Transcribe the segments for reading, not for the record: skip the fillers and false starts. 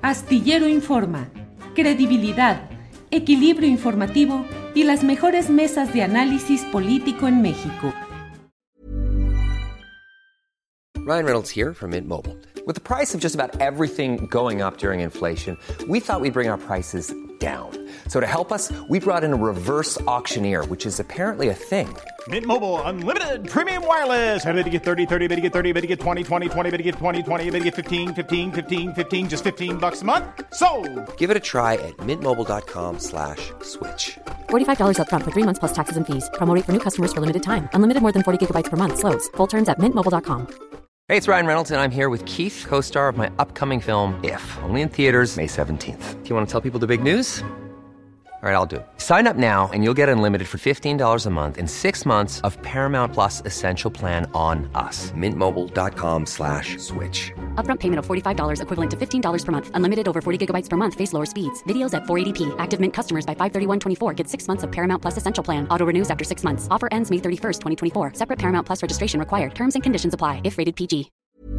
Astillero Informa, credibilidad, equilibrio informativo y las mejores mesas de análisis político en México. Ryan Reynolds here from Mint Mobile. With the price of just about everything going up during inflation, we thought we'd bring our prices down. So to help us, we brought in a reverse auctioneer, which is apparently a thing. Mint Mobile Unlimited Premium Wireless. How to get 30, 30, bit to get 30, bit to get 20, 20, 20, bit to get 20, 20, bit to get 15, 15, 15, 15, just $15 a month? Sold! Give it a try at mintmobile.com/switch. $45 up front for 3 months plus taxes and fees. Promo rate for new customers for limited time. Unlimited more than 40 gigabytes per month. Slows full terms at mintmobile.com. Hey, it's Ryan Reynolds, and I'm here with Keith, co-star of my upcoming film, If, only in theaters May 17th. Do you want to tell people the big news? All right, I'll do it. Sign up now and you'll get unlimited for $15 a month and 6 months of Paramount Plus Essential Plan on us. mintmobile.com/switch. Upfront payment of $45 equivalent to $15 per month. Unlimited over 40 gigabytes per month. Face lower speeds. Videos at 480p. Active Mint customers by 531.24 get 6 months of Paramount Plus Essential Plan. Auto renews after 6 months. Offer ends May 31st, 2024. Separate Paramount Plus registration required. Terms and conditions apply if rated PG.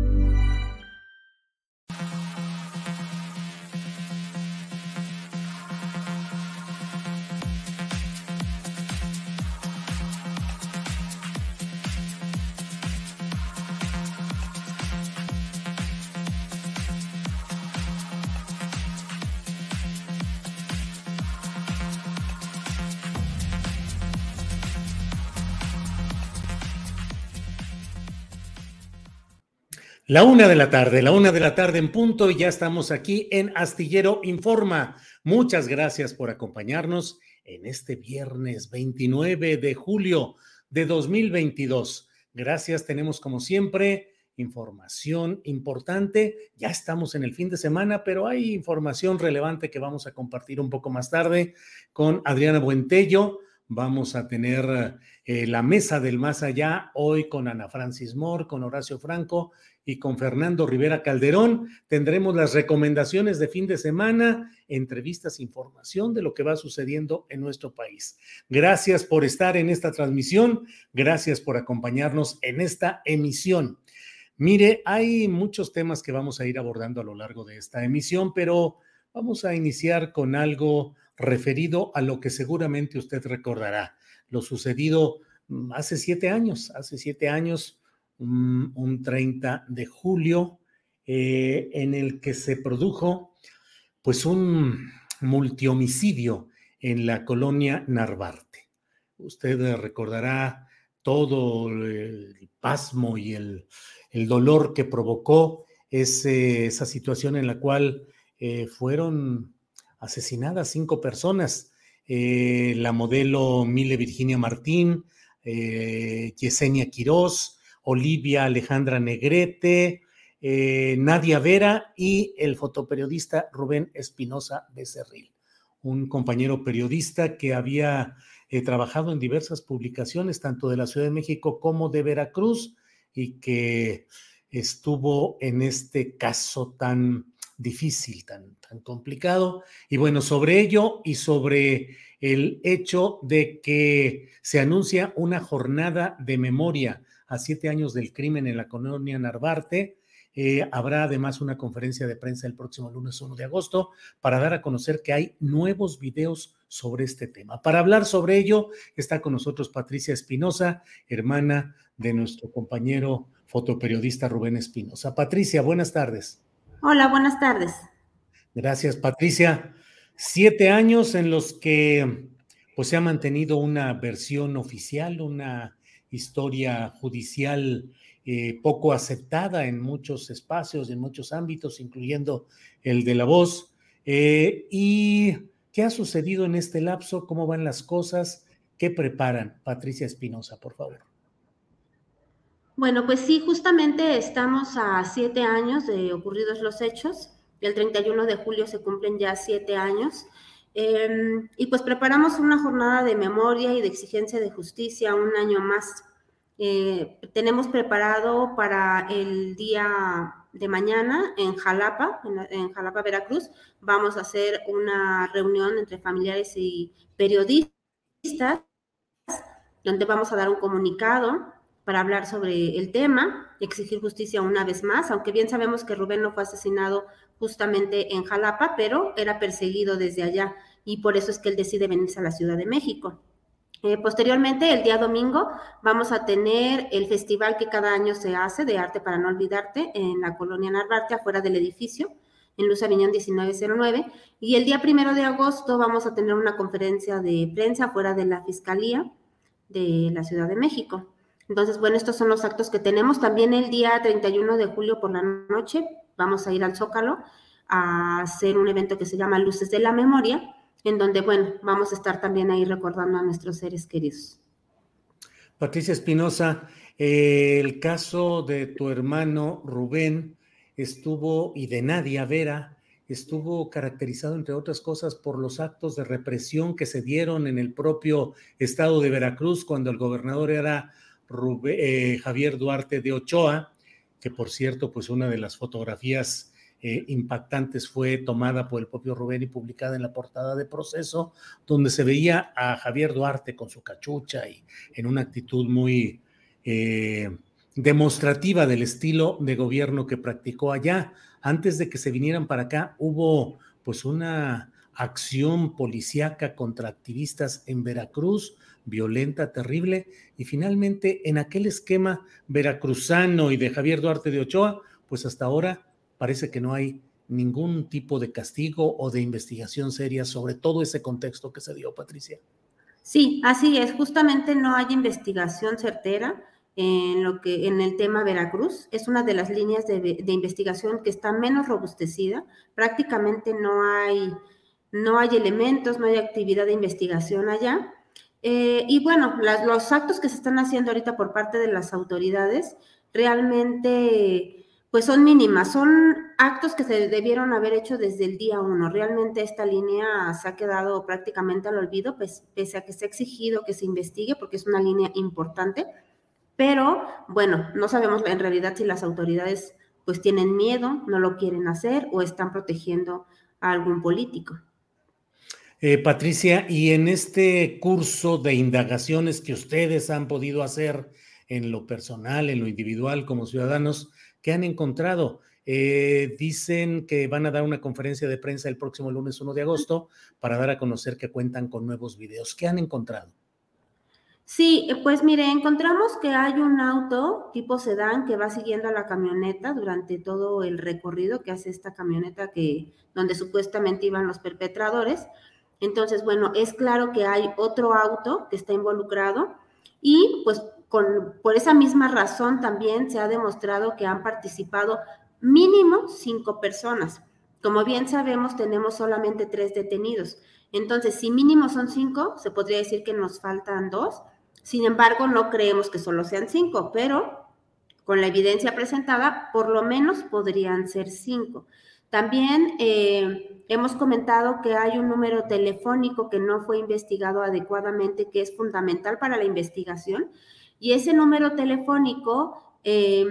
La una de la tarde en punto, y ya estamos aquí en Astillero Informa. Muchas gracias por acompañarnos en este viernes 29 de julio de 2022. Gracias, tenemos como siempre información importante. Ya estamos en el fin de semana, pero hay información relevante que vamos a compartir un poco más tarde con Adriana Buentello. Vamos a tener la mesa del más allá hoy con Ana Francis Moore, con Horacio Franco y con Fernando Rivera Calderón. Tendremos las recomendaciones de fin de semana, entrevistas, información de lo que va sucediendo en nuestro país. Gracias por estar en esta transmisión, gracias por acompañarnos en esta emisión. Mire, hay muchos temas que vamos a ir abordando a lo largo de esta emisión, pero vamos a iniciar con algo referido a lo que seguramente usted recordará, lo sucedido hace 7 años, un 30 de julio, en el que se produjo pues un multihomicidio en la colonia Narvarte. Usted recordará todo el pasmo y el dolor que provocó esa situación en la cual fueron asesinadas 5 personas, la modelo Mile Virginia Martín, Yesenia Quirós, Olivia Alejandra Negrete, Nadia Vera y el fotoperiodista Rubén Espinosa Becerril, un compañero periodista que había trabajado en diversas publicaciones, tanto de la Ciudad de México como de Veracruz, y que estuvo en este caso tan difícil, tan complicado. Y bueno, sobre ello y sobre el hecho de que se anuncia una jornada de memoria a 7 años del crimen en la colonia Narvarte, habrá además una conferencia de prensa el próximo lunes 1 de agosto para dar a conocer que hay nuevos videos sobre este tema. Para hablar sobre ello está con nosotros Patricia Espinosa, hermana de nuestro compañero fotoperiodista Rubén Espinosa. Patricia, buenas tardes. Hola, buenas tardes. Gracias, Patricia. 7 años en los que pues, se ha mantenido una versión oficial, una historia judicial poco aceptada en muchos espacios, en muchos ámbitos, incluyendo el de La Voz. ¿Y qué ha sucedido en este lapso? ¿Cómo van las cosas? ¿Qué preparan? Patricia Espinosa, por favor. Bueno, pues sí, justamente estamos a 7 años de ocurridos los hechos. El 31 de julio se cumplen ya 7 años. Y pues preparamos una jornada de memoria y de exigencia de justicia un año más. Tenemos preparado para el día de mañana en Jalapa, en Jalapa, Veracruz, vamos a hacer una reunión entre familiares y periodistas, donde vamos a dar un comunicado para hablar sobre el tema, exigir justicia una vez más, aunque bien sabemos que Rubén no fue asesinado justamente en Jalapa, pero era perseguido desde allá y por eso es que él decide venirse a la Ciudad de México. Posteriormente, el día domingo, vamos a tener el festival que cada año se hace de Arte para no olvidarte en la colonia Narvarte, afuera del edificio, en Luz Aviñón 1909. Y el día 1 de agosto vamos a tener una conferencia de prensa afuera de la Fiscalía de la Ciudad de México. Entonces, bueno, estos son los actos que tenemos. También el día 31 de julio por la noche vamos a ir al Zócalo a hacer un evento que se llama Luces de la Memoria, en donde, bueno, vamos a estar también ahí recordando a nuestros seres queridos. Patricia Espinosa, el caso de tu hermano Rubén estuvo, y de Nadia Vera, estuvo caracterizado, entre otras cosas, por los actos de represión que se dieron en el propio estado de Veracruz cuando el gobernador era Javier Duarte de Ochoa, que por cierto, pues una de las fotografías impactantes fue tomada por el propio Rubén y publicada en la portada de Proceso, donde se veía a Javier Duarte con su cachucha y en una actitud muy demostrativa del estilo de gobierno que practicó allá. Antes de que se vinieran para acá, hubo pues una acción policíaca contra activistas en Veracruz, violenta, terrible, y finalmente en aquel esquema veracruzano y de Javier Duarte de Ochoa, pues hasta ahora parece que no hay ningún tipo de castigo o de investigación seria sobre todo ese contexto que se dio, Patricia. Sí, así es. Justamente no hay investigación certera en el tema Veracruz. Es una de las líneas de investigación que está menos robustecida. Prácticamente no hay elementos, no hay actividad de investigación allá. Y bueno, los actos que se están haciendo ahorita por parte de las autoridades realmente pues son mínimas, son actos que se debieron haber hecho desde el día 1. Realmente esta línea se ha quedado prácticamente al olvido, pues, pese a que se ha exigido que se investigue, porque es una línea importante, pero bueno, no sabemos en realidad si las autoridades pues tienen miedo, no lo quieren hacer o están protegiendo a algún político. Patricia, y en este curso de indagaciones que ustedes han podido hacer en lo personal, en lo individual, como ciudadanos, ¿qué han encontrado? Dicen que van a dar una conferencia de prensa el próximo lunes 1 de agosto para dar a conocer que cuentan con nuevos videos. ¿Qué han encontrado? Sí, pues mire, encontramos que hay un auto tipo sedán que va siguiendo a la camioneta durante todo el recorrido que hace esta camioneta donde supuestamente iban los perpetradores. Entonces, bueno, es claro que hay otro auto que está involucrado y pues por esa misma razón también se ha demostrado que han participado mínimo 5 personas. Como bien sabemos, tenemos solamente 3 detenidos. Entonces, si mínimo son 5, se podría decir que nos faltan 2. Sin embargo, no creemos que solo sean 5, pero con la evidencia presentada, por lo menos podrían ser 5. También hemos comentado que hay un número telefónico que no fue investigado adecuadamente, que es fundamental para la investigación, y ese número telefónico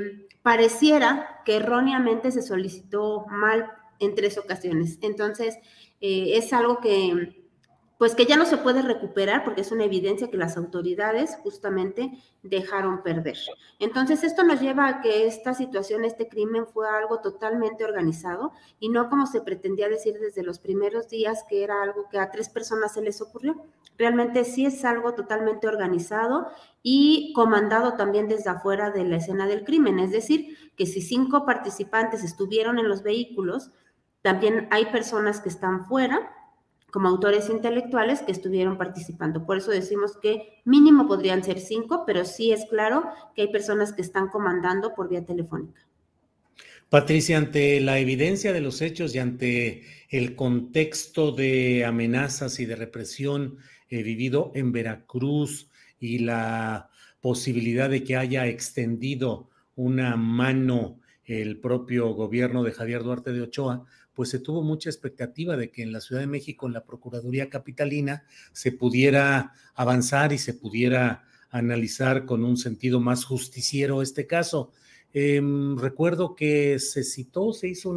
pareciera que erróneamente se solicitó mal en 3 ocasiones. Entonces, es algo que ya no se puede recuperar porque es una evidencia que las autoridades justamente dejaron perder. Entonces, esto nos lleva a que esta situación, este crimen fue algo totalmente organizado y no como se pretendía decir desde los primeros días que era algo que a 3 personas se les ocurrió. Realmente sí es algo totalmente organizado y comandado también desde afuera de la escena del crimen. Es decir, que si 5 participantes estuvieron en los vehículos, también hay personas que están fuera como autores intelectuales que estuvieron participando. Por eso decimos que mínimo podrían ser 5, pero sí es claro que hay personas que están comandando por vía telefónica. Patricia, ante la evidencia de los hechos y ante el contexto de amenazas y de represión vivido en Veracruz y la posibilidad de que haya extendido una mano el propio gobierno de Javier Duarte de Ochoa, pues se tuvo mucha expectativa de que en la Ciudad de México, en la Procuraduría Capitalina, se pudiera avanzar y se pudiera analizar con un sentido más justiciero este caso. Recuerdo que se hizo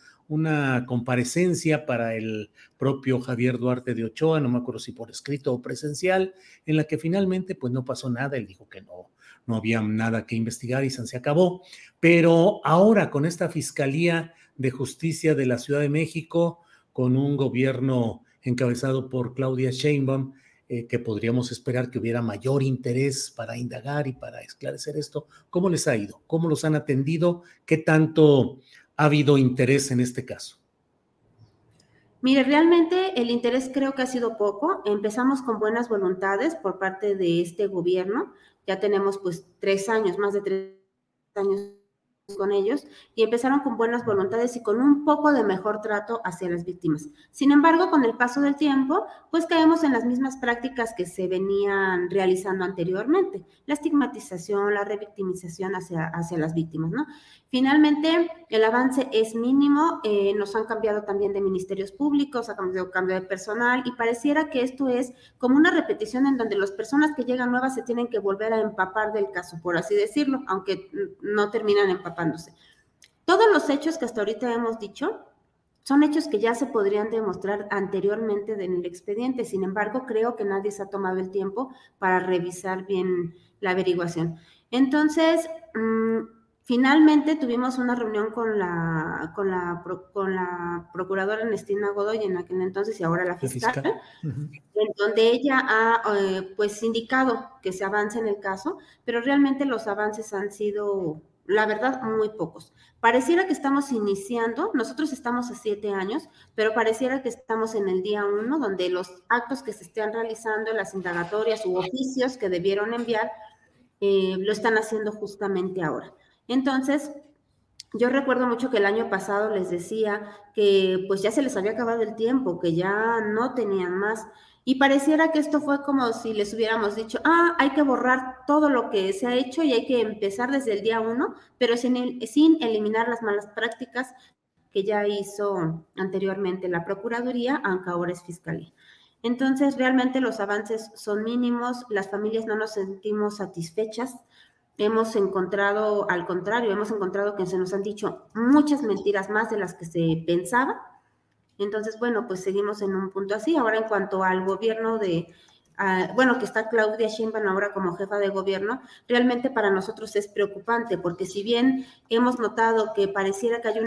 una comparecencia para el propio Javier Duarte de Ochoa, no me acuerdo si por escrito o presencial, en la que finalmente pues no pasó nada. Él dijo que no había nada que investigar y se acabó. Pero ahora con esta fiscalía de Justicia de la Ciudad de México, con un gobierno encabezado por Claudia Sheinbaum, que podríamos esperar que hubiera mayor interés para indagar y para esclarecer esto. ¿Cómo les ha ido? ¿Cómo los han atendido? ¿Qué tanto ha habido interés en este caso? Mire, realmente el interés creo que ha sido poco. Empezamos con buenas voluntades por parte de este gobierno. Ya tenemos pues 3 años, más de 3 años con ellos, y empezaron con buenas voluntades y con un poco de mejor trato hacia las víctimas. Sin embargo, con el paso del tiempo, pues caemos en las mismas prácticas que se venían realizando anteriormente, la estigmatización, la revictimización hacia las víctimas, ¿no? Finalmente, el avance es mínimo, nos han cambiado también de ministerios públicos, ha cambiado cambio de personal, y pareciera que esto es como una repetición en donde las personas que llegan nuevas se tienen que volver a empapar del caso, por así decirlo, aunque no terminan empapándose. Todos los hechos que hasta ahorita hemos dicho son hechos que ya se podrían demostrar anteriormente en el expediente. Sin embargo, creo que nadie se ha tomado el tiempo para revisar bien la averiguación. Entonces, finalmente tuvimos una reunión con la procuradora Ernestina Godoy en aquel entonces y ahora la fiscal. En donde ella ha pues indicado que se avance en el caso, pero realmente los avances han sido, la verdad, muy pocos. Pareciera que estamos iniciando, nosotros estamos a 7 años, pero pareciera que estamos en el día 1, donde los actos que se están realizando, las indagatorias u oficios que debieron enviar, lo están haciendo justamente ahora. Entonces, yo recuerdo mucho que el año pasado les decía que pues ya se les había acabado el tiempo, que ya no tenían más, y pareciera que esto fue como si les hubiéramos dicho, hay que borrar todo lo que se ha hecho y hay que empezar desde el día 1, pero sin eliminar las malas prácticas que ya hizo anteriormente la Procuraduría, aunque ahora es Fiscalía. Entonces, realmente los avances son mínimos, las familias no nos sentimos satisfechas. Hemos encontrado, al contrario, hemos encontrado que se nos han dicho muchas mentiras más de las que se pensaba. Entonces, bueno, pues seguimos en un punto así. Ahora, en cuanto al gobierno que está Claudia Sheinbaum ahora como jefa de gobierno, realmente para nosotros es preocupante, porque si bien hemos notado que pareciera que hay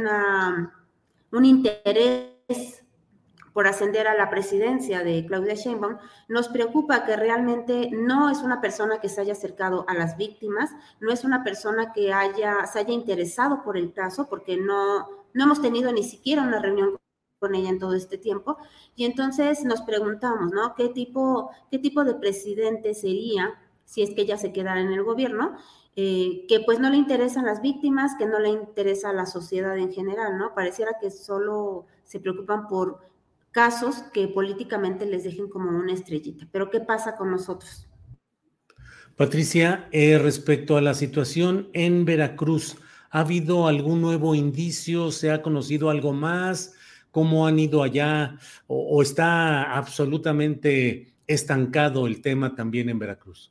un interés por ascender a la presidencia de Claudia Sheinbaum, nos preocupa que realmente no es una persona que se haya acercado a las víctimas, no es una persona que se haya interesado por el caso, porque no hemos tenido ni siquiera una reunión con ella en todo este tiempo, y entonces nos preguntamos, ¿no? ¿Qué tipo de presidente sería si es que ella se quedara en el gobierno? Que pues no le interesan las víctimas, que no le interesa a la sociedad en general, ¿no? Pareciera que solo se preocupan por casos que políticamente les dejen como una estrellita. Pero ¿qué pasa con nosotros? Patricia, respecto a la situación en Veracruz, ¿ha habido algún nuevo indicio? ¿Se ha conocido algo más? ¿Cómo han ido allá? ¿O está absolutamente estancado el tema también en Veracruz?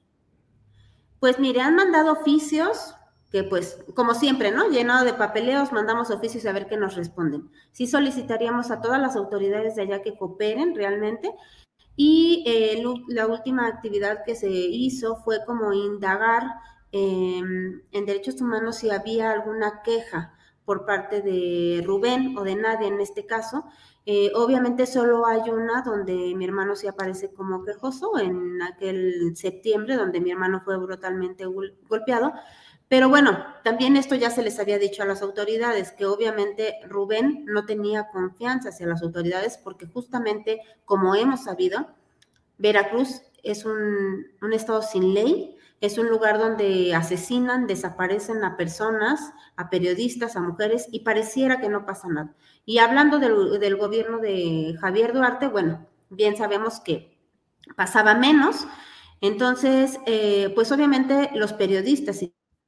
Pues mire, han mandado oficios que pues, como siempre, ¿no? Llenado de papeleos, mandamos oficios a ver qué nos responden. Sí solicitaríamos a todas las autoridades de allá que cooperen realmente. Y la última actividad que se hizo fue como indagar en derechos humanos si había alguna queja por parte de Rubén o de nadie en este caso. Obviamente solo hay una donde mi hermano sí aparece como quejoso, en aquel septiembre donde mi hermano fue brutalmente golpeado. Pero bueno, también esto ya se les había dicho a las autoridades, que obviamente Rubén no tenía confianza hacia las autoridades porque justamente, como hemos sabido, Veracruz es un estado sin ley, es un lugar donde asesinan, desaparecen a personas, a periodistas, a mujeres, y pareciera que no pasa nada. Y hablando del gobierno de Javier Duarte, bueno, bien sabemos que pasaba menos. Entonces, pues obviamente los periodistas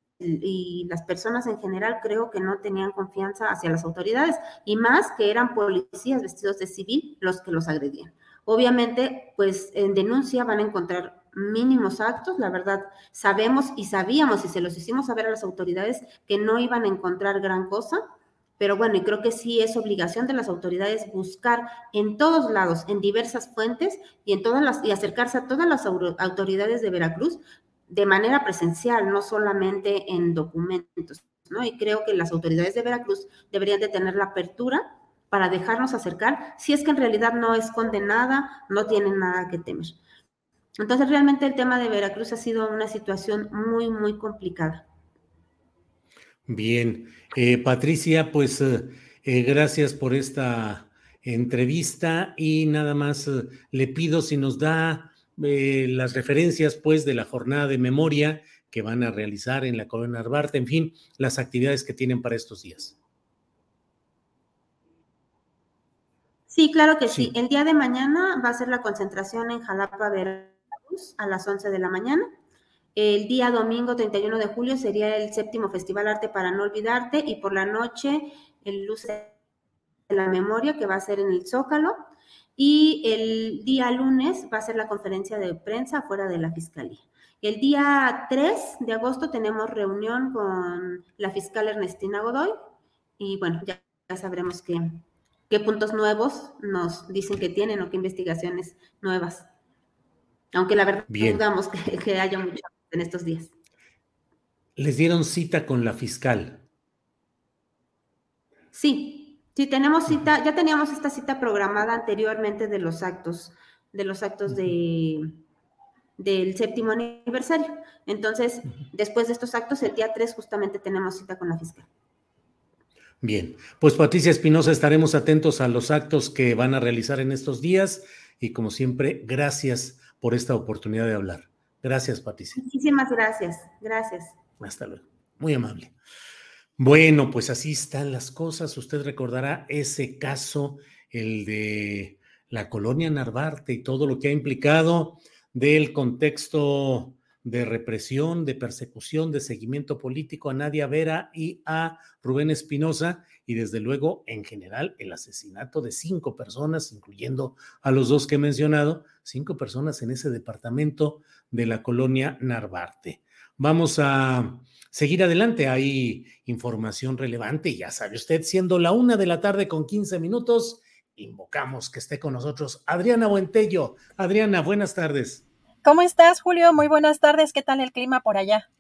y las personas en general creo que no tenían confianza hacia las autoridades, y más que eran policías vestidos de civil los que los agredían. Obviamente, pues en denuncia van a encontrar mínimos actos, la verdad, sabemos y sabíamos y se los hicimos saber a las autoridades que no iban a encontrar gran cosa, pero bueno, y creo que sí es obligación de las autoridades buscar en todos lados, en diversas fuentes y acercarse a todas las autoridades de Veracruz de manera presencial, no solamente en documentos. ¿no? Y creo que las autoridades de Veracruz deberían de tener la apertura para dejarnos acercar, si es que en realidad no es condenada, no tienen nada que temer. Entonces, realmente el tema de Veracruz ha sido una situación muy, muy complicada. Bien, Patricia, pues gracias por esta entrevista y nada más le pido si nos da las referencias pues de la jornada de memoria que van a realizar en la Colonia Narvarte, en fin, las actividades que tienen para estos días. Sí, claro que sí. El día de mañana va a ser la concentración en Jalapa, Veracruz, a las 11 de la mañana. El día domingo 31 de julio sería el 7º Festival Arte para no olvidarte, y por la noche el Luz de la Memoria, que va a ser en el Zócalo, y el día lunes va a ser la conferencia de prensa afuera de la Fiscalía. El día 3 de agosto tenemos reunión con la fiscal Ernestina Godoy, y bueno, ya sabremos qué puntos nuevos nos dicen que tienen o qué investigaciones nuevas. Aunque la verdad dudamos que haya mucho en estos días. ¿Les dieron cita con la fiscal? Sí, tenemos cita, ya teníamos esta cita programada anteriormente de los actos del 7º aniversario. Entonces, después de estos actos, el día 3 justamente tenemos cita con la fiscal. Bien, pues Patricia Espinosa, estaremos atentos a los actos que van a realizar en estos días y como siempre, gracias por esta oportunidad de hablar. Gracias, Patricia. Muchísimas gracias. Gracias. Hasta luego. Muy amable. Bueno, pues así están las cosas. Usted recordará ese caso, el de la Colonia Narvarte y todo lo que ha implicado del contexto de represión, de persecución, de seguimiento político a Nadia Vera y a Rubén Espinosa, y desde luego, en general, el asesinato de 5 personas, incluyendo a los 2 que he mencionado, 5 personas en ese departamento de la Colonia Narvarte. Vamos a seguir adelante, hay información relevante, y ya sabe usted, siendo la 1:15 p.m, invocamos que esté con nosotros Adriana Buentello. Adriana, buenas tardes. ¿Cómo estás, Julio? Muy buenas tardes. ¿Qué tal el clima por allá?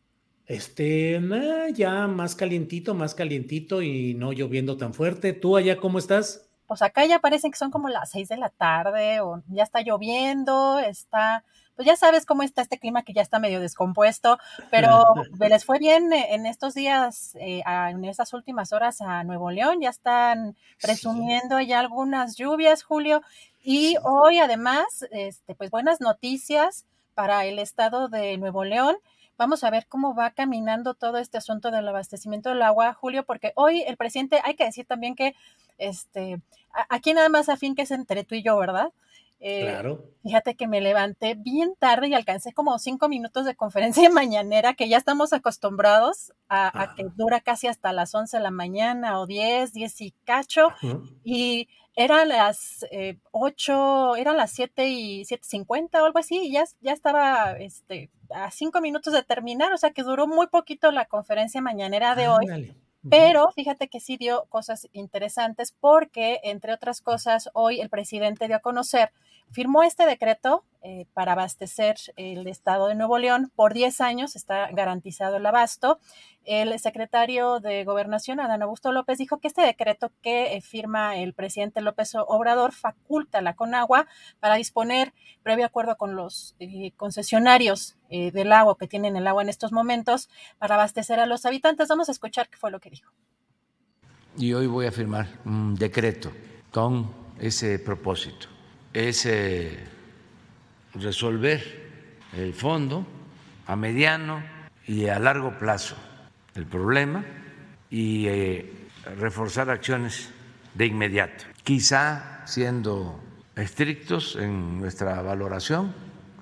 Ya más calientito y no lloviendo tan fuerte. ¿Tú allá cómo estás? Pues acá ya parecen que son como las 6 de la tarde o ya está lloviendo, pues ya sabes cómo está este clima que ya está medio descompuesto, pero les fue bien en estos días, en estas últimas horas a Nuevo León, ya están presumiendo ya algunas lluvias, Julio, y hoy además, pues buenas noticias para el estado de Nuevo León. Vamos a ver cómo va caminando todo este asunto del abastecimiento del agua, Julio, porque hoy el presidente, hay que decir también que aquí nada más a fin que es entre tú y yo, ¿verdad? Claro. Fíjate que me levanté bien tarde y alcancé como 5 minutos de conferencia mañanera, que ya estamos acostumbrados a que dura casi hasta las 11 de la mañana o 10 y cacho, y eran las 8, eran las 7:50 o algo así, y ya estaba a 5 minutos de terminar, o sea que duró muy poquito la conferencia mañanera de hoy. Dale. Pero fíjate que sí dio cosas interesantes porque, entre otras cosas, hoy el presidente dio a conocer, firmó este decreto para abastecer el estado de Nuevo León por 10 años, está garantizado el abasto. El secretario de Gobernación, Adán Augusto López, dijo que este decreto que firma el presidente López Obrador faculta a la Conagua para disponer, previo acuerdo con los concesionarios del agua que tienen el agua en estos momentos, para abastecer a los habitantes. Vamos a escuchar qué fue lo que dijo. Y hoy voy a firmar un decreto con ese propósito. Es resolver el fondo a mediano y a largo plazo el problema y reforzar acciones de inmediato. Quizá siendo estrictos en nuestra valoración,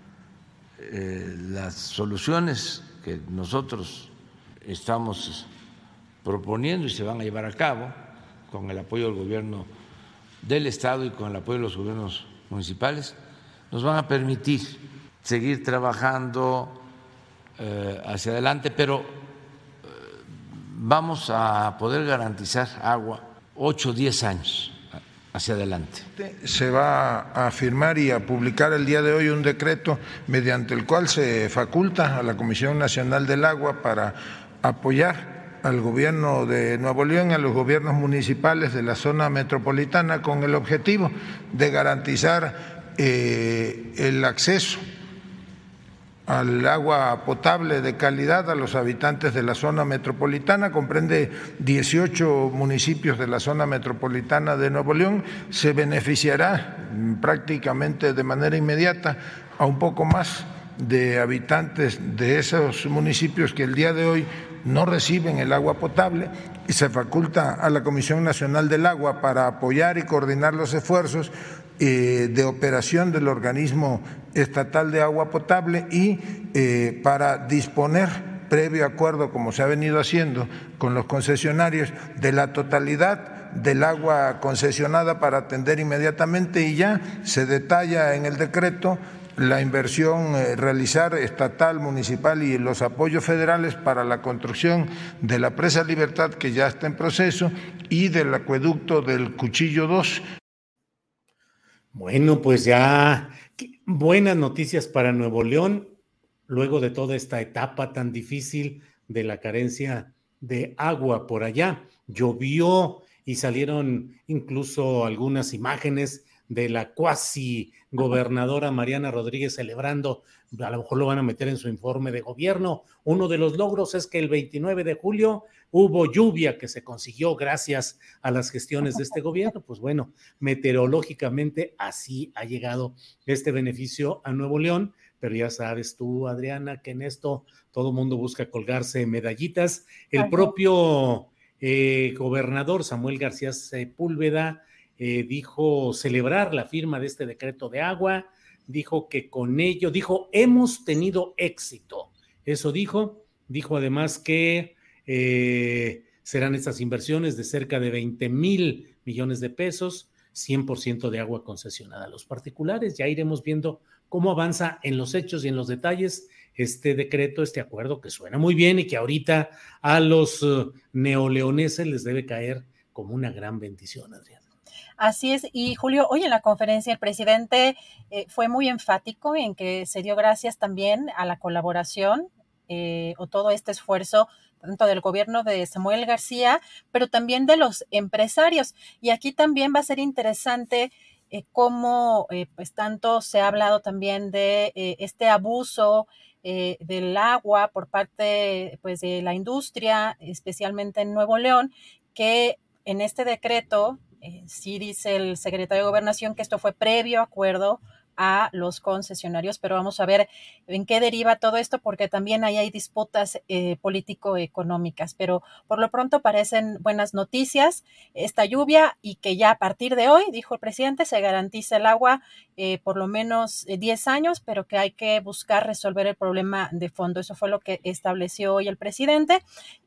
las soluciones que nosotros estamos proponiendo y se van a llevar a cabo con el apoyo del gobierno del Estado y con el apoyo de los gobiernos municipales, nos van a permitir seguir trabajando hacia adelante, pero vamos a poder garantizar agua 8 o 10 años hacia adelante. Se va a firmar y a publicar el día de hoy un decreto mediante el cual se faculta a la Comisión Nacional del Agua para apoyar al gobierno de Nuevo León y a los gobiernos municipales de la zona metropolitana con el objetivo de garantizar el acceso al agua potable de calidad a los habitantes de la zona metropolitana. Comprende 18 municipios de la zona metropolitana de Nuevo León. Se beneficiará prácticamente de manera inmediata a un poco más de habitantes de esos municipios que el día de hoy no reciben el agua potable, y se faculta a la Comisión Nacional del Agua para apoyar y coordinar los esfuerzos de operación del organismo estatal de agua potable y para disponer, previo acuerdo como se ha venido haciendo con los concesionarios, de la totalidad del agua concesionada para atender inmediatamente, y ya se detalla en el decreto la inversión realizar estatal, municipal y los apoyos federales para la construcción de la presa Libertad, que ya está en proceso, y del acueducto del Cuchillo 2. Bueno, pues ya buenas noticias para Nuevo León, luego de toda esta etapa tan difícil de la carencia de agua por allá. Llovió y salieron incluso algunas imágenes de la cuasi gobernadora Mariana Rodríguez celebrando, a lo mejor lo van a meter en su informe de gobierno. Uno de los logros es que el 29 de julio hubo lluvia que se consiguió gracias a las gestiones de este gobierno. Pues bueno, meteorológicamente así ha llegado este beneficio a Nuevo León, pero ya sabes tú, Adriana, que en esto todo mundo busca colgarse medallitas. El propio gobernador Samuel García Sepúlveda dijo celebrar la firma de este decreto de agua, dijo que con ello, hemos tenido éxito. Eso dijo además que serán estas inversiones de cerca de 20,000 millones de pesos, 100% de agua concesionada a los particulares. Ya iremos viendo cómo avanza en los hechos y en los detalles este decreto, este acuerdo que suena muy bien y que ahorita a los neoleoneses les debe caer como una gran bendición, Adriana. Así es, y Julio, hoy en la conferencia el presidente fue muy enfático en que se dio gracias también a la colaboración o todo este esfuerzo tanto del gobierno de Samuel García, pero también de los empresarios. Y aquí también va a ser interesante cómo pues tanto se ha hablado también de este abuso del agua por parte pues de la industria, especialmente en Nuevo León, que en este decreto sí dice el secretario de Gobernación que esto fue previo acuerdo a los concesionarios, pero vamos a ver en qué deriva todo esto, porque también ahí hay disputas político-económicas, pero por lo pronto parecen buenas noticias esta lluvia y que ya a partir de hoy, dijo el presidente, se garantiza el agua por lo menos 10 años, pero que hay que buscar resolver el problema de fondo. Eso fue lo que estableció hoy el presidente.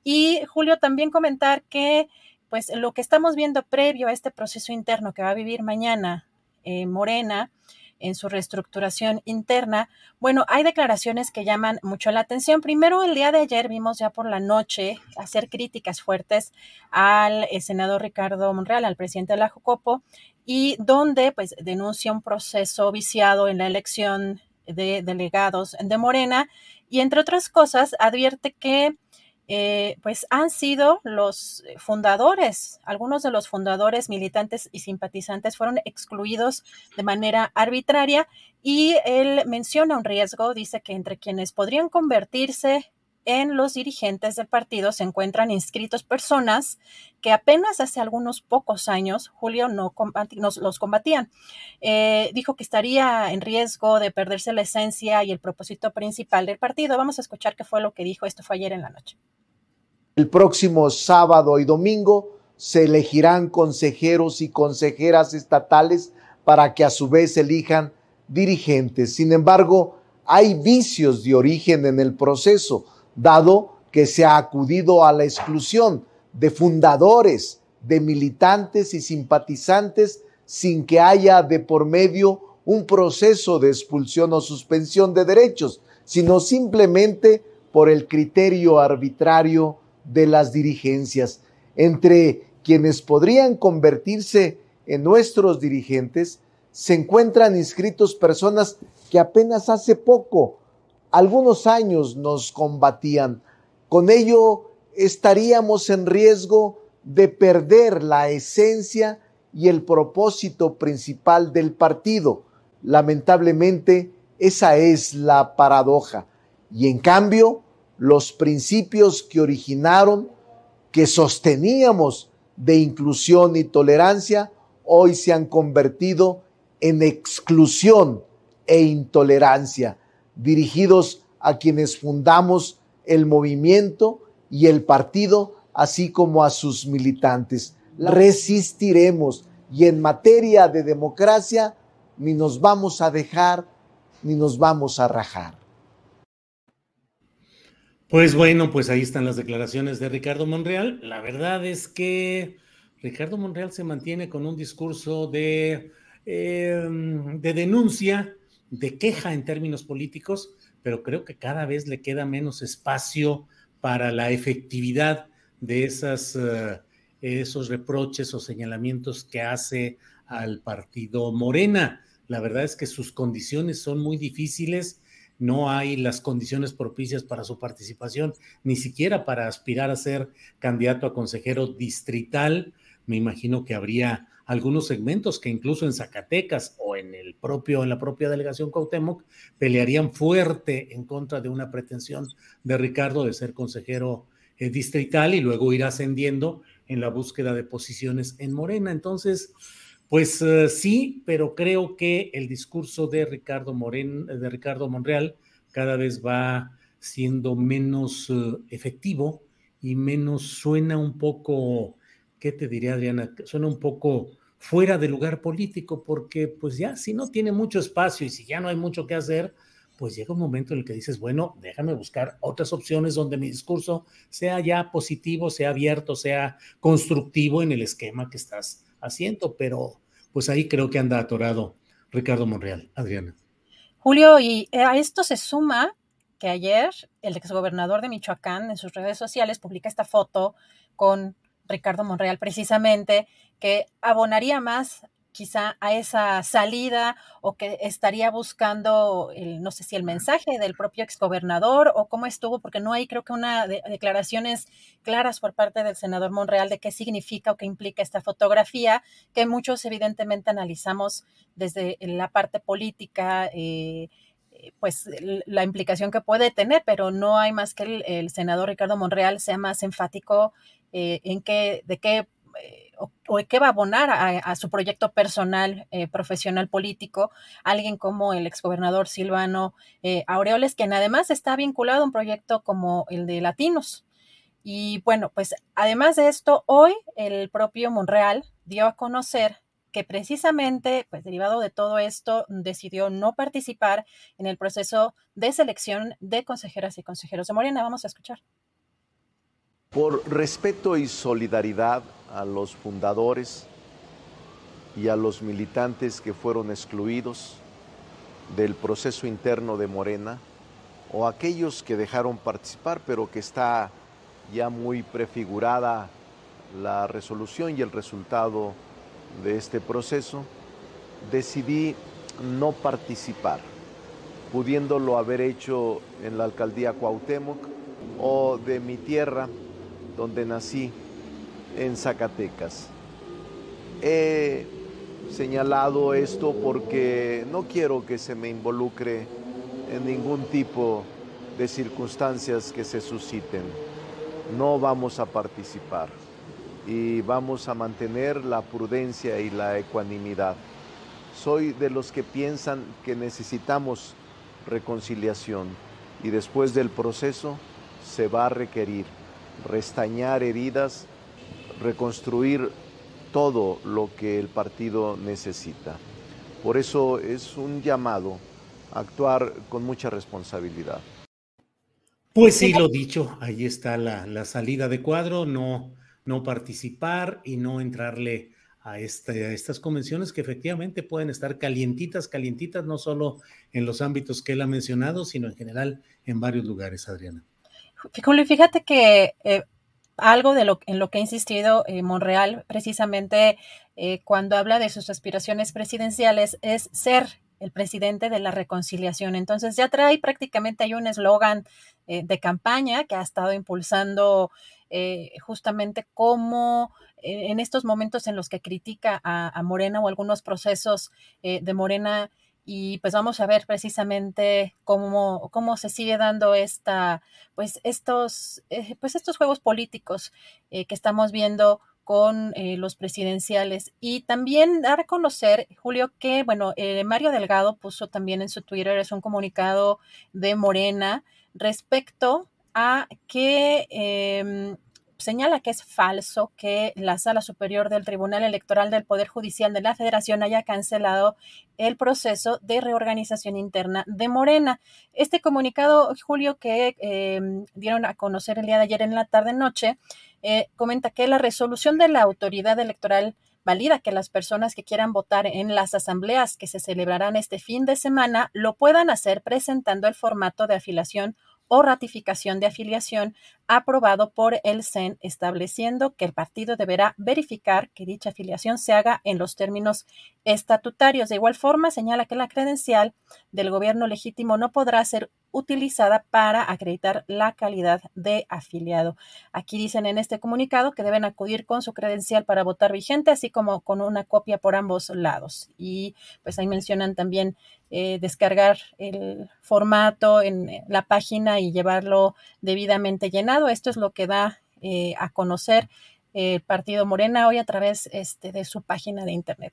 Y Julio, también comentar que pues lo que estamos viendo previo a este proceso interno que va a vivir mañana Morena en su reestructuración interna, bueno, hay declaraciones que llaman mucho la atención. Primero, el día de ayer vimos ya por la noche hacer críticas fuertes al senador Ricardo Monreal, al presidente de la Jucopo, y donde pues denuncia un proceso viciado en la elección de delegados de Morena, y entre otras cosas advierte que pues han sido los fundadores, algunos de los fundadores, militantes y simpatizantes fueron excluidos de manera arbitraria, y él menciona un riesgo, dice que entre quienes podrían convertirse en los dirigentes del partido se encuentran inscritos personas que apenas hace algunos pocos años, Julio, los combatían. Dijo que estaría en riesgo de perderse la esencia y el propósito principal del partido. Vamos a escuchar qué fue lo que dijo. Esto fue ayer en la noche. El próximo sábado y domingo se elegirán consejeros y consejeras estatales para que a su vez elijan dirigentes. Sin embargo, hay vicios de origen en el proceso, dado que se ha acudido a la exclusión de fundadores, de militantes y simpatizantes sin que haya de por medio un proceso de expulsión o suspensión de derechos, sino simplemente por el criterio arbitrario de las dirigencias. Entre quienes podrían convertirse en nuestros dirigentes se encuentran inscritos personas que apenas hace poco, algunos años, nos combatían. Con ello estaríamos en riesgo de perder la esencia y el propósito principal del partido. Lamentablemente, esa es la paradoja. Y en cambio, los principios que originaron, que sosteníamos de inclusión y tolerancia, hoy se han convertido en exclusión e intolerancia, dirigidos a quienes fundamos el movimiento y el partido, así como a sus militantes. Resistiremos, y en materia de democracia ni nos vamos a dejar ni nos vamos a rajar. Pues bueno, pues ahí están las declaraciones de Ricardo Monreal. La verdad es que Ricardo Monreal se mantiene con un discurso de denuncia, de queja en términos políticos, pero creo que cada vez le queda menos espacio para la efectividad de esos reproches o señalamientos que hace al partido Morena. La verdad es que sus condiciones son muy difíciles. No hay las condiciones propicias para su participación, ni siquiera para aspirar a ser candidato a consejero distrital. Me imagino que habría algunos segmentos que incluso en Zacatecas o en la propia delegación Cuauhtémoc pelearían fuerte en contra de una pretensión de Ricardo de ser consejero distrital y luego ir ascendiendo en la búsqueda de posiciones en Morena. Entonces, pues sí, pero creo que el discurso de Ricardo Monreal cada vez va siendo menos efectivo y suena un poco, ¿qué te diría, Adriana? Suena un poco fuera de lugar político, porque pues ya si no tiene mucho espacio y si ya no hay mucho que hacer, pues llega un momento en el que dices, bueno, déjame buscar otras opciones donde mi discurso sea ya positivo, sea abierto, sea constructivo en el esquema que estás haciendo, pero pues ahí creo que anda atorado Ricardo Monreal. Adriana. Julio, y a esto se suma que ayer el exgobernador de Michoacán en sus redes sociales publica esta foto con Ricardo Monreal precisamente, que abonaría más quizá a esa salida o que estaría buscando, no sé si el mensaje del propio exgobernador o cómo estuvo, porque no hay creo que una declaraciones claras por parte del senador Monreal de qué significa o qué implica esta fotografía, que muchos evidentemente analizamos desde la parte política, pues la implicación que puede tener, pero no hay más que el senador Ricardo Monreal sea más enfático en qué va a abonar a su proyecto personal, profesional, político, alguien como el exgobernador Silvano Aureoles, quien además está vinculado a un proyecto como el de Latinos. Y bueno, pues además de esto, hoy el propio Monreal dio a conocer que precisamente, pues derivado de todo esto, decidió no participar en el proceso de selección de consejeras y consejeros de Morena. Vamos a escuchar. Por respeto y solidaridad a los fundadores y a los militantes que fueron excluidos del proceso interno de Morena, o aquellos que dejaron participar, pero que está ya muy prefigurada la resolución y el resultado de este proceso, decidí no participar, pudiéndolo haber hecho en la alcaldía Cuauhtémoc o de mi tierra, donde nací, en Zacatecas. He señalado esto porque no quiero que se me involucre en ningún tipo de circunstancias que se susciten. No vamos a participar y vamos a mantener la prudencia y la ecuanimidad. Soy de los que piensan que necesitamos reconciliación y después del proceso se va a requerir restañar heridas, reconstruir todo lo que el partido necesita. Por eso es un llamado a actuar con mucha responsabilidad. Pues sí, lo dicho, ahí está la salida de cuadro, no participar y no entrarle a estas convenciones que efectivamente pueden estar calientitas, no solo en los ámbitos que él ha mencionado, sino en general en varios lugares, Adriana. Julio, fíjate que algo en lo que ha insistido Monreal precisamente cuando habla de sus aspiraciones presidenciales es ser el presidente de la reconciliación. Entonces ya trae prácticamente hay un eslogan de campaña que ha estado impulsando justamente cómo en estos momentos en los que critica a Morena o algunos procesos de Morena, y pues vamos a ver precisamente cómo se sigue dando estos juegos políticos que estamos viendo con los presidenciales. Y también a reconocer, Julio, que Mario Delgado puso también en su Twitter, es un comunicado de Morena respecto a que señala que es falso que la Sala Superior del Tribunal Electoral del Poder Judicial de la Federación haya cancelado el proceso de reorganización interna de Morena. Este comunicado, Julio, que dieron a conocer el día de ayer en la tarde-noche, comenta que la resolución de la autoridad electoral valida que las personas que quieran votar en las asambleas que se celebrarán este fin de semana lo puedan hacer presentando el formato de afiliación o ratificación de afiliación aprobado por el CEN, estableciendo que el partido deberá verificar que dicha afiliación se haga en los términos estatutarios. De igual forma, señala que la credencial del gobierno legítimo no podrá ser utilizada para acreditar la calidad de afiliado. Aquí dicen en este comunicado que deben acudir con su credencial para votar vigente, así como con una copia por ambos lados. Y pues ahí mencionan también descargar el formato en la página y llevarlo debidamente llenado. Esto es lo que da a conocer el partido Morena hoy a través de su página de internet.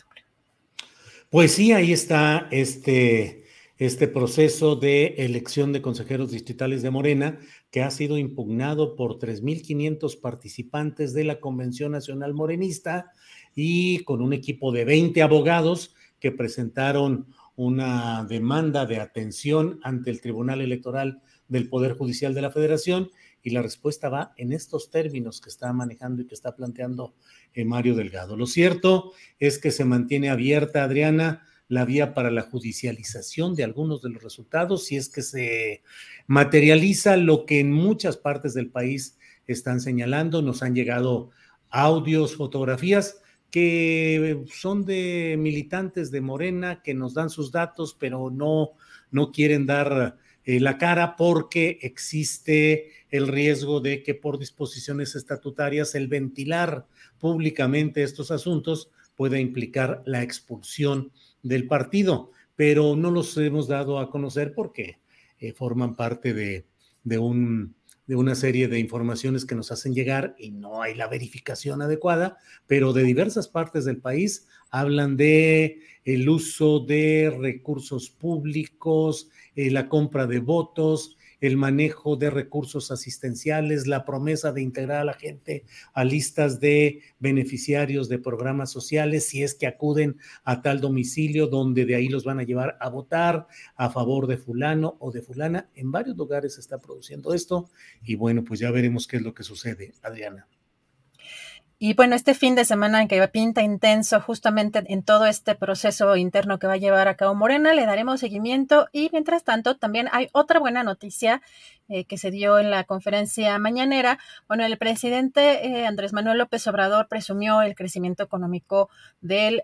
Pues sí, ahí está este proceso de elección de consejeros distritales de Morena, que ha sido impugnado por 3,500 participantes de la Convención Nacional Morenista y con un equipo de 20 abogados que presentaron una demanda de atención ante el Tribunal Electoral del Poder Judicial de la Federación, y la respuesta va en estos términos que está manejando y que está planteando Mario Delgado. Lo cierto es que se mantiene abierta, Adriana, la vía para la judicialización de algunos de los resultados, si es que se materializa lo que en muchas partes del país están señalando. Nos han llegado audios, fotografías que son de militantes de Morena que nos dan sus datos, pero no quieren dar la cara porque existe el riesgo de que por disposiciones estatutarias el ventilar públicamente estos asuntos pueda implicar la expulsión del partido, pero no los hemos dado a conocer porque forman parte de una serie de informaciones que nos hacen llegar y no hay la verificación adecuada, pero de diversas partes del país hablan de el uso de recursos públicos, la compra de votos, el manejo de recursos asistenciales, la promesa de integrar a la gente a listas de beneficiarios de programas sociales si es que acuden a tal domicilio donde de ahí los van a llevar a votar a favor de fulano o de fulana. En varios lugares se está produciendo esto y bueno, pues ya veremos qué es lo que sucede, Adriana. Y bueno, este fin de semana que pinta intenso justamente en todo este proceso interno que va a llevar a cabo Morena, le daremos seguimiento. Y mientras tanto, también hay otra buena noticia que se dio en la conferencia mañanera. Bueno, el presidente Andrés Manuel López Obrador presumió el crecimiento económico del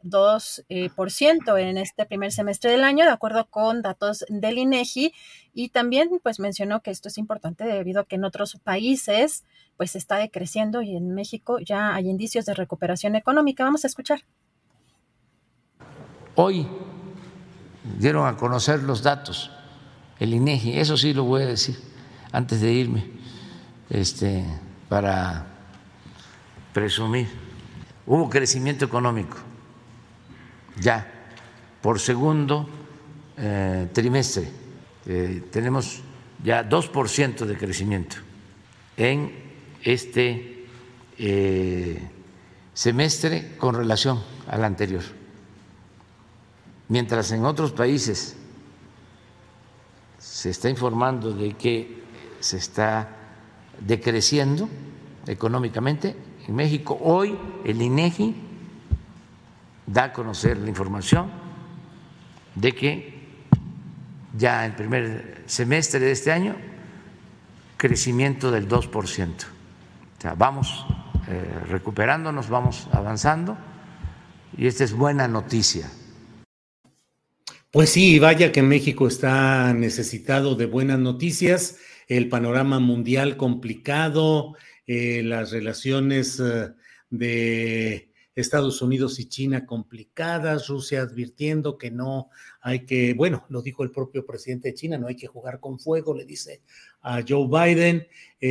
2% en este primer semestre del año, de acuerdo con datos del INEGI, y también pues mencionó que esto es importante debido a que en otros países pues está decreciendo y en México ya hay indicios de recuperación económica. Vamos a escuchar. Hoy dieron a conocer los datos, el INEGI, eso sí lo voy a decir antes de irme, para presumir. Hubo crecimiento económico ya por segundo trimestre. Tenemos ya 2% de crecimiento en este semestre con relación al anterior. Mientras en otros países se está informando de que se está decreciendo económicamente, en México hoy el INEGI da a conocer la información de que ya el primer semestre de este año crecimiento del 2%. O sea, vamos recuperándonos, vamos avanzando y esta es buena noticia. Pues sí, vaya que México está necesitado de buenas noticias, el panorama mundial complicado, las relaciones de Estados Unidos y China complicadas, Rusia advirtiendo que no hay que, bueno, lo dijo el propio presidente de China, no hay que jugar con fuego, le dice a Joe Biden,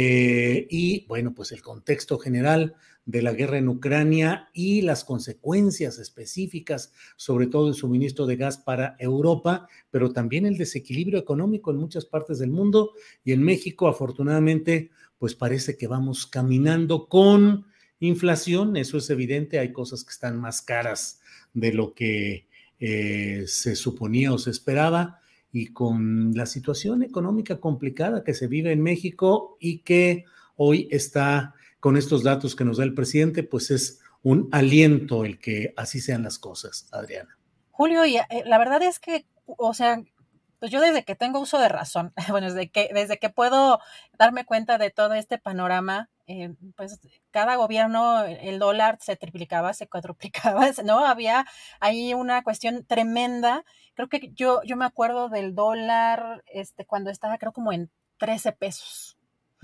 y bueno, pues el contexto general de la guerra en Ucrania y las consecuencias específicas, sobre todo el suministro de gas para Europa, pero también el desequilibrio económico en muchas partes del mundo, y en México, afortunadamente, pues parece que vamos caminando con inflación, eso es evidente, hay cosas que están más caras de lo que se suponía o se esperaba, y con la situación económica complicada que se vive en México y que hoy está con estos datos que nos da el presidente, pues es un aliento el que así sean las cosas, Adriana. Julio, y la verdad es que, o sea, pues yo desde que tengo uso de razón, bueno, desde que puedo darme cuenta de todo este panorama, pues cada gobierno, el dólar se triplicaba, se cuadruplicaba, ¿no? Había ahí una cuestión tremenda. Creo que yo me acuerdo del dólar cuando estaba, creo, como en 13 pesos.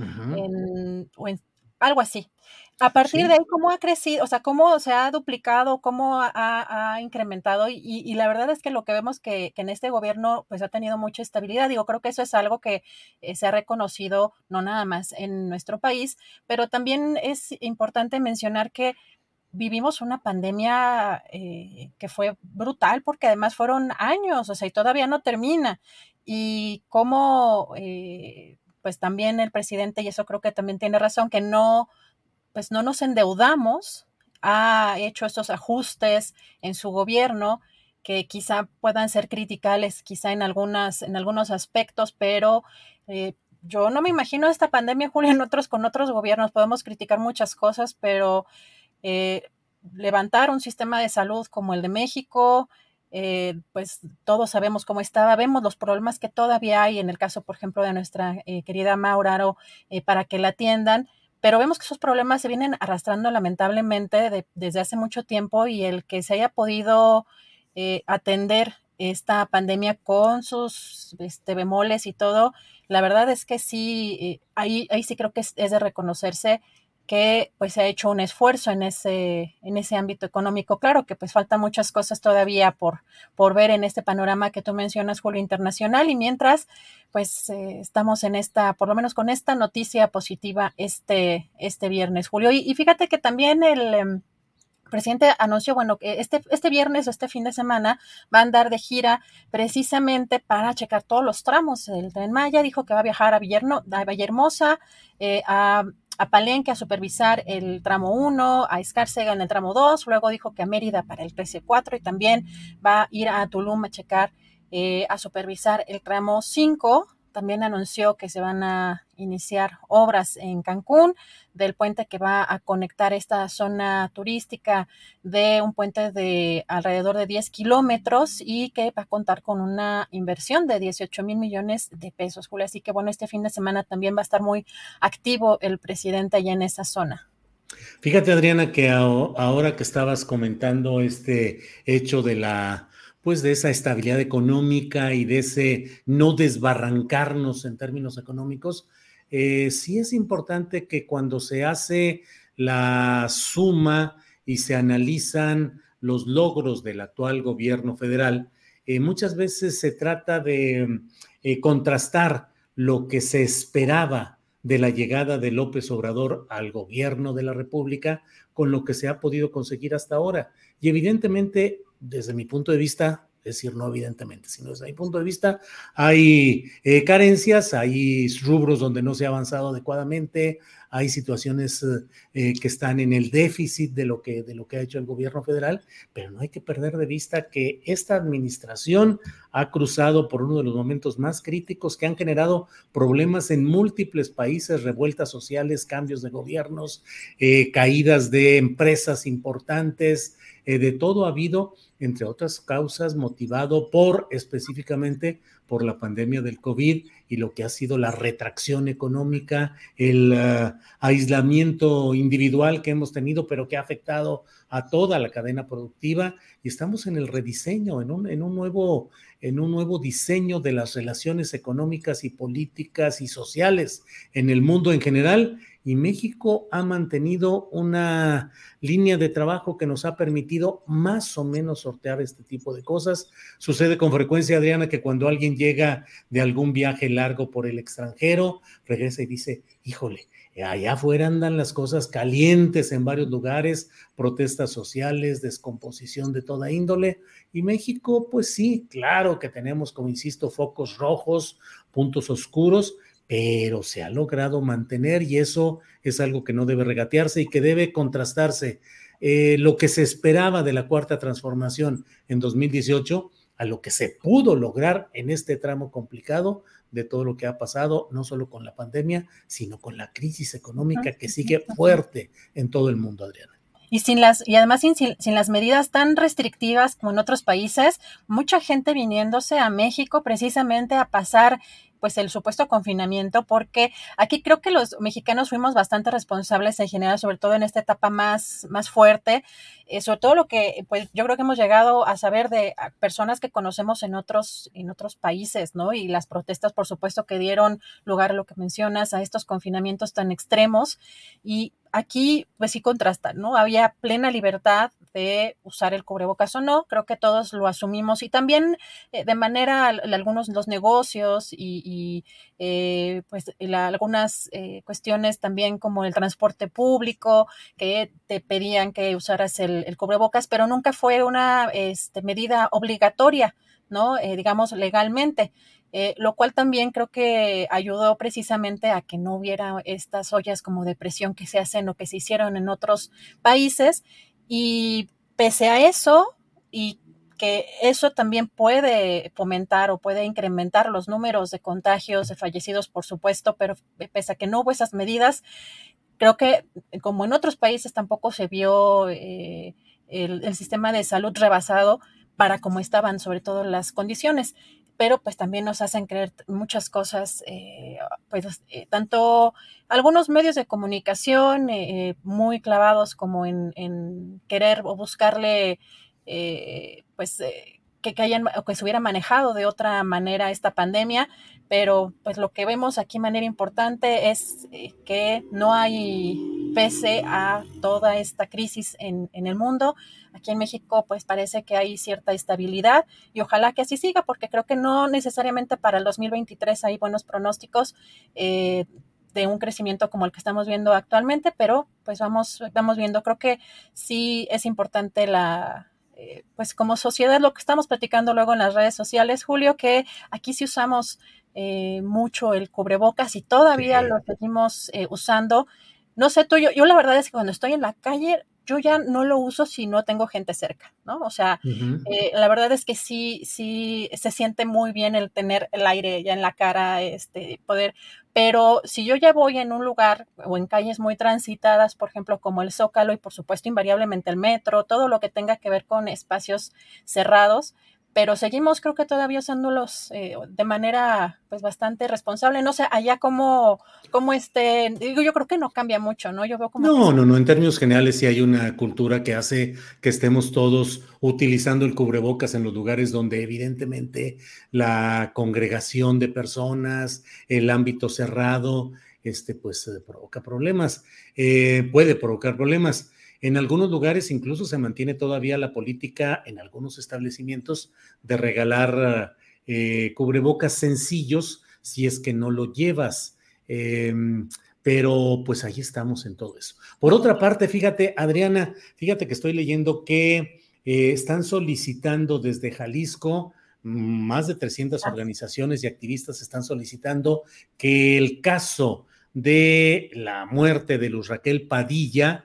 O en algo así. A partir de ahí, ¿cómo ha crecido? O sea, ¿cómo se ha duplicado? ¿Cómo ha incrementado? Y la verdad es que lo que vemos que en este gobierno pues ha tenido mucha estabilidad. Digo, creo que eso es algo que se ha reconocido no nada más en nuestro país, pero también es importante mencionar que vivimos una pandemia que fue brutal, porque además fueron años, o sea, y todavía no termina. Y cómo pues también el presidente, y eso creo que también tiene razón, que no nos endeudamos, ha hecho estos ajustes en su gobierno que quizá puedan ser criticables, quizá en algunos aspectos, pero yo no me imagino esta pandemia, Julio, con otros gobiernos. Podemos criticar muchas cosas, pero levantar un sistema de salud como el de México, pues todos sabemos cómo estaba, vemos los problemas que todavía hay en el caso, por ejemplo, de nuestra querida Maura para que la atiendan, pero vemos que esos problemas se vienen arrastrando lamentablemente desde hace mucho tiempo, y el que se haya podido atender esta pandemia con sus bemoles y todo, la verdad es que sí, ahí sí creo que es de reconocerse que pues se ha hecho un esfuerzo en ese ámbito económico. Claro que pues faltan muchas cosas todavía por ver en este panorama que tú mencionas, Julio, internacional, y mientras pues estamos en por lo menos con esta noticia positiva este viernes, Julio. Y fíjate que también el presidente anunció, bueno, que este viernes o este fin de semana va a andar de gira precisamente para checar todos los tramos del Tren Maya. Dijo que va a viajar a Villahermosa, a Palenque a supervisar el tramo 1, a Escárcega en el tramo 2, luego dijo que a Mérida para el 13-4, y también va a ir a Tulum a checar, a supervisar el tramo 5. También anunció que se van a iniciar obras en Cancún del puente que va a conectar esta zona turística, de un puente de alrededor de 10 kilómetros, y que va a contar con una inversión de 18,000 millones de pesos, Julia. Así que bueno, este fin de semana también va a estar muy activo el presidente allá en esa zona. Fíjate, Adriana, que ahora que estabas comentando este hecho de de esa estabilidad económica y de ese no desbarrancarnos en términos económicos, sí es importante que cuando se hace la suma y se analizan los logros del actual gobierno federal, muchas veces se trata de contrastar lo que se esperaba de la llegada de López Obrador al gobierno de la República con lo que se ha podido conseguir hasta ahora. Y evidentemente, desde mi punto de vista, es decir, no evidentemente, sino desde mi punto de vista, hay carencias, hay rubros donde no se ha avanzado adecuadamente, hay situaciones que están en el déficit de lo que ha hecho el gobierno federal, pero no hay que perder de vista que esta administración ha cruzado por uno de los momentos más críticos que han generado problemas en múltiples países, revueltas sociales, cambios de gobiernos, caídas de empresas importantes, de todo ha habido, entre otras causas, motivado específicamente por la pandemia del COVID y lo que ha sido la retracción económica, el aislamiento individual que hemos tenido, pero que ha afectado a toda la cadena productiva, y estamos en el rediseño, en un nuevo diseño de las relaciones económicas y políticas y sociales en el mundo en general, y México ha mantenido una línea de trabajo que nos ha permitido más o menos sortear este tipo de cosas. Sucede con frecuencia, Adriana, que cuando alguien llega de algún viaje largo por el extranjero, regresa y dice, híjole, allá afuera andan las cosas calientes en varios lugares, protestas sociales, descomposición de toda índole, y México, pues sí, claro que tenemos, como insisto, focos rojos, puntos oscuros, pero se ha logrado mantener y eso es algo que no debe regatearse y que debe contrastarse. Lo que se esperaba de la Cuarta Transformación en 2018 a lo que se pudo lograr en este tramo complicado de todo lo que ha pasado, no solo con la pandemia, sino con la crisis económica que sigue fuerte en todo el mundo, Adriana. Y además sin las medidas tan restrictivas como en otros países, mucha gente viniéndose a México precisamente a pasar pues el supuesto confinamiento, porque aquí creo que los mexicanos fuimos bastante responsables en general, sobre todo en esta etapa más fuerte, sobre todo lo que pues yo creo que hemos llegado a saber de personas que conocemos en otros países, ¿no? Y las protestas, por supuesto, que dieron lugar a lo que mencionas, a estos confinamientos tan extremos, y aquí pues sí contrastan, ¿no? Había plena libertad de usar el cubrebocas o no, creo que todos lo asumimos, y también de manera algunos los negocios y pues algunas cuestiones también como el transporte público que te pedían que usaras el cubrebocas, pero nunca fue una medida obligatoria, ¿no? Digamos legalmente. Lo cual también creo que ayudó precisamente a que no hubiera estas ollas como de presión que se hacen o que se hicieron en otros países, y pese a eso, y que eso también puede fomentar o puede incrementar los números de contagios, de fallecidos, por supuesto, pero pese a que no hubo esas medidas, creo que como en otros países tampoco se vio el sistema de salud rebasado para cómo estaban sobre todo las condiciones, pero pues también nos hacen creer muchas cosas, tanto algunos medios de comunicación muy clavados como en querer o buscarle que se hubiera manejado de otra manera esta pandemia, pero pues lo que vemos aquí de manera importante es que no hay, pese a toda esta crisis en el mundo, aquí en México pues parece que hay cierta estabilidad y ojalá que así siga, porque creo que no necesariamente para el 2023 hay buenos pronósticos de un crecimiento como el que estamos viendo actualmente, pero pues vamos viendo. Creo que sí es importante pues como sociedad, lo que estamos platicando luego en las redes sociales, Julio, que aquí sí usamos mucho el cubrebocas y todavía lo seguimos usando. No sé tú, yo la verdad es que cuando estoy en la calle, yo ya no lo uso si no tengo gente cerca, ¿no? O sea, la verdad es que sí se siente muy bien el tener el aire ya en la cara, poder, pero si yo ya voy en un lugar o en calles muy transitadas, por ejemplo, como el Zócalo y por supuesto invariablemente el metro, todo lo que tenga que ver con espacios cerrados, pero seguimos creo que todavía usándolos de manera pues bastante responsable. No sé, allá como digo, yo creo que no cambia mucho, ¿no? Yo veo como No, en términos generales sí hay una cultura que hace que estemos todos utilizando el cubrebocas en los lugares donde evidentemente la congregación de personas, el ámbito cerrado, pues provoca problemas, puede provocar problemas. En algunos lugares incluso se mantiene todavía la política en algunos establecimientos de regalar cubrebocas sencillos si es que no lo llevas. Pero pues ahí estamos en todo eso. Por otra parte, fíjate, Adriana, fíjate que estoy leyendo que están solicitando desde Jalisco, más de 300 organizaciones y activistas están solicitando que el caso de la muerte de Luz Raquel Padilla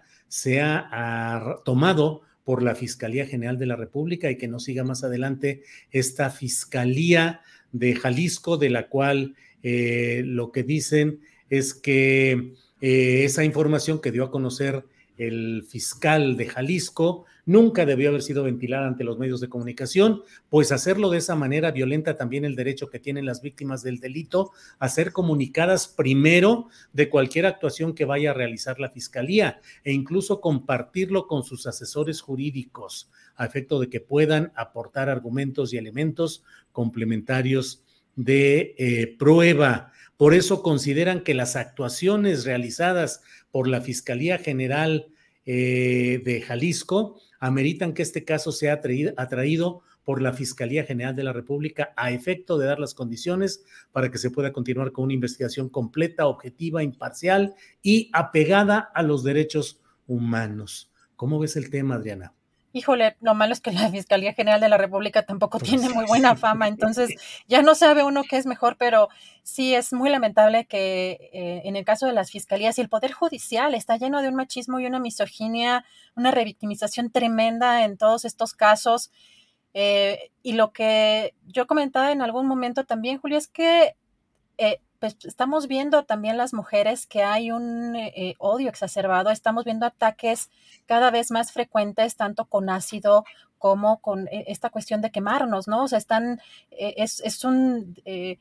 sea tomado por la Fiscalía General de la República y que no siga más adelante esta Fiscalía de Jalisco, de la cual lo que dicen es que esa información que dio a conocer el fiscal de Jalisco nunca debió haber sido ventilada ante los medios de comunicación, pues hacerlo de esa manera violenta también el derecho que tienen las víctimas del delito a ser comunicadas primero de cualquier actuación que vaya a realizar la fiscalía e incluso compartirlo con sus asesores jurídicos a efecto de que puedan aportar argumentos y elementos complementarios de prueba. Por eso consideran que las actuaciones realizadas por la Fiscalía General de Jalisco ameritan que este caso sea atraído por la Fiscalía General de la República a efecto de dar las condiciones para que se pueda continuar con una investigación completa, objetiva, imparcial y apegada a los derechos humanos. ¿Cómo ves el tema, Adriana? Híjole, lo malo es que la Fiscalía General de la República tampoco tiene muy buena fama, entonces ya no sabe uno qué es mejor, pero sí es muy lamentable que en el caso de las fiscalías y el Poder Judicial está lleno de un machismo y una misoginia, una revictimización tremenda en todos estos casos. Y lo que yo comentaba en algún momento también, Julio, es que pues estamos viendo también las mujeres que hay un odio exacerbado, estamos viendo ataques cada vez más frecuentes, tanto con ácido como con esta cuestión de quemarnos, ¿no? O sea, es un,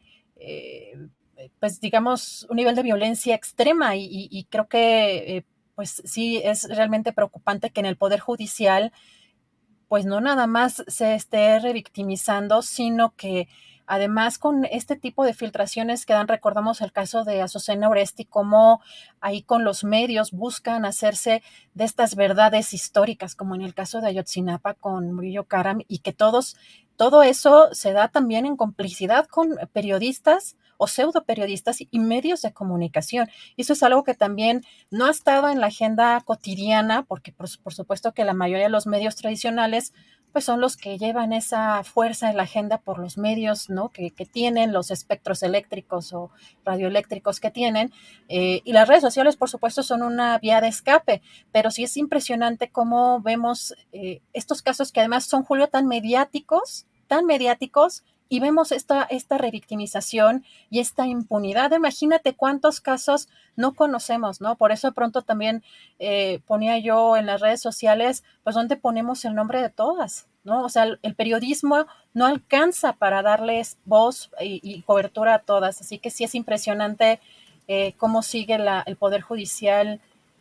pues digamos, un nivel de violencia extrema y creo que pues sí es realmente preocupante que en el Poder Judicial pues no nada más se esté revictimizando, sino que además con este tipo de filtraciones que dan, recordamos el caso de Azucena Oresti, cómo ahí con los medios buscan hacerse de estas verdades históricas, como en el caso de Ayotzinapa con Murillo Karam, y que todo eso se da también en complicidad con periodistas o pseudo periodistas y medios de comunicación. Y eso es algo que también no ha estado en la agenda cotidiana, porque por supuesto que la mayoría de los medios tradicionales pues son los que llevan esa fuerza en la agenda por los medios, ¿no? que tienen los espectros eléctricos o radioeléctricos que tienen, y las redes sociales por supuesto son una vía de escape, pero sí es impresionante cómo vemos estos casos que además son, Julio, tan mediáticos, y vemos esta revictimización y esta impunidad. Imagínate cuántos casos no conocemos, ¿no? Por eso de pronto también ponía yo en las redes sociales, pues dónde ponemos el nombre de todas, ¿no? O sea, el periodismo no alcanza para darles voz y cobertura a todas, así que sí es impresionante cómo sigue el Poder Judicial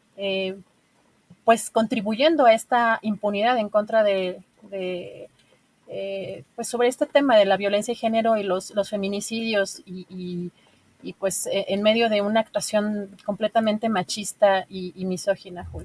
pues contribuyendo a esta impunidad en contra pues sobre este tema de la violencia de género y los feminicidios y pues en medio de una actuación completamente machista y misógina, Julio.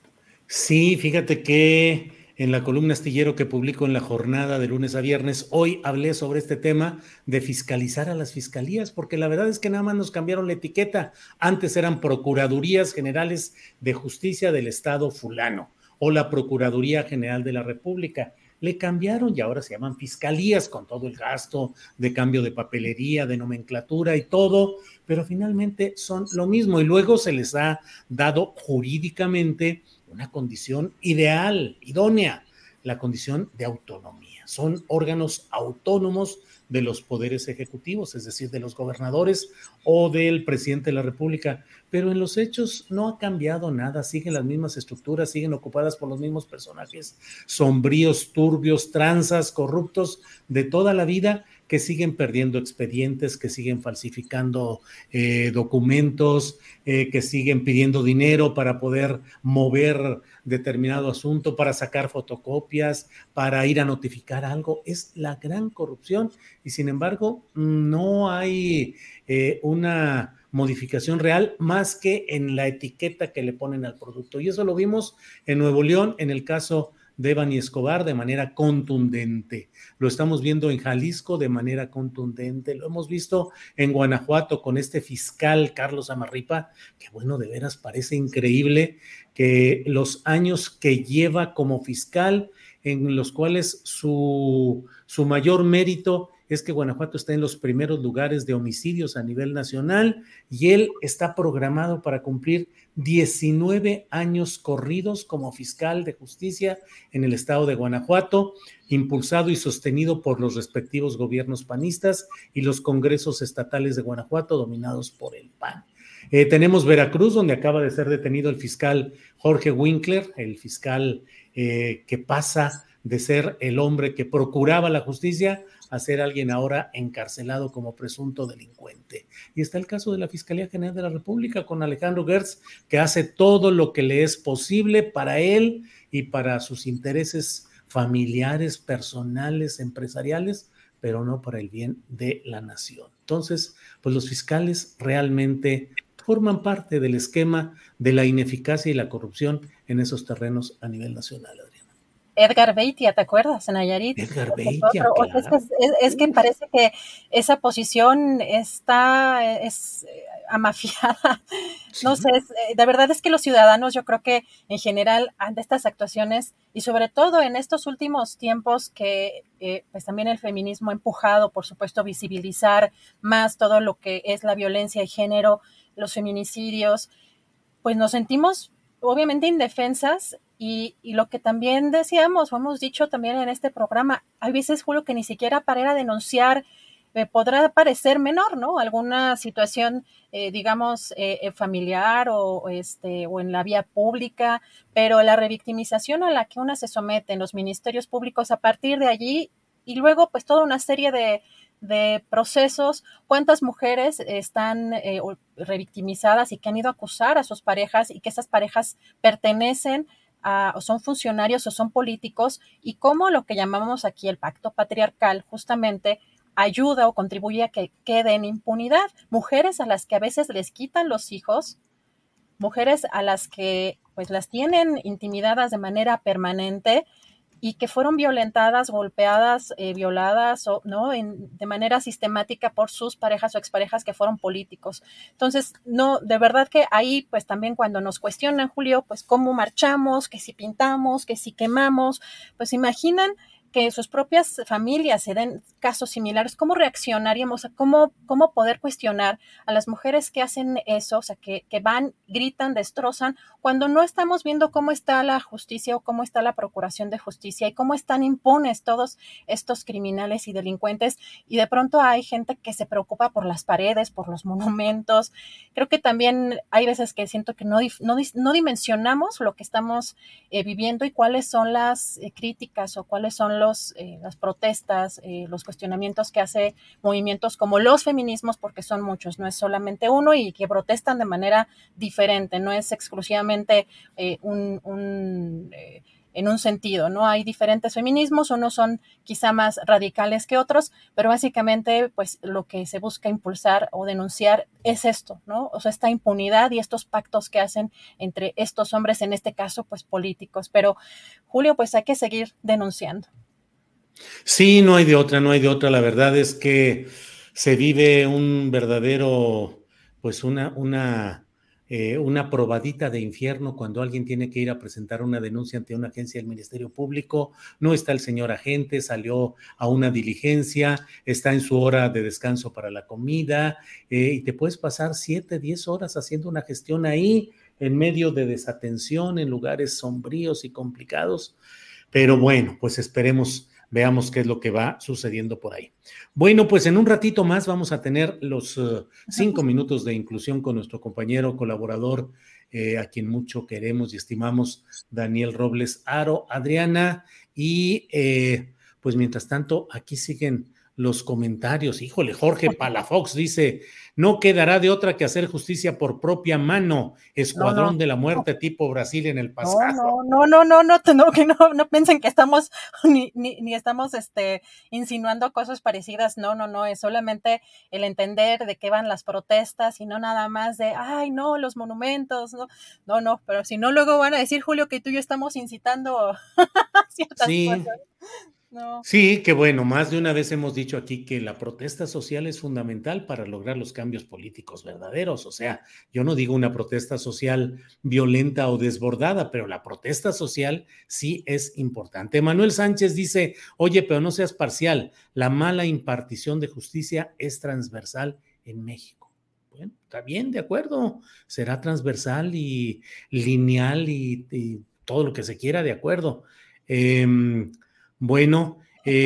Sí, fíjate que en la columna astillero que publico en La Jornada de lunes a viernes, hoy hablé sobre este tema de fiscalizar a las fiscalías, porque la verdad es que nada más nos cambiaron la etiqueta. Antes eran Procuradurías Generales de Justicia del Estado fulano o la Procuraduría General de la República. Le cambiaron y ahora se llaman fiscalías con todo el gasto de cambio de papelería, de nomenclatura y todo, pero finalmente son lo mismo y luego se les ha dado jurídicamente una condición ideal, idónea, la condición de autonomía. Son órganos autónomos de los poderes ejecutivos, es decir, de los gobernadores o del presidente de la República, pero en los hechos no ha cambiado nada, siguen las mismas estructuras, siguen ocupadas por los mismos personajes sombríos, turbios, tranzas, corruptos de toda la vida, que siguen perdiendo expedientes, que siguen falsificando documentos, que siguen pidiendo dinero para poder mover determinado asunto, para sacar fotocopias, para ir a notificar algo. Es la gran corrupción y sin embargo no hay una modificación real más que en la etiqueta que le ponen al producto. Y eso lo vimos en Nuevo León en el caso de Bani Escobar de manera contundente. Lo estamos viendo en Jalisco de manera contundente. Lo hemos visto en Guanajuato con este fiscal Carlos Amarripa, que bueno, de veras parece increíble que los años que lleva como fiscal, en los cuales su mayor mérito es que Guanajuato está en los primeros lugares de homicidios a nivel nacional y él está programado para cumplir 19 años corridos como fiscal de justicia en el estado de Guanajuato, impulsado y sostenido por los respectivos gobiernos panistas y los congresos estatales de Guanajuato dominados por el PAN. Tenemos Veracruz, donde acaba de ser detenido el fiscal Jorge Winkler, el fiscal que pasa de ser el hombre que procuraba la justicia a ser alguien ahora encarcelado como presunto delincuente. Y está el caso de la Fiscalía General de la República con Alejandro Gertz, que hace todo lo que le es posible para él y para sus intereses familiares, personales, empresariales, pero no para el bien de la nación. Entonces, pues los fiscales realmente forman parte del esquema de la ineficacia y la corrupción en esos terrenos a nivel nacional, Adriana. Edgar Beitia, ¿te acuerdas? En Nayarit. Edgar Beitia, claro. Es que parece que esa posición es amafiada. Sí. No sé, de verdad es que los ciudadanos, yo creo que en general, ante estas actuaciones, y sobre todo en estos últimos tiempos que pues también el feminismo ha empujado, por supuesto, visibilizar más todo lo que es la violencia de género, los feminicidios, pues nos sentimos obviamente indefensas. Y lo que también decíamos, o hemos dicho también en este programa, hay veces, Julio, que ni siquiera para ir a denunciar podrá parecer menor, ¿no? Alguna situación, digamos, familiar o en la vía pública, pero la revictimización a la que una se somete en los ministerios públicos a partir de allí, y luego pues toda una serie de procesos, cuántas mujeres están revictimizadas y que han ido a acusar a sus parejas y que esas parejas pertenecen o son funcionarios o son políticos, y cómo lo que llamamos aquí el pacto patriarcal justamente ayuda o contribuye a que quede en impunidad. Mujeres a las que a veces les quitan los hijos, mujeres a las que pues las tienen intimidadas de manera permanente y que fueron violentadas, golpeadas, violadas, ¿no? De manera sistemática por sus parejas o exparejas que fueron políticos. Entonces, no, de verdad que ahí, pues también cuando nos cuestionan, Julio, pues cómo marchamos, que si pintamos, que si quemamos, pues imaginan que sus propias familias se den casos similares, ¿cómo reaccionaríamos? ¿Cómo poder cuestionar a las mujeres que hacen eso? O sea, que van, gritan, destrozan, cuando no estamos viendo cómo está la justicia o cómo está la procuración de justicia y cómo están impunes todos estos criminales y delincuentes, y de pronto hay gente que se preocupa por las paredes, por los monumentos. Creo que también hay veces que siento que no dimensionamos lo que estamos viviendo y cuáles son las críticas o cuáles son las protestas, los cuestionamientos que hace movimientos como los feminismos, porque son muchos, no es solamente uno, y que protestan de manera diferente, no es exclusivamente en un sentido, ¿no? Hay diferentes feminismos, unos son quizá más radicales que otros, pero básicamente pues lo que se busca impulsar o denunciar es esto, ¿no? O sea, esta impunidad y estos pactos que hacen entre estos hombres, en este caso pues políticos. Pero Julio, pues hay que seguir denunciando. Sí, no hay de otra. La verdad es que se vive un verdadero, pues una probadita de infierno cuando alguien tiene que ir a presentar una denuncia ante una agencia del Ministerio Público. No está el señor agente, salió a una diligencia, está en su hora de descanso para la comida, y te puedes pasar 7, 10 horas haciendo una gestión ahí, en medio de desatención, en lugares sombríos y complicados. Pero bueno, pues veamos qué es lo que va sucediendo por ahí. Bueno, pues en un ratito más vamos a tener los 5 minutos de inclusión con nuestro compañero colaborador, a quien mucho queremos y estimamos, Daniel Robles Haro, Adriana, y pues mientras tanto, aquí siguen los comentarios. Híjole, Jorge Palafox dice: no quedará de otra que hacer justicia por propia mano. Escuadrón de la Muerte tipo Brasil en el pasado. No piensen que estamos ni estamos insinuando cosas parecidas. No, es solamente el entender de qué van las protestas y no nada más de, ay, no, los monumentos, no, pero si no luego van a decir, Julio, que tú y yo estamos incitando ciertas cosas. No. Sí, que bueno, más de una vez hemos dicho aquí que la protesta social es fundamental para lograr los cambios políticos verdaderos. O sea, yo no digo una protesta social violenta o desbordada, pero la protesta social sí es importante. Manuel Sánchez dice: oye, pero no seas parcial, la mala impartición de justicia es transversal en México. Bueno, está bien, de acuerdo, será transversal y lineal y todo lo que se quiera, de acuerdo. Bueno,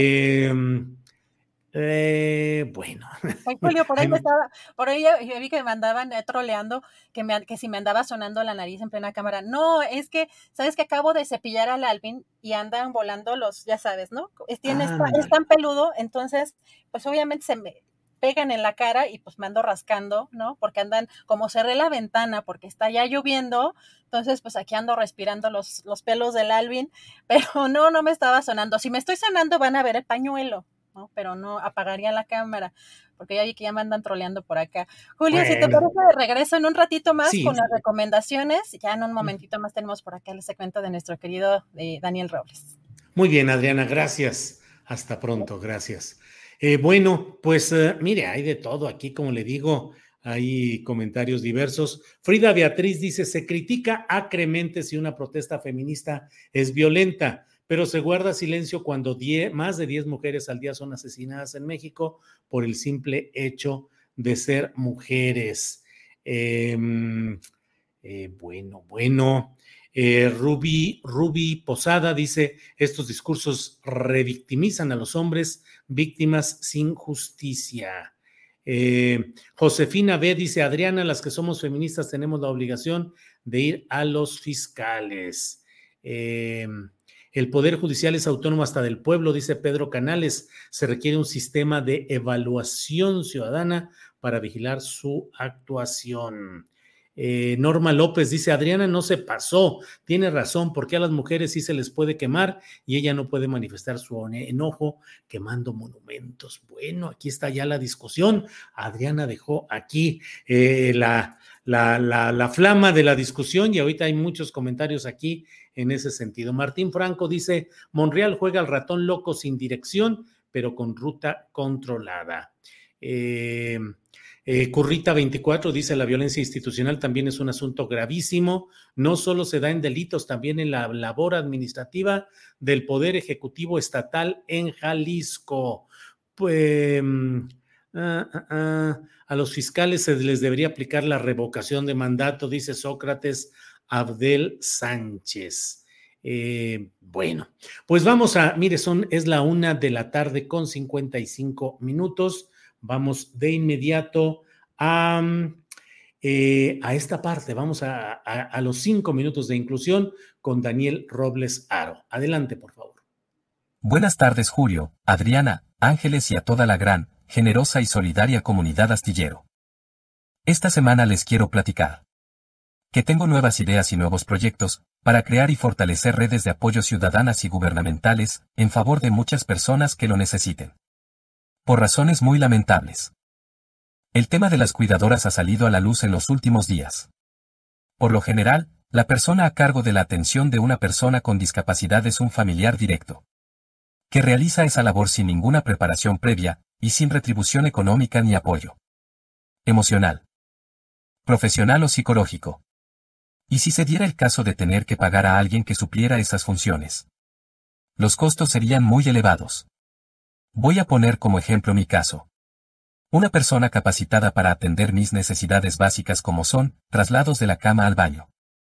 bueno. Ay, Julio, por ahí yo vi que me andaban troleando, que si me andaba sonando la nariz en plena cámara. No, es que, ¿sabes que acabo de cepillar al Alvin y andan volando ya sabes, ¿no? Es tan peludo, entonces, pues obviamente se me pegan en la cara y pues me ando rascando, ¿no? Porque andan, como cerré la ventana porque está ya lloviendo, entonces pues aquí ando respirando los pelos del Alvin, pero no me estaba sonando. Si me estoy sonando van a ver el pañuelo. ¿no? Pero no apagaría la cámara, porque ya vi que ya me andan troleando por acá. Julio, Bueno. si te parece, regreso en un ratito más Sí. con las recomendaciones. Ya en un momentito más tenemos por acá el segmento de nuestro querido Daniel Robles. Muy bien, Adriana, gracias. Hasta pronto, gracias. Bueno, pues mire, hay de todo aquí, como le digo, hay comentarios diversos. Frida Beatriz dice, se critica acremente si una protesta feminista es violenta, pero se guarda silencio cuando más de 10 mujeres al día son asesinadas en México por el simple hecho de ser mujeres. Bueno. Ruby Posada dice, estos discursos revictimizan a los hombres, víctimas sin justicia. Josefina B. dice, Adriana, las que somos feministas tenemos la obligación de ir a los fiscales. El Poder Judicial es autónomo hasta del pueblo, dice Pedro Canales. Se requiere un sistema de evaluación ciudadana para vigilar su actuación. Norma López dice, Adriana no se pasó, tiene razón, porque a las mujeres sí se les puede quemar y ella no puede manifestar su enojo quemando monumentos. Bueno, aquí está ya la discusión. Adriana dejó aquí la flama de la discusión y ahorita hay muchos comentarios aquí en ese sentido. Martín Franco dice, Monreal juega al ratón loco sin dirección, pero con ruta controlada. Currita 24 dice, la violencia institucional también es un asunto gravísimo, no solo se da en delitos, también en la labor administrativa del Poder Ejecutivo Estatal en Jalisco. Pues a los fiscales se les debería aplicar la revocación de mandato, dice Sócrates Abdel Sánchez. Bueno, pues vamos mire, es la 1:55 p.m. Vamos de inmediato a esta parte. Vamos a los 5 minutos de inclusión con Daniel Robles Haro. Adelante, por favor. Buenas tardes, Julio, Adriana, Ángeles y a toda la gran, generosa y solidaria comunidad astillero. Esta semana les quiero platicar que tengo nuevas ideas y nuevos proyectos para crear y fortalecer redes de apoyo ciudadanas y gubernamentales en favor de muchas personas que lo necesiten. Por razones muy lamentables. El tema de las cuidadoras ha salido a la luz en los últimos días. Por lo general, la persona a cargo de la atención de una persona con discapacidad es un familiar directo, que realiza esa labor sin ninguna preparación previa y sin retribución económica ni apoyo emocional, profesional o psicológico. ¿Y si se diera el caso de tener que pagar a alguien que supliera esas funciones? Los costos serían muy elevados. Voy a poner como ejemplo mi caso. Una persona capacitada para atender mis necesidades básicas como son, traslados de la cama al baño.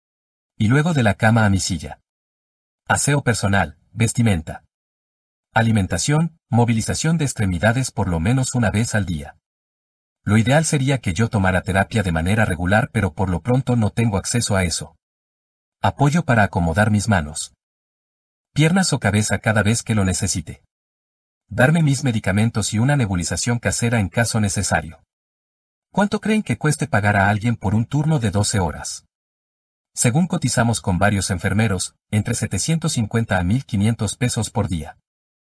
Y luego de la cama a mi silla. Aseo personal, vestimenta. Alimentación, movilización de extremidades por lo menos una vez al día. Lo ideal sería que yo tomara terapia de manera regular, pero por lo pronto no tengo acceso a eso. Apoyo para acomodar mis manos, piernas o cabeza cada vez que lo necesite. Darme mis medicamentos y una nebulización casera en caso necesario. ¿Cuánto creen que cueste pagar a alguien por un turno de 12 horas? Según cotizamos con varios enfermeros, entre 750 a 1,500 pesos por día.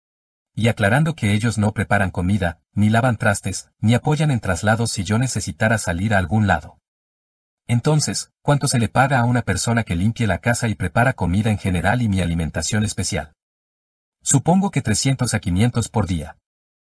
Y aclarando que ellos no preparan comida, ni lavan trastes, ni apoyan en traslados si yo necesitara salir a algún lado. Entonces, ¿cuánto se le paga a una persona que limpie la casa y prepara comida en general y mi alimentación especial? Supongo que 300 a 500 por día.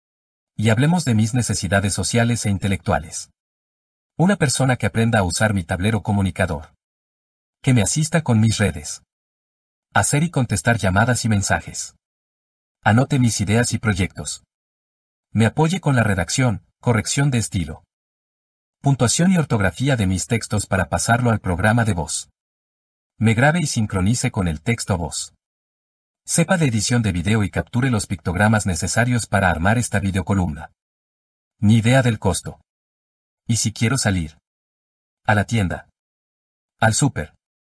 Y hablemos de mis necesidades sociales e intelectuales. Una persona que aprenda a usar mi tablero comunicador. Que me asista con mis redes. Hacer y contestar llamadas y mensajes. Anote mis ideas y proyectos. Me apoye con la redacción, corrección de estilo. Puntuación y ortografía de mis textos para pasarlo al programa de voz. Me grabe y sincronice con el texto a voz. Sepa de edición de video y capture los pictogramas necesarios para armar esta videocolumna. Ni idea del costo. ¿Y si quiero salir? A la tienda. Al súper.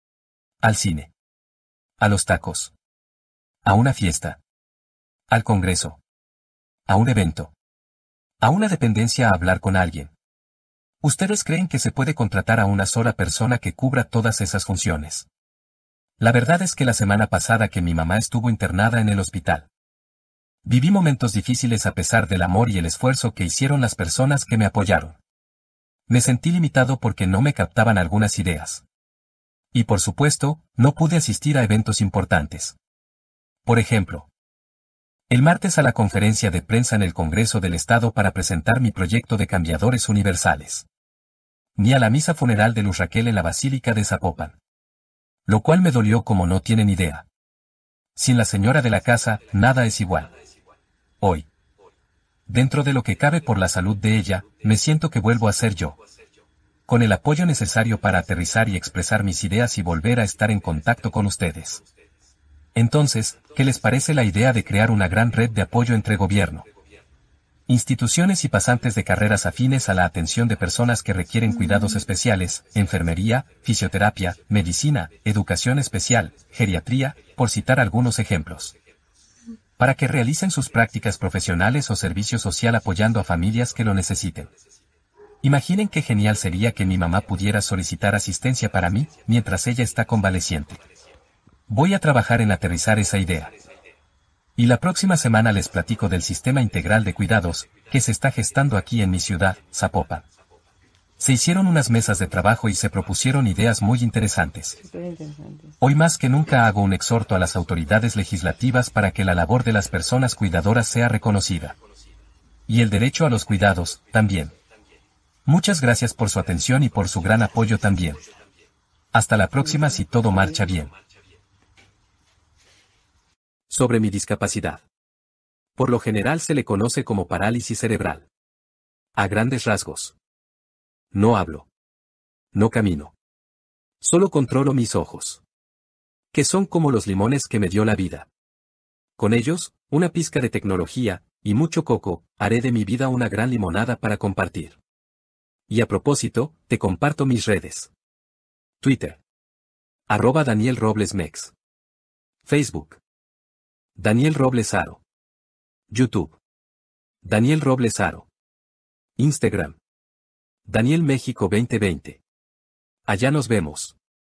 Al cine. A los tacos. A una fiesta. Al congreso. A un evento. A una dependencia a hablar con alguien. ¿Ustedes creen que se puede contratar a una sola persona que cubra todas esas funciones? La verdad es que la semana pasada que mi mamá estuvo internada en el hospital, Viví momentos difíciles a pesar del amor y el esfuerzo que hicieron las personas que me apoyaron. Me sentí limitado porque no me captaban algunas ideas. Y por supuesto, no pude asistir a eventos importantes. Por ejemplo, el martes a la conferencia de prensa en el Congreso del Estado para presentar mi proyecto de cambiadores universales. Ni a la misa funeral de Luz Raquel en la Basílica de Zapopan. Lo cual me dolió como no tienen idea. Sin la señora de la casa, nada es igual. Hoy, dentro de lo que cabe por la salud de ella, me siento que vuelvo a ser yo. Con el apoyo necesario para aterrizar y expresar mis ideas y volver a estar en contacto con ustedes. Entonces, ¿qué les parece la idea de crear una gran red de apoyo entre gobierno, instituciones y pasantes de carreras afines a la atención de personas que requieren cuidados especiales, enfermería, fisioterapia, medicina, educación especial, geriatría, por citar algunos ejemplos? Para que realicen sus prácticas profesionales o servicio social apoyando a familias que lo necesiten. Imaginen qué genial sería que mi mamá pudiera solicitar asistencia para mí, mientras ella está convaleciente. Voy a trabajar en aterrizar esa idea. Y la próxima semana les platico del sistema integral de cuidados, que se está gestando aquí en mi ciudad, Zapopan. Se hicieron unas mesas de trabajo y se propusieron ideas muy interesantes. Hoy más que nunca hago un exhorto a las autoridades legislativas para que la labor de las personas cuidadoras sea reconocida. Y el derecho a los cuidados, también. Muchas gracias por su atención y por su gran apoyo también. Hasta la próxima si todo marcha bien. Sobre mi discapacidad. Por lo general se le conoce como parálisis cerebral. A grandes rasgos. No hablo. No camino. Solo controlo mis ojos. Que son como los limones que me dio la vida. Con ellos, una pizca de tecnología, y mucho coco, haré de mi vida una gran limonada para compartir. Y a propósito, te comparto mis redes. Twitter. @DanielRoblesMex. Facebook. Daniel Robles Aro. YouTube. Daniel Robles Aro. Instagram. Daniel México 2020. Allá nos vemos.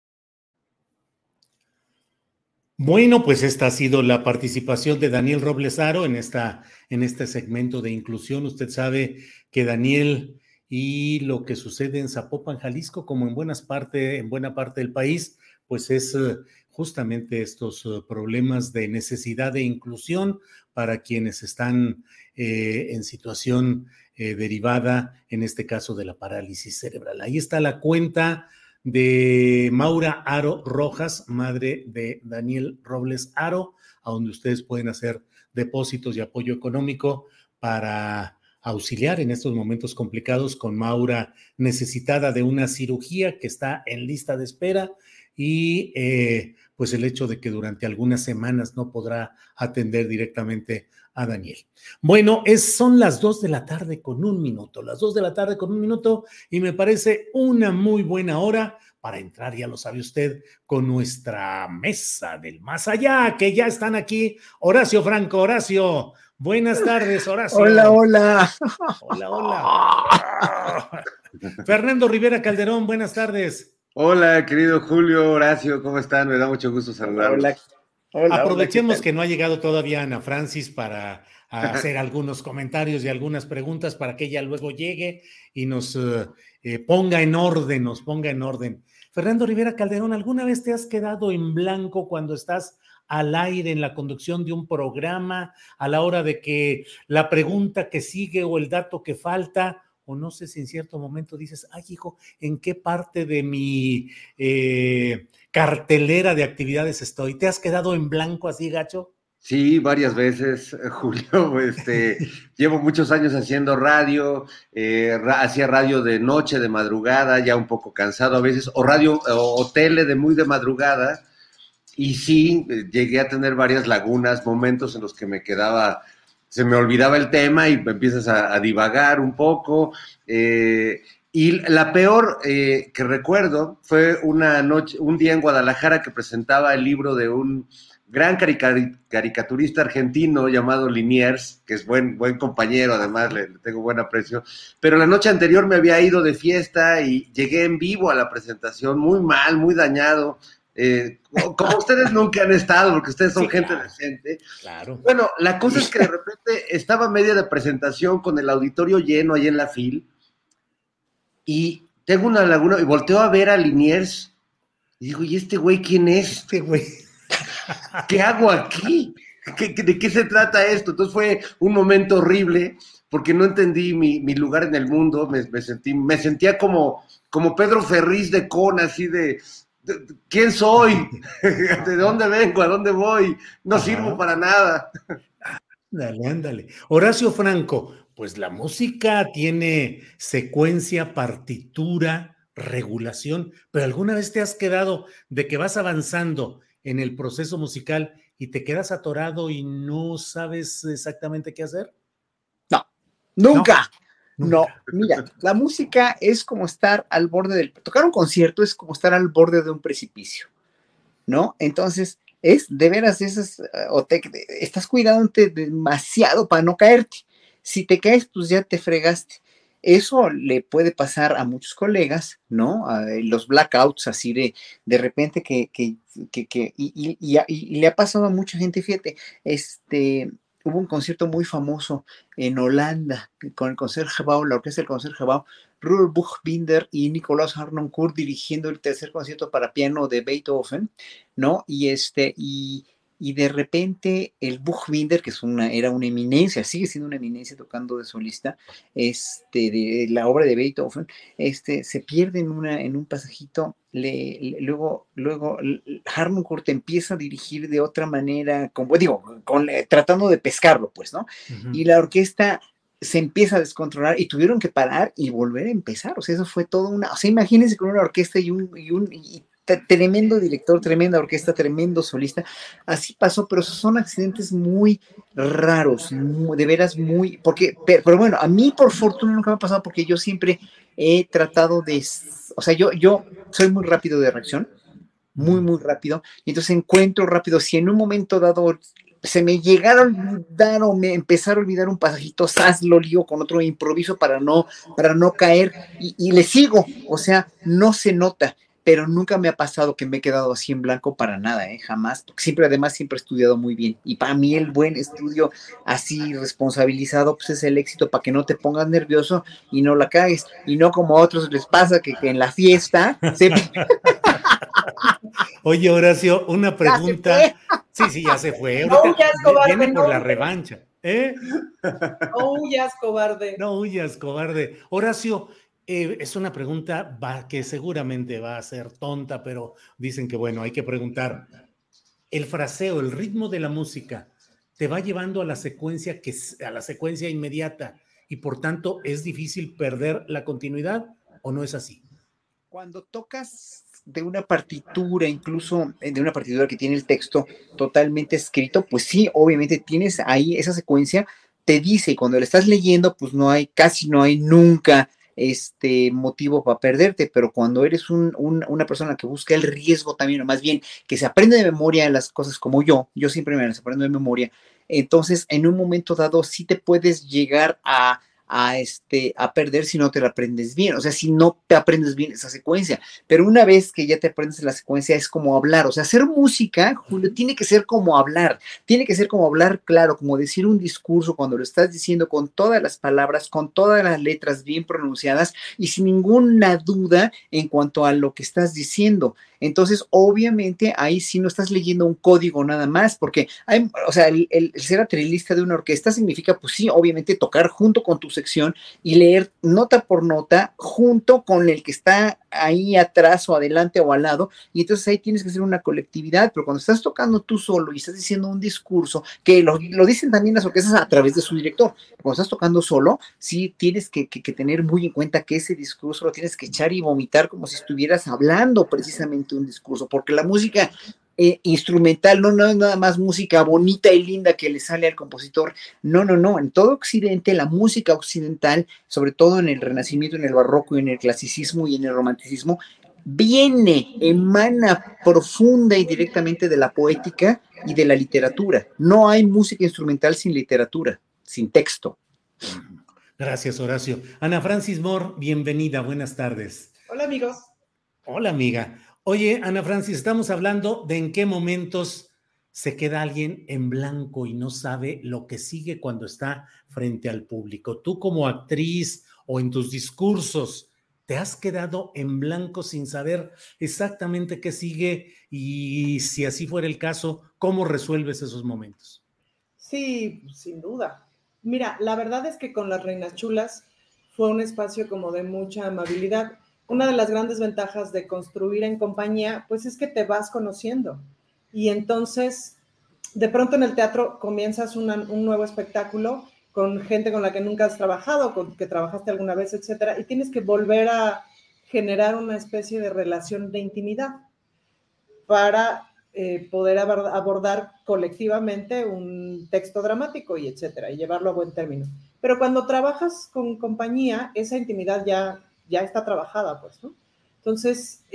Bueno, pues esta ha sido la participación de Daniel Robles Aro en este segmento de inclusión. Usted sabe que Daniel y lo que sucede en Zapopan, Jalisco, como en buena parte del país, pues es justamente estos problemas de necesidad de inclusión para quienes están en situación derivada, en este caso, de la parálisis cerebral. Ahí está la cuenta de Maura Aro Rojas, madre de Daniel Robles Aro, a donde ustedes pueden hacer depósitos y apoyo económico para auxiliar en estos momentos complicados con Maura, necesitada de una cirugía que está en lista de espera y pues el hecho de que durante algunas semanas no podrá atender directamente a Daniel. Bueno, son las 2:01 p.m, las 2:01 p.m, y me parece una muy buena hora para entrar, ya lo sabe usted, con nuestra mesa del más allá, que ya están aquí. Horacio Franco, Horacio, buenas tardes, Horacio. Hola, hola. Hola, hola. Fernando Rivera Calderón, buenas tardes. Hola, querido Julio, Horacio, ¿cómo están? Me da mucho gusto saludarlos. Hola. Aprovechemos que no ha llegado todavía Ana Francis para hacer algunos comentarios y algunas preguntas para que ella luego llegue y nos ponga en orden. Fernando Rivera Calderón, ¿alguna vez te has quedado en blanco cuando estás al aire en la conducción de un programa, a la hora de que la pregunta que sigue o el dato que falta, o no sé si en cierto momento dices, ay hijo, ¿en qué parte de mi cartelera de actividades estoy? ¿Te has quedado en blanco así, gacho? Sí, varias veces, Julio. Llevo muchos años haciendo radio, hacía radio de noche, de madrugada, ya un poco cansado a veces, o radio o tele de muy de madrugada, y sí, llegué a tener varias lagunas, momentos en los que me quedaba, se me olvidaba el tema y empiezas a divagar un poco. Y la peor que recuerdo fue un día en Guadalajara que presentaba el libro de un gran caricaturista argentino llamado Liniers, que es buen compañero, además le tengo buen aprecio, pero la noche anterior me había ido de fiesta y llegué en vivo a la presentación, muy mal, muy dañado, como ustedes nunca han estado, porque ustedes son Sí, gente claro. decente. Claro. Bueno, la cosa es que de repente estaba media de presentación con el auditorio lleno ahí en la fil, y tengo una laguna, y volteo a ver a Liniers, y digo, ¿y este güey quién es? Este güey. ¿Qué hago aquí? ¿De qué se trata esto? Entonces fue un momento horrible, porque no entendí mi lugar en el mundo, me sentía como Pedro Ferriz de Con, así de ¿quién soy? ¿De dónde vengo? ¿A dónde voy? No sirvo para nada. Ándale. Horacio Franco, pues la música tiene secuencia, partitura, regulación, pero ¿alguna vez te has quedado de que vas avanzando en el proceso musical y te quedas atorado y no sabes exactamente qué hacer? No, nunca. No, Mira, la música es como estar al borde tocar un concierto es como estar al borde de un precipicio, ¿no? Entonces, es de veras esas, estás cuidándote demasiado para no caerte. Si te caes, pues ya te fregaste. Eso le puede pasar a muchos colegas, ¿no? Los blackouts, así de repente y le ha pasado a mucha gente, fíjate, hubo un concierto muy famoso en Holanda con el Concertgebouw, la orquesta del Concertgebouw, Rudolf Buchbinder y Nicolaas Harnoncourt dirigiendo el tercer concierto para piano de Beethoven, ¿no? Y de repente el Buchbinder, que era una eminencia, sigue siendo una eminencia tocando de solista, de la obra de Beethoven, se pierde en un pasajito, luego Harnoncourt empieza a dirigir de otra manera, tratando de pescarlo, pues, ¿no? Uh-huh. Y la orquesta se empieza a descontrolar y tuvieron que parar y volver a empezar, o sea, eso fue todo o sea, imagínense con una orquesta y tremendo director, tremenda orquesta, tremendo solista, así pasó, pero son accidentes muy raros, de veras muy, pero bueno, a mí por fortuna nunca me ha pasado porque yo siempre he tratado o sea, yo soy muy rápido de reacción, muy rápido, y entonces encuentro rápido, si en un momento dado se me llegara a olvidar o me empezara a olvidar un pasajito, lo lío con otro improviso para no caer, y le sigo, o sea, no se nota, pero nunca me ha pasado que me he quedado así en blanco para nada, jamás, porque además siempre he estudiado muy bien, y para mí el buen estudio así responsabilizado, pues es el éxito, para que no te pongas nervioso y no la cagues, y no como a otros les pasa que en la fiesta Oye, Horacio, una pregunta. Sí, ya se fue. No huyas, cobarde. Viene por la revancha. No huyas, cobarde. No huyas, cobarde. Horacio, es una pregunta que seguramente va a ser tonta, pero dicen que, bueno, hay que preguntar. El fraseo, el ritmo de la música, te va llevando a la secuencia inmediata y por tanto es difícil perder la continuidad, ¿o no es así? Cuando tocas de una partitura, incluso de una partitura que tiene el texto totalmente escrito, pues sí, obviamente tienes ahí esa secuencia, te dice, y cuando la estás leyendo, pues casi no hay nunca motivo para perderte, pero cuando eres una persona que busca el riesgo también, o más bien que se aprende de memoria las cosas como yo siempre me las aprendo de memoria, entonces en un momento dado sí te puedes llegar a perder si no te la aprendes bien, o sea, si no te aprendes bien esa secuencia, pero una vez que ya te aprendes la secuencia es como hablar, o sea, hacer música, Julio, tiene que ser como hablar claro, como decir un discurso cuando lo estás diciendo con todas las palabras, con todas las letras bien pronunciadas y sin ninguna duda en cuanto a lo que estás diciendo. Entonces, obviamente, ahí sí no estás leyendo un código nada más, porque el ser atrilista de una orquesta significa, pues sí, obviamente tocar junto con tu sección y leer nota por nota junto con el que está ahí atrás o adelante o al lado, y entonces ahí tienes que hacer una colectividad, pero cuando estás tocando tú solo y estás diciendo un discurso, que lo dicen también las orquestas a través de su director, cuando estás tocando solo, sí tienes que tener muy en cuenta que ese discurso lo tienes que echar y vomitar como si estuvieras hablando precisamente un discurso, porque la música instrumental no es nada más música bonita y linda que le sale al compositor, no, en todo Occidente, la música occidental, sobre todo en el Renacimiento, en el Barroco, en el Clasicismo y en el Romanticismo, emana profunda y directamente de la poética y de la literatura. No hay música instrumental sin literatura, sin texto. Gracias, Horacio. Ana Francis Moore, bienvenida, buenas tardes. Hola, amigos. Hola, amiga. Oye, Ana Francis, estamos hablando de en qué momentos se queda alguien en blanco y no sabe lo que sigue cuando está frente al público. Tú como actriz o en tus discursos, ¿te has quedado en blanco sin saber exactamente qué sigue? Y si así fuera el caso, ¿cómo resuelves esos momentos? Sí, sin duda. Mira, la verdad es que con Las Reinas Chulas fue un espacio como de mucha amabilidad. Una de las grandes ventajas de construir en compañía, pues es que te vas conociendo. Y entonces, de pronto en el teatro comienzas un nuevo espectáculo con gente con la que nunca has trabajado, con que trabajaste alguna vez, etcétera, y tienes que volver a generar una especie de relación de intimidad para poder abordar colectivamente un texto dramático y etcétera, y llevarlo a buen término. Pero cuando trabajas con compañía, esa intimidad ya está trabajada, pues, ¿no? Entonces,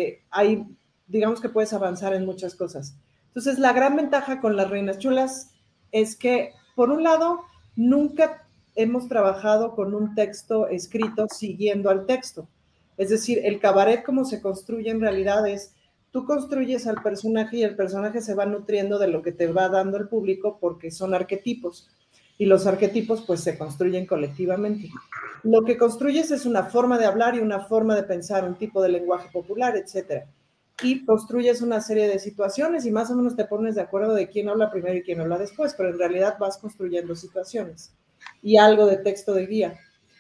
digamos que puedes avanzar en muchas cosas. Entonces, la gran ventaja con Las Reinas Chulas es que, por un lado, nunca hemos trabajado con un texto escrito siguiendo al texto. Es decir, el cabaret como se construye en realidad es, tú construyes al personaje y el personaje se va nutriendo de lo que te va dando el público porque son arquetipos. Y los arquetipos pues se construyen colectivamente. Lo que construyes es una forma de hablar y una forma de pensar, un tipo de lenguaje popular, etcétera. Y construyes una serie de situaciones y más o menos te pones de acuerdo de quién habla primero y quién habla después, pero en realidad vas construyendo situaciones y algo de texto de guía.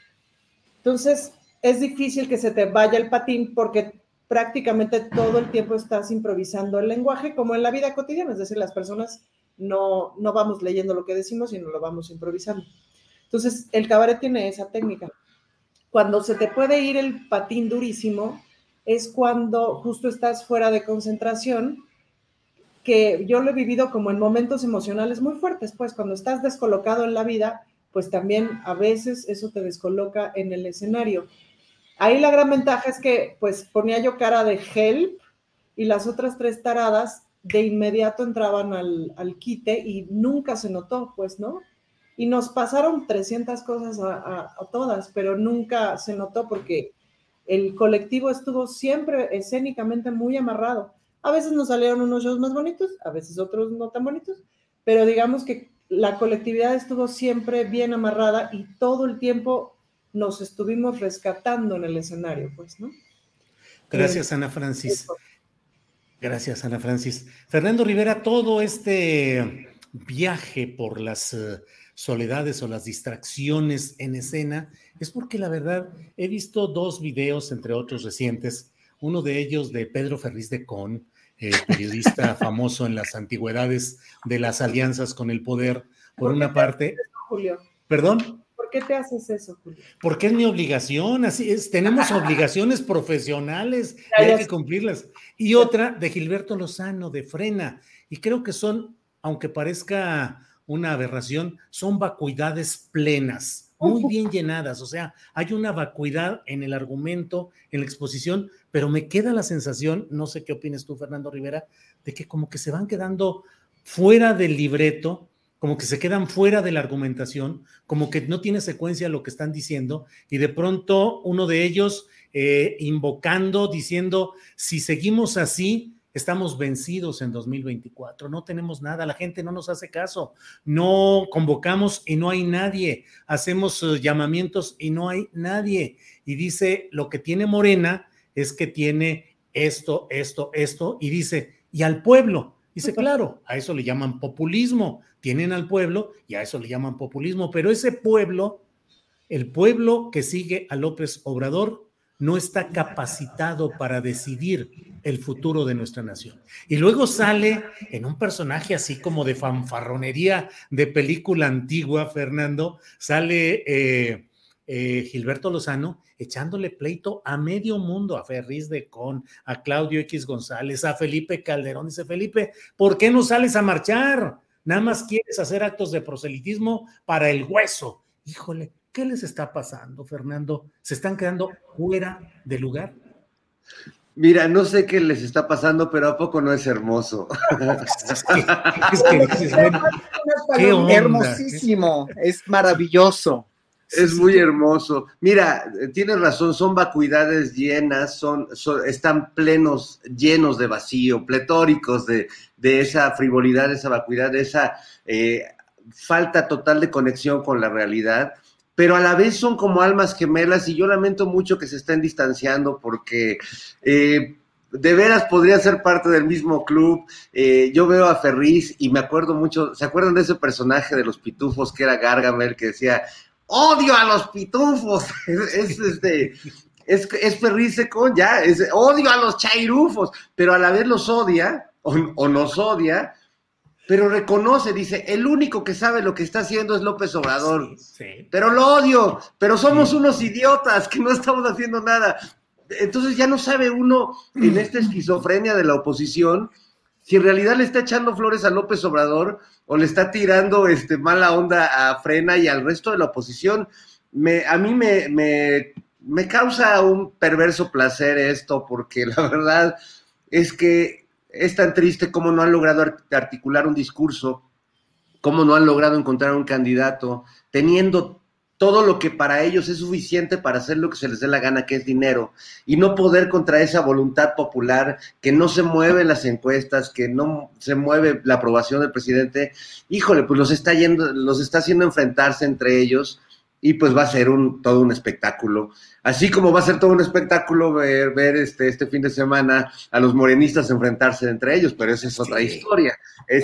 Entonces, es difícil que se te vaya el patín porque prácticamente todo el tiempo estás improvisando el lenguaje como en la vida cotidiana, es decir, las personas no vamos leyendo lo que decimos, sino lo vamos improvisando. Entonces, el cabaret tiene esa técnica. Cuando se te puede ir el patín durísimo, es cuando justo estás fuera de concentración, que yo lo he vivido como en momentos emocionales muy fuertes, pues cuando estás descolocado en la vida, pues también a veces eso te descoloca en el escenario. Ahí la gran ventaja es que pues ponía yo cara de help y las otras 3 taradas de inmediato entraban al quite y nunca se notó, pues, ¿no? Y nos pasaron 300 cosas a todas, pero nunca se notó porque el colectivo estuvo siempre escénicamente muy amarrado. A veces nos salieron unos shows más bonitos, a veces otros no tan bonitos, pero digamos que la colectividad estuvo siempre bien amarrada y todo el tiempo nos estuvimos rescatando en el escenario, pues, ¿no? Gracias, Ana Francis. Gracias, Ana Francis. Fernando Rivera, todo este viaje por las soledades o las distracciones en escena es porque la verdad he visto 2 videos, entre otros recientes, uno de ellos de Pedro Ferriz de Con, periodista famoso en las antigüedades de las alianzas con el poder, por una parte. Julio. ¿Perdón? ¿Por qué te haces eso, Julio? Porque es mi obligación, así es, tenemos obligaciones profesionales y hay que cumplirlas. Y otra de Gilberto Lozano, de Frena, y creo que son, aunque parezca una aberración, son vacuidades plenas, muy bien llenadas, o sea, hay una vacuidad en el argumento, en la exposición, pero me queda la sensación, no sé qué opinas tú, Fernando Rivera, de que como que se van quedando fuera del libreto, como que se quedan fuera de la argumentación, como que no tiene secuencia lo que están diciendo, y de pronto uno de ellos invocando, diciendo, si seguimos así, estamos vencidos en 2024, no tenemos nada, la gente no nos hace caso, no convocamos y no hay nadie, hacemos llamamientos y no hay nadie, y dice, lo que tiene Morena es que tiene esto, y dice, y al pueblo. Dice, claro, a eso le llaman populismo, tienen al pueblo y a eso le llaman populismo, pero ese pueblo, el pueblo que sigue a López Obrador, no está capacitado para decidir el futuro de nuestra nación. Y luego sale en un personaje así como de fanfarronería de película antigua, Fernando, sale Gilberto Lozano echándole pleito a medio mundo, a Ferriz de Con, a Claudio X González, a Felipe Calderón. Dice, Felipe, ¿por qué no sales a marchar? Nada más quieres hacer actos de proselitismo para el hueso. Híjole, ¿qué les está pasando, Fernando? ¿Se están quedando fuera de lugar? Mira, no sé qué les está pasando, pero ¿a poco no es hermoso? Qué onda, hermosísimo, es maravilloso. Es muy hermoso. Mira, tienes razón, son vacuidades llenas, están llenos de vacío, pletóricos de esa frivolidad, de esa vacuidad, de esa falta total de conexión con la realidad, pero a la vez son como almas gemelas y yo lamento mucho que se estén distanciando porque de veras podría ser parte del mismo club. Yo veo a Ferriz y me acuerdo mucho, ¿se acuerdan de ese personaje de los Pitufos que era Gargamel que decía, odio a los pitufos? Es Ferriz Secón, odio a los chairufos, pero a la vez los odia o nos odia, pero reconoce, dice, el único que sabe lo que está haciendo es López Obrador. Sí. Pero lo odio, pero somos unos idiotas que no estamos haciendo nada. Entonces ya no sabe uno en esta esquizofrenia de la oposición si en realidad le está echando flores a López Obrador o le está tirando mala onda a Frena y al resto de la oposición. A mí me causa un perverso placer esto, porque la verdad es que es tan triste cómo no han logrado articular un discurso, cómo no han logrado encontrar un candidato, teniendo todo lo que para ellos es suficiente para hacer lo que se les dé la gana, que es dinero, y no poder contra esa voluntad popular que no se mueve en las encuestas, que no se mueve la aprobación del presidente. Híjole, pues los está haciendo enfrentarse entre ellos, y pues va a ser todo un espectáculo. Así como va a ser todo un espectáculo ver este fin de semana a los morenistas enfrentarse entre ellos, pero esa es otra historia.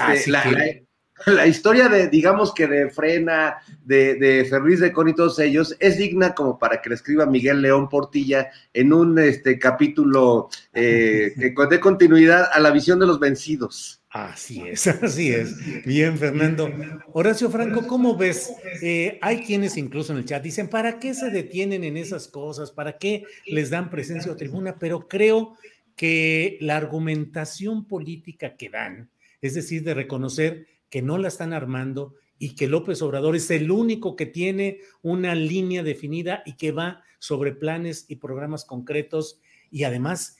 La historia digamos que de Frena, de Ferriz Secón y todos ellos, es digna como para que le escriba Miguel León Portilla en un capítulo que dé continuidad a la visión de los vencidos. Así es. Bien, Fernando. Horacio Franco, ¿cómo ves? Hay quienes incluso en el chat dicen, ¿para qué se detienen en esas cosas? ¿Para qué les dan presencia o tribuna? Pero creo que la argumentación política que dan, es decir, de reconocer que no la están armando y que López Obrador es el único que tiene una línea definida y que va sobre planes y programas concretos, y además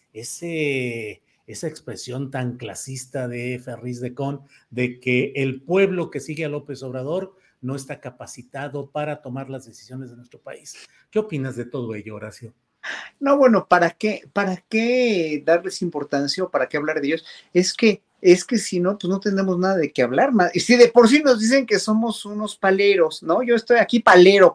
esa expresión tan clasista de Ferriz Secón de que el pueblo que sigue a López Obrador no está capacitado para tomar las decisiones de nuestro país. ¿Qué opinas de todo ello, Horacio? No, bueno, ¿para qué darles importancia o para qué hablar de ellos? Es que si no, pues no tenemos nada de qué hablar más. Y si de por sí nos dicen que somos unos paleros, ¿no? Yo estoy aquí lero,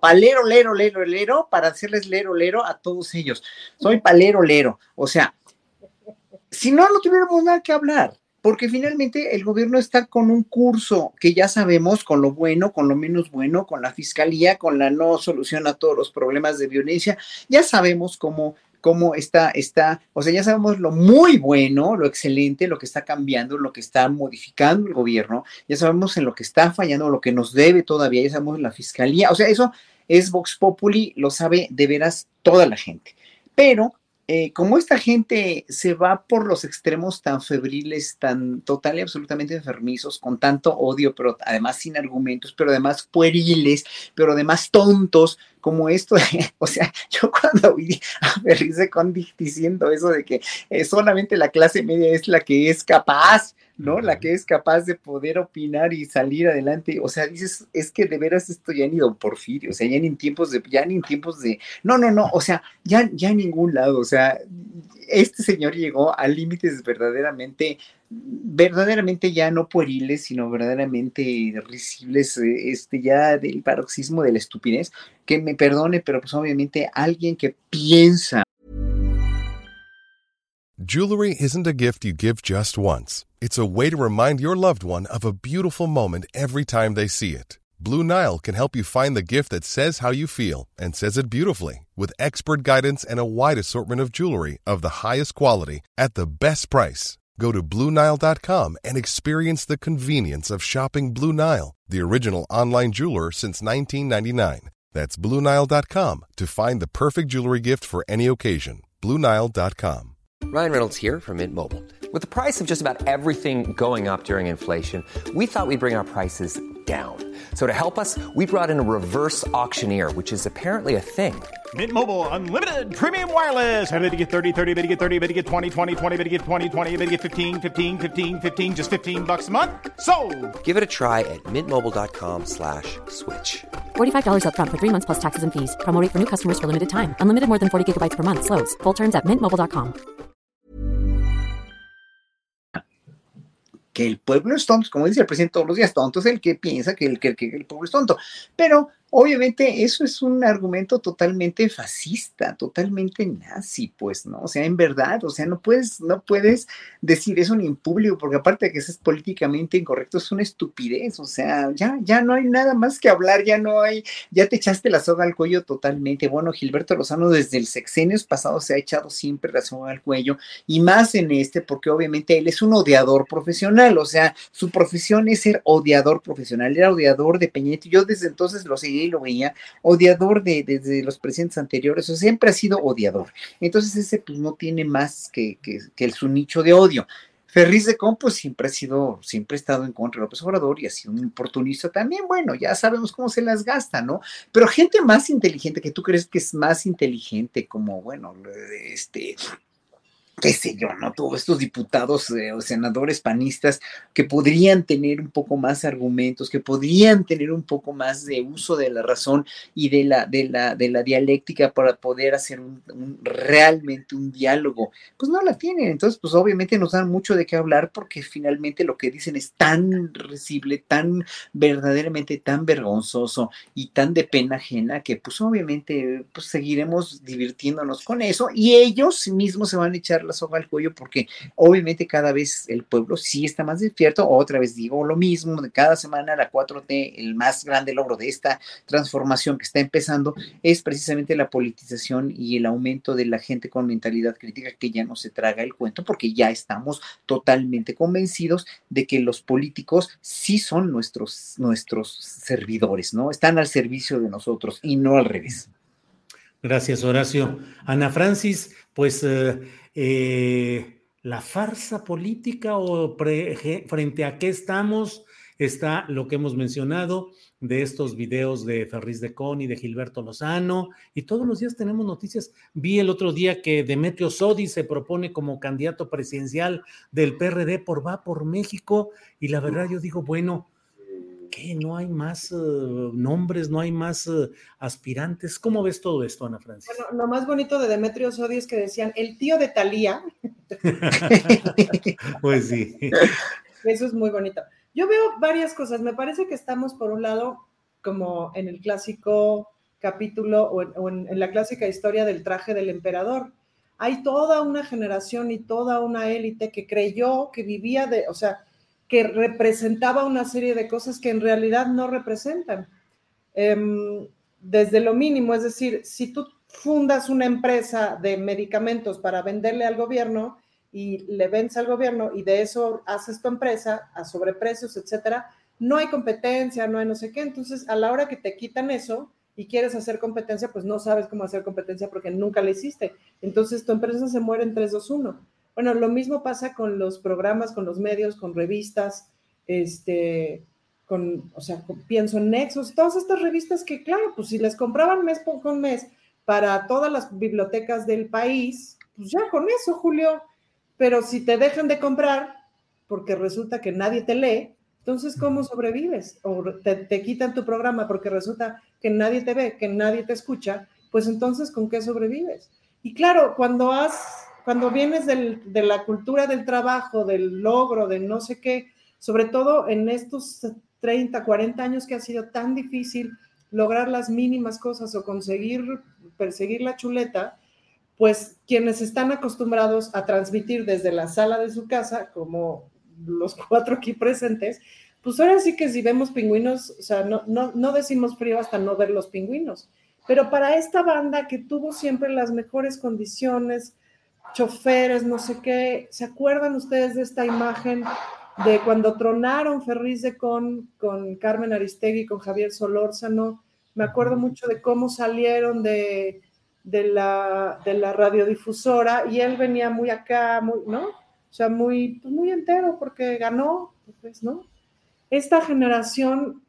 para hacerles lero a todos ellos. Soy lero. O sea, si no tuviéramos nada que hablar, porque finalmente el gobierno está con un curso que ya sabemos, con lo bueno, con lo menos bueno, con la fiscalía, con la no solución a todos los problemas de violencia. Ya sabemos cómo está, o sea, ya sabemos lo muy bueno, lo excelente, lo que está cambiando, lo que está modificando el gobierno, ya sabemos en lo que está fallando, lo que nos debe todavía, ya sabemos la fiscalía, o sea, eso es Vox Populi, lo sabe de veras toda la gente, pero como esta gente se va por los extremos tan febriles, tan total y absolutamente enfermizos, con tanto odio, pero además sin argumentos, pero además pueriles, pero además tontos, como esto, o sea, yo cuando oí a Ferriz Secón diciendo eso de que solamente la clase media es la que es capaz, ¿no? La que es capaz de poder opinar y salir adelante, o sea, dices, es que de veras esto ya ni don Porfirio, o sea, ya ni en tiempos de, no, o sea, ya en ningún lado, o sea, este señor llegó a límites verdaderamente ya no pueriles, sino verdaderamente risibles, ya del paroxismo de la estupidez, que me perdone, pero pues obviamente alguien que piensa. Jewelry isn't a gift you give just once. It's a way to remind your loved one of a beautiful moment every time they see it. Blue Nile can help you find the gift that says how you feel and says it beautifully, with expert guidance and a wide assortment of jewelry of the highest quality at the best price. Go to BlueNile.com and experience the convenience of shopping Blue Nile, the original online jeweler since 1999. That's BlueNile.com to find the perfect jewelry gift for any occasion. BlueNile.com. Ryan Reynolds here from Mint Mobile. With the price of just about everything going up during inflation, we thought we'd bring our prices down. So to help us, we brought in a reverse auctioneer, which is apparently a thing. Mint Mobile Unlimited Premium Wireless. How to get 30, 30, bit to get 30, bit to get 20, 20, 20, bit to get 20, 20, bit to get 15, 15, 15, 15, just $15 a month? Sold! Give it a try at mintmobile.com/switch. $45 up front for 3 months plus taxes and fees. Promo rate for new customers for limited time. Unlimited more than 40 gigabytes per month. Slows full terms at mintmobile.com. Que el pueblo es tonto, como dice el presidente todos los días, tonto es el que piensa que el pueblo es tonto. Pero obviamente eso es un argumento totalmente fascista, totalmente nazi, pues, ¿no? O sea, en verdad, o sea, no puedes decir eso ni en público, porque aparte de que eso es políticamente incorrecto, es una estupidez, o sea, ya no hay nada más que hablar, ya te echaste la soga al cuello totalmente. Bueno, Gilberto Lozano desde el sexenio pasado se ha echado siempre la soga al cuello, y más en porque obviamente él es un odiador profesional, o sea, su profesión es ser odiador profesional, era odiador de Peña Nieto. Yo desde entonces lo seguí y lo veía, odiador desde los presidentes anteriores, o sea, siempre ha sido odiador. Entonces ese pues no tiene más que su nicho de odio. Ferriz de Con, pues siempre ha estado en contra de López Obrador y ha sido un oportunista también. Bueno, ya sabemos cómo se las gasta, ¿no? Pero gente más inteligente, que tú crees que es más inteligente, como, bueno, qué sé yo, ¿no? Todos estos diputados o senadores panistas que podrían tener un poco más argumentos, que podrían tener un poco más de uso de la razón y de la dialéctica para poder hacer realmente un diálogo, pues no la tienen. Entonces, pues obviamente nos dan mucho de qué hablar, porque finalmente lo que dicen es tan risible, tan verdaderamente tan vergonzoso y tan de pena ajena, que pues obviamente pues seguiremos divirtiéndonos con eso, y ellos mismos se van a echar la soga al cuello, porque obviamente cada vez el pueblo sí está más despierto. Otra vez digo lo mismo, de cada semana la 4T, el más grande logro de esta transformación que está empezando es precisamente la politización y el aumento de la gente con mentalidad crítica, que ya no se traga el cuento, porque ya estamos totalmente convencidos de que los políticos sí son nuestros servidores, ¿no? Están al servicio de nosotros y no al revés. Gracias, Horacio. Ana Francis, pues la farsa política o frente a qué estamos, está lo que hemos mencionado de estos videos de Ferriz de Con y de Gilberto Lozano, y todos los días tenemos noticias. Vi el otro día que Demetrio Sodi se propone como candidato presidencial del PRD por Va por México, y la verdad yo digo, bueno, ¿qué? ¿No hay más nombres? ¿No hay más aspirantes? ¿Cómo ves todo esto, Ana Francis? Bueno, lo más bonito de Demetrio Sodi es que decían, el tío de Thalía. Pues sí. Eso es muy bonito. Yo veo varias cosas. Me parece que estamos, por un lado, como en el clásico capítulo o en la clásica historia del traje del emperador. Hay toda una generación y toda una élite que creyó que vivía que representaba una serie de cosas que en realidad no representan. Desde lo mínimo, es decir, si tú fundas una empresa de medicamentos para venderle al gobierno y le vendes al gobierno y de eso haces tu empresa a sobreprecios, etcétera, no hay competencia, no hay no sé qué. Entonces, a la hora que te quitan eso y quieres hacer competencia, pues no sabes cómo hacer competencia porque nunca la hiciste. Entonces, tu empresa se muere en 3, 2, 1. Bueno, lo mismo pasa con los programas, con los medios, con revistas, pienso en Nexos, todas estas revistas que, claro, pues si les compraban mes con mes para todas las bibliotecas del país, pues ya con eso, Julio. Pero si te dejan de comprar porque resulta que nadie te lee, entonces ¿cómo sobrevives? O te quitan tu programa porque resulta que nadie te ve, que nadie te escucha, pues entonces ¿con qué sobrevives? Y claro, cuando vienes de la cultura del trabajo, del logro, de no sé qué, sobre todo en estos 30, 40 años que ha sido tan difícil lograr las mínimas cosas o perseguir la chuleta, pues quienes están acostumbrados a transmitir desde la sala de su casa, como los 4 aquí presentes, pues ahora sí que si vemos pingüinos, o sea, no decimos frío hasta no ver los pingüinos. Pero para esta banda que tuvo siempre las mejores condiciones, choferes, no sé qué, ¿se acuerdan ustedes de esta imagen de cuando tronaron Ferriz de Con Carmen Aristegui, con Javier Solórzano? Me acuerdo mucho de cómo salieron de la radiodifusora y él venía muy acá, ¿no? O sea, muy entero porque ganó, pues, ¿no? Esta generación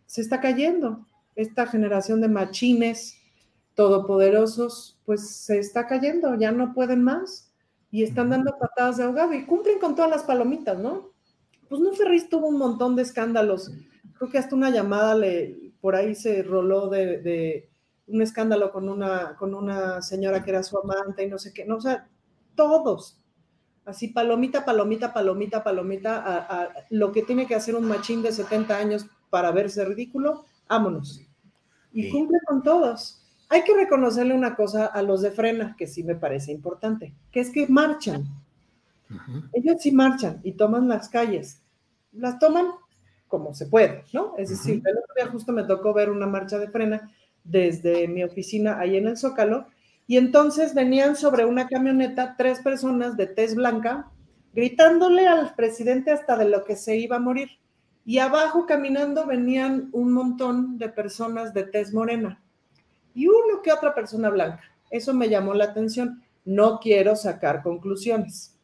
se está cayendo. Esta generación de machines todopoderosos, pues se está cayendo, ya no pueden más y están dando patadas de ahogado y cumplen con todas las palomitas, ¿no? Pues no, Ferriz tuvo un montón de escándalos, creo que hasta una llamada por ahí se roló de un escándalo con una señora que era su amante y no sé qué, no, o sea, todos, así palomita, palomita, palomita, palomita, a lo que tiene que hacer un machín de 70 años para verse ridículo, vámonos. Y cumple con todos. Hay que reconocerle una cosa a los de Frena, que sí me parece importante, que es que marchan. Ellos sí marchan y toman las calles. Las toman como se puede, ¿no? Es decir, el otro día justo me tocó ver una marcha de Frena desde mi oficina ahí en el Zócalo, y entonces venían sobre una camioneta 3 personas de tez blanca gritándole al presidente hasta de lo que se iba a morir. Y abajo caminando venían un montón de personas de tez morena y uno que otra persona blanca. Eso me llamó la atención. No quiero sacar conclusiones,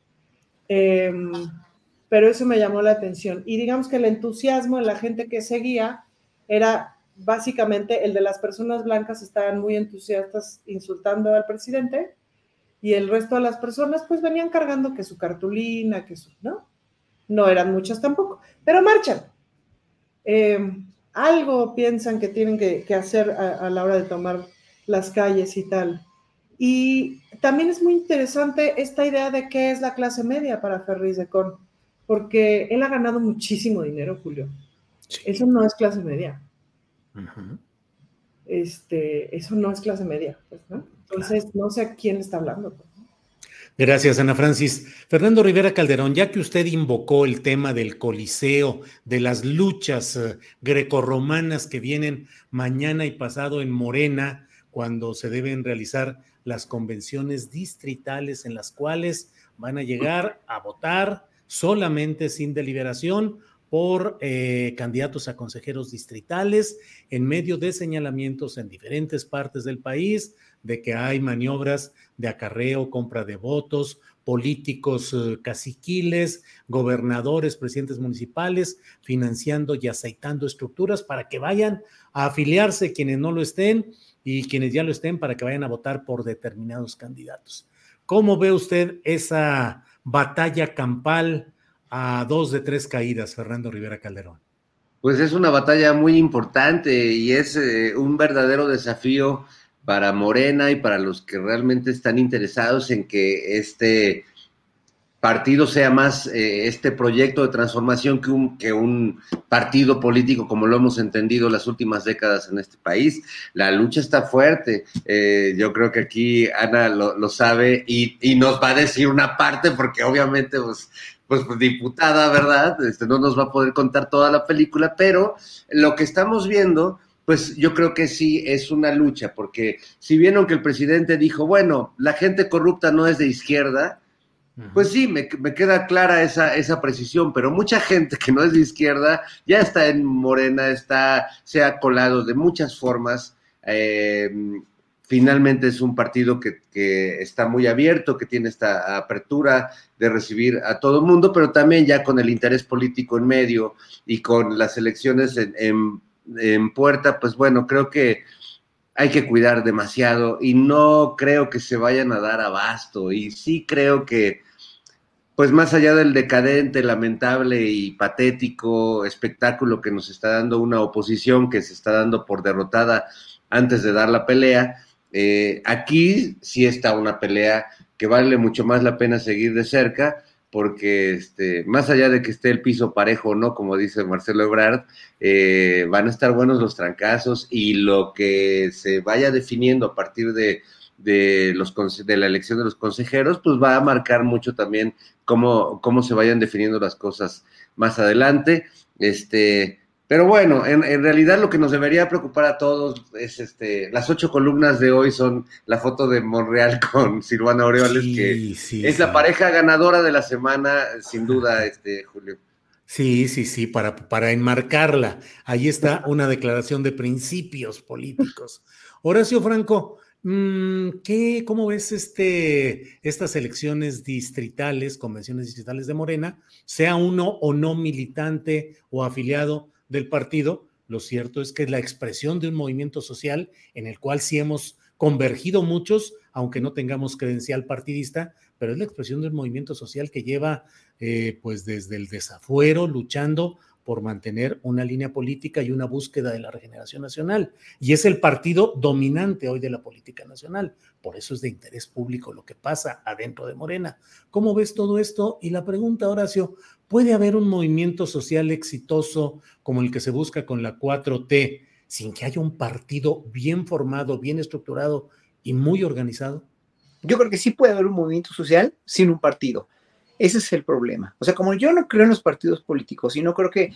pero eso me llamó la atención. Y digamos que el entusiasmo de la gente que seguía era básicamente el de las personas blancas, estaban muy entusiastas insultando al presidente, y el resto de las personas pues venían cargando que su cartulina, que su, ¿no? No eran muchas tampoco, pero marchan. Algo piensan que tienen que hacer a la hora de tomar las calles y tal. Y también es muy interesante esta idea de qué es la clase media para Ferriz de Con, porque él ha ganado muchísimo dinero, Julio. Sí. Eso no es clase media. Eso no es clase media, pues, ¿no? Entonces, no sé a quién está hablando. Pues. Gracias, Ana Francis. Fernando Rivera Calderón, ya que usted invocó el tema del Coliseo, de las luchas grecorromanas que vienen mañana y pasado en Morena, cuando se deben realizar las convenciones distritales en las cuales van a llegar a votar solamente sin deliberación por candidatos a consejeros distritales en medio de señalamientos en diferentes partes del país de que hay maniobras de acarreo, compra de votos, políticos caciquiles, gobernadores, presidentes municipales, financiando y aceitando estructuras para que vayan a afiliarse quienes no lo estén y quienes ya lo estén para que vayan a votar por determinados candidatos. ¿Cómo ve usted esa batalla campal a 2 de 3 caídas, Fernando Rivera Calderón? Pues es una batalla muy importante y es un verdadero desafío para Morena y para los que realmente están interesados en que este partido sea más este proyecto de transformación que un partido político como lo hemos entendido las últimas décadas en este país. La lucha está fuerte. Yo creo que aquí Ana lo sabe y nos va a decir una parte porque obviamente pues diputada, ¿verdad? No nos va a poder contar toda la película, pero lo que estamos viendo, pues yo creo que sí es una lucha, porque si bien aunque el presidente dijo, bueno, la gente corrupta no es de izquierda, pues sí, me queda clara esa precisión, pero mucha gente que no es de izquierda ya está en Morena, se ha colado de muchas formas. Finalmente es un partido que está muy abierto, que tiene esta apertura de recibir a todo el mundo, pero también ya con el interés político en medio y con las elecciones en puerta, pues bueno, creo que hay que cuidar demasiado y no creo que se vayan a dar abasto. Y sí creo que, pues más allá del decadente, lamentable y patético espectáculo que nos está dando una oposición que se está dando por derrotada antes de dar la pelea, aquí sí está una pelea que vale mucho más la pena seguir de cerca, porque más allá de que esté el piso parejo, ¿no? Como dice Marcelo Ebrard, van a estar buenos los trancazos y lo que se vaya definiendo a partir de la elección de los consejeros, pues va a marcar mucho también cómo se vayan definiendo las cosas más adelante. Pero bueno, en realidad lo que nos debería preocupar a todos es las 8 columnas de hoy son la foto de Monreal con Silvana Aureoles, es la pareja ganadora de la semana, sin duda, Julio. Sí, para enmarcarla. Ahí está una declaración de principios políticos. Horacio Franco, ¿cómo ves estas elecciones distritales, convenciones distritales de Morena, sea uno o no militante o afiliado del partido? lo cierto es que es la expresión de un movimiento social en el cual sí hemos convergido muchos, aunque no tengamos credencial partidista, pero es la expresión de un movimiento social que lleva pues desde el desafuero luchando por mantener una línea política y una búsqueda de la regeneración nacional. Y es el partido dominante hoy de la política nacional. Por eso es de interés público lo que pasa adentro de Morena. ¿Cómo ves todo esto? Y la pregunta, Horacio, ¿puede haber un movimiento social exitoso como el que se busca con la 4T sin que haya un partido bien formado, bien estructurado y muy organizado? Yo creo que sí puede haber un movimiento social sin un partido. Ese es el problema. O sea, como yo no creo en los partidos políticos y no creo que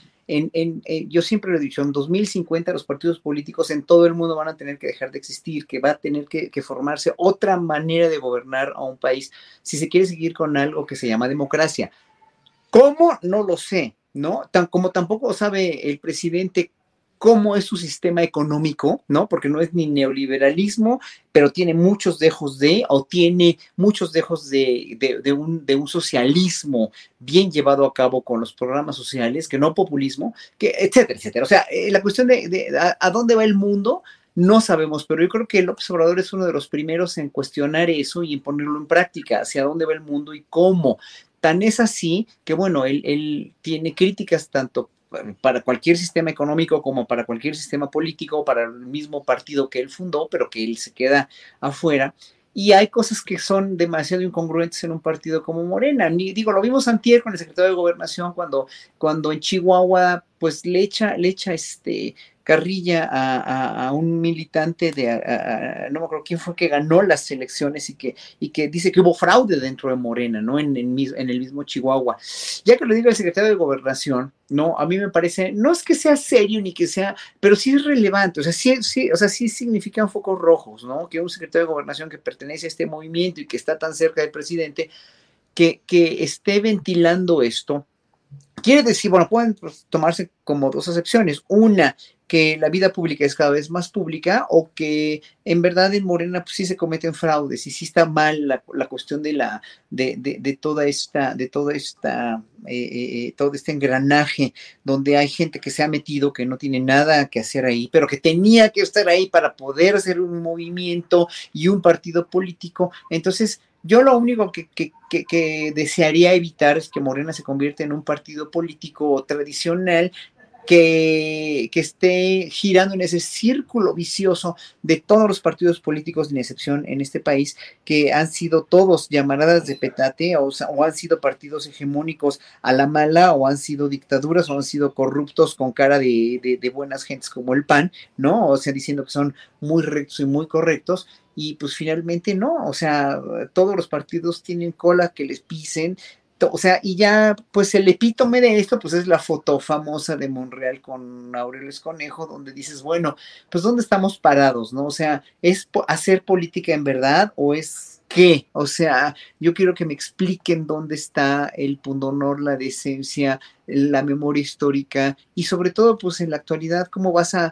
yo siempre lo he dicho, en 2050 los partidos políticos en todo el mundo van a tener que dejar de existir, que va a tener que formarse otra manera de gobernar a un país si se quiere seguir con algo que se llama democracia. ¿Cómo? No lo sé, ¿no? Como tampoco sabe el presidente cómo es su sistema económico, ¿no? Porque no es ni neoliberalismo, pero tiene muchos dejos o tiene muchos dejos de un socialismo bien llevado a cabo con los programas sociales, que no populismo, que etcétera, etcétera. O sea, la cuestión de a dónde va el mundo, no sabemos, pero yo creo que López Obrador es uno de los primeros en cuestionar eso y en ponerlo en práctica, hacia dónde va el mundo y cómo. Tan es así que, bueno, él tiene críticas tanto para cualquier sistema económico como para cualquier sistema político, para el mismo partido que él fundó, pero que él se queda afuera. Y hay cosas que son demasiado incongruentes en un partido como Morena. Digo, lo vimos antier con el secretario de Gobernación cuando en Chihuahua pues le echa carrilla a un militante no me acuerdo quién fue que ganó las elecciones y que dice que hubo fraude dentro de Morena, ¿no? En el mismo Chihuahua. Ya que lo diga el secretario de Gobernación, ¿no? A mí me parece, no es que sea serio ni que sea, pero sí es relevante, o sea, sí significan focos rojos, ¿no? Que un secretario de Gobernación que pertenece a este movimiento y que está tan cerca del presidente, que esté ventilando esto. Quiere decir, bueno, pueden tomarse como dos acepciones. Una, que la vida pública es cada vez más pública, o que en verdad en Morena pues sí se cometen fraudes y sí está mal la cuestión de todo este engranaje donde hay gente que se ha metido, que no tiene nada que hacer ahí, pero que tenía que estar ahí para poder hacer un movimiento y un partido político. Entonces, yo lo único que desearía evitar es que Morena se convierta en un partido político tradicional que esté girando en ese círculo vicioso de todos los partidos políticos, sin excepción en este país, que han sido todos llamaradas de petate o han sido partidos hegemónicos a la mala, o han sido dictaduras, o han sido corruptos con cara de buenas gentes como el PAN, ¿no? O sea, diciendo que son muy rectos y muy correctos. Y pues finalmente no, o sea, todos los partidos tienen cola que les pisen, o sea, y ya, pues el epítome de esto, pues es la foto famosa de Monreal con Aurelio Esconejo, donde dices, bueno, pues ¿dónde estamos parados, no? O sea, ¿es hacer política en verdad o es qué? O sea, yo quiero que me expliquen dónde está el pundonor, la decencia, la memoria histórica y sobre todo, pues en la actualidad, ¿cómo vas a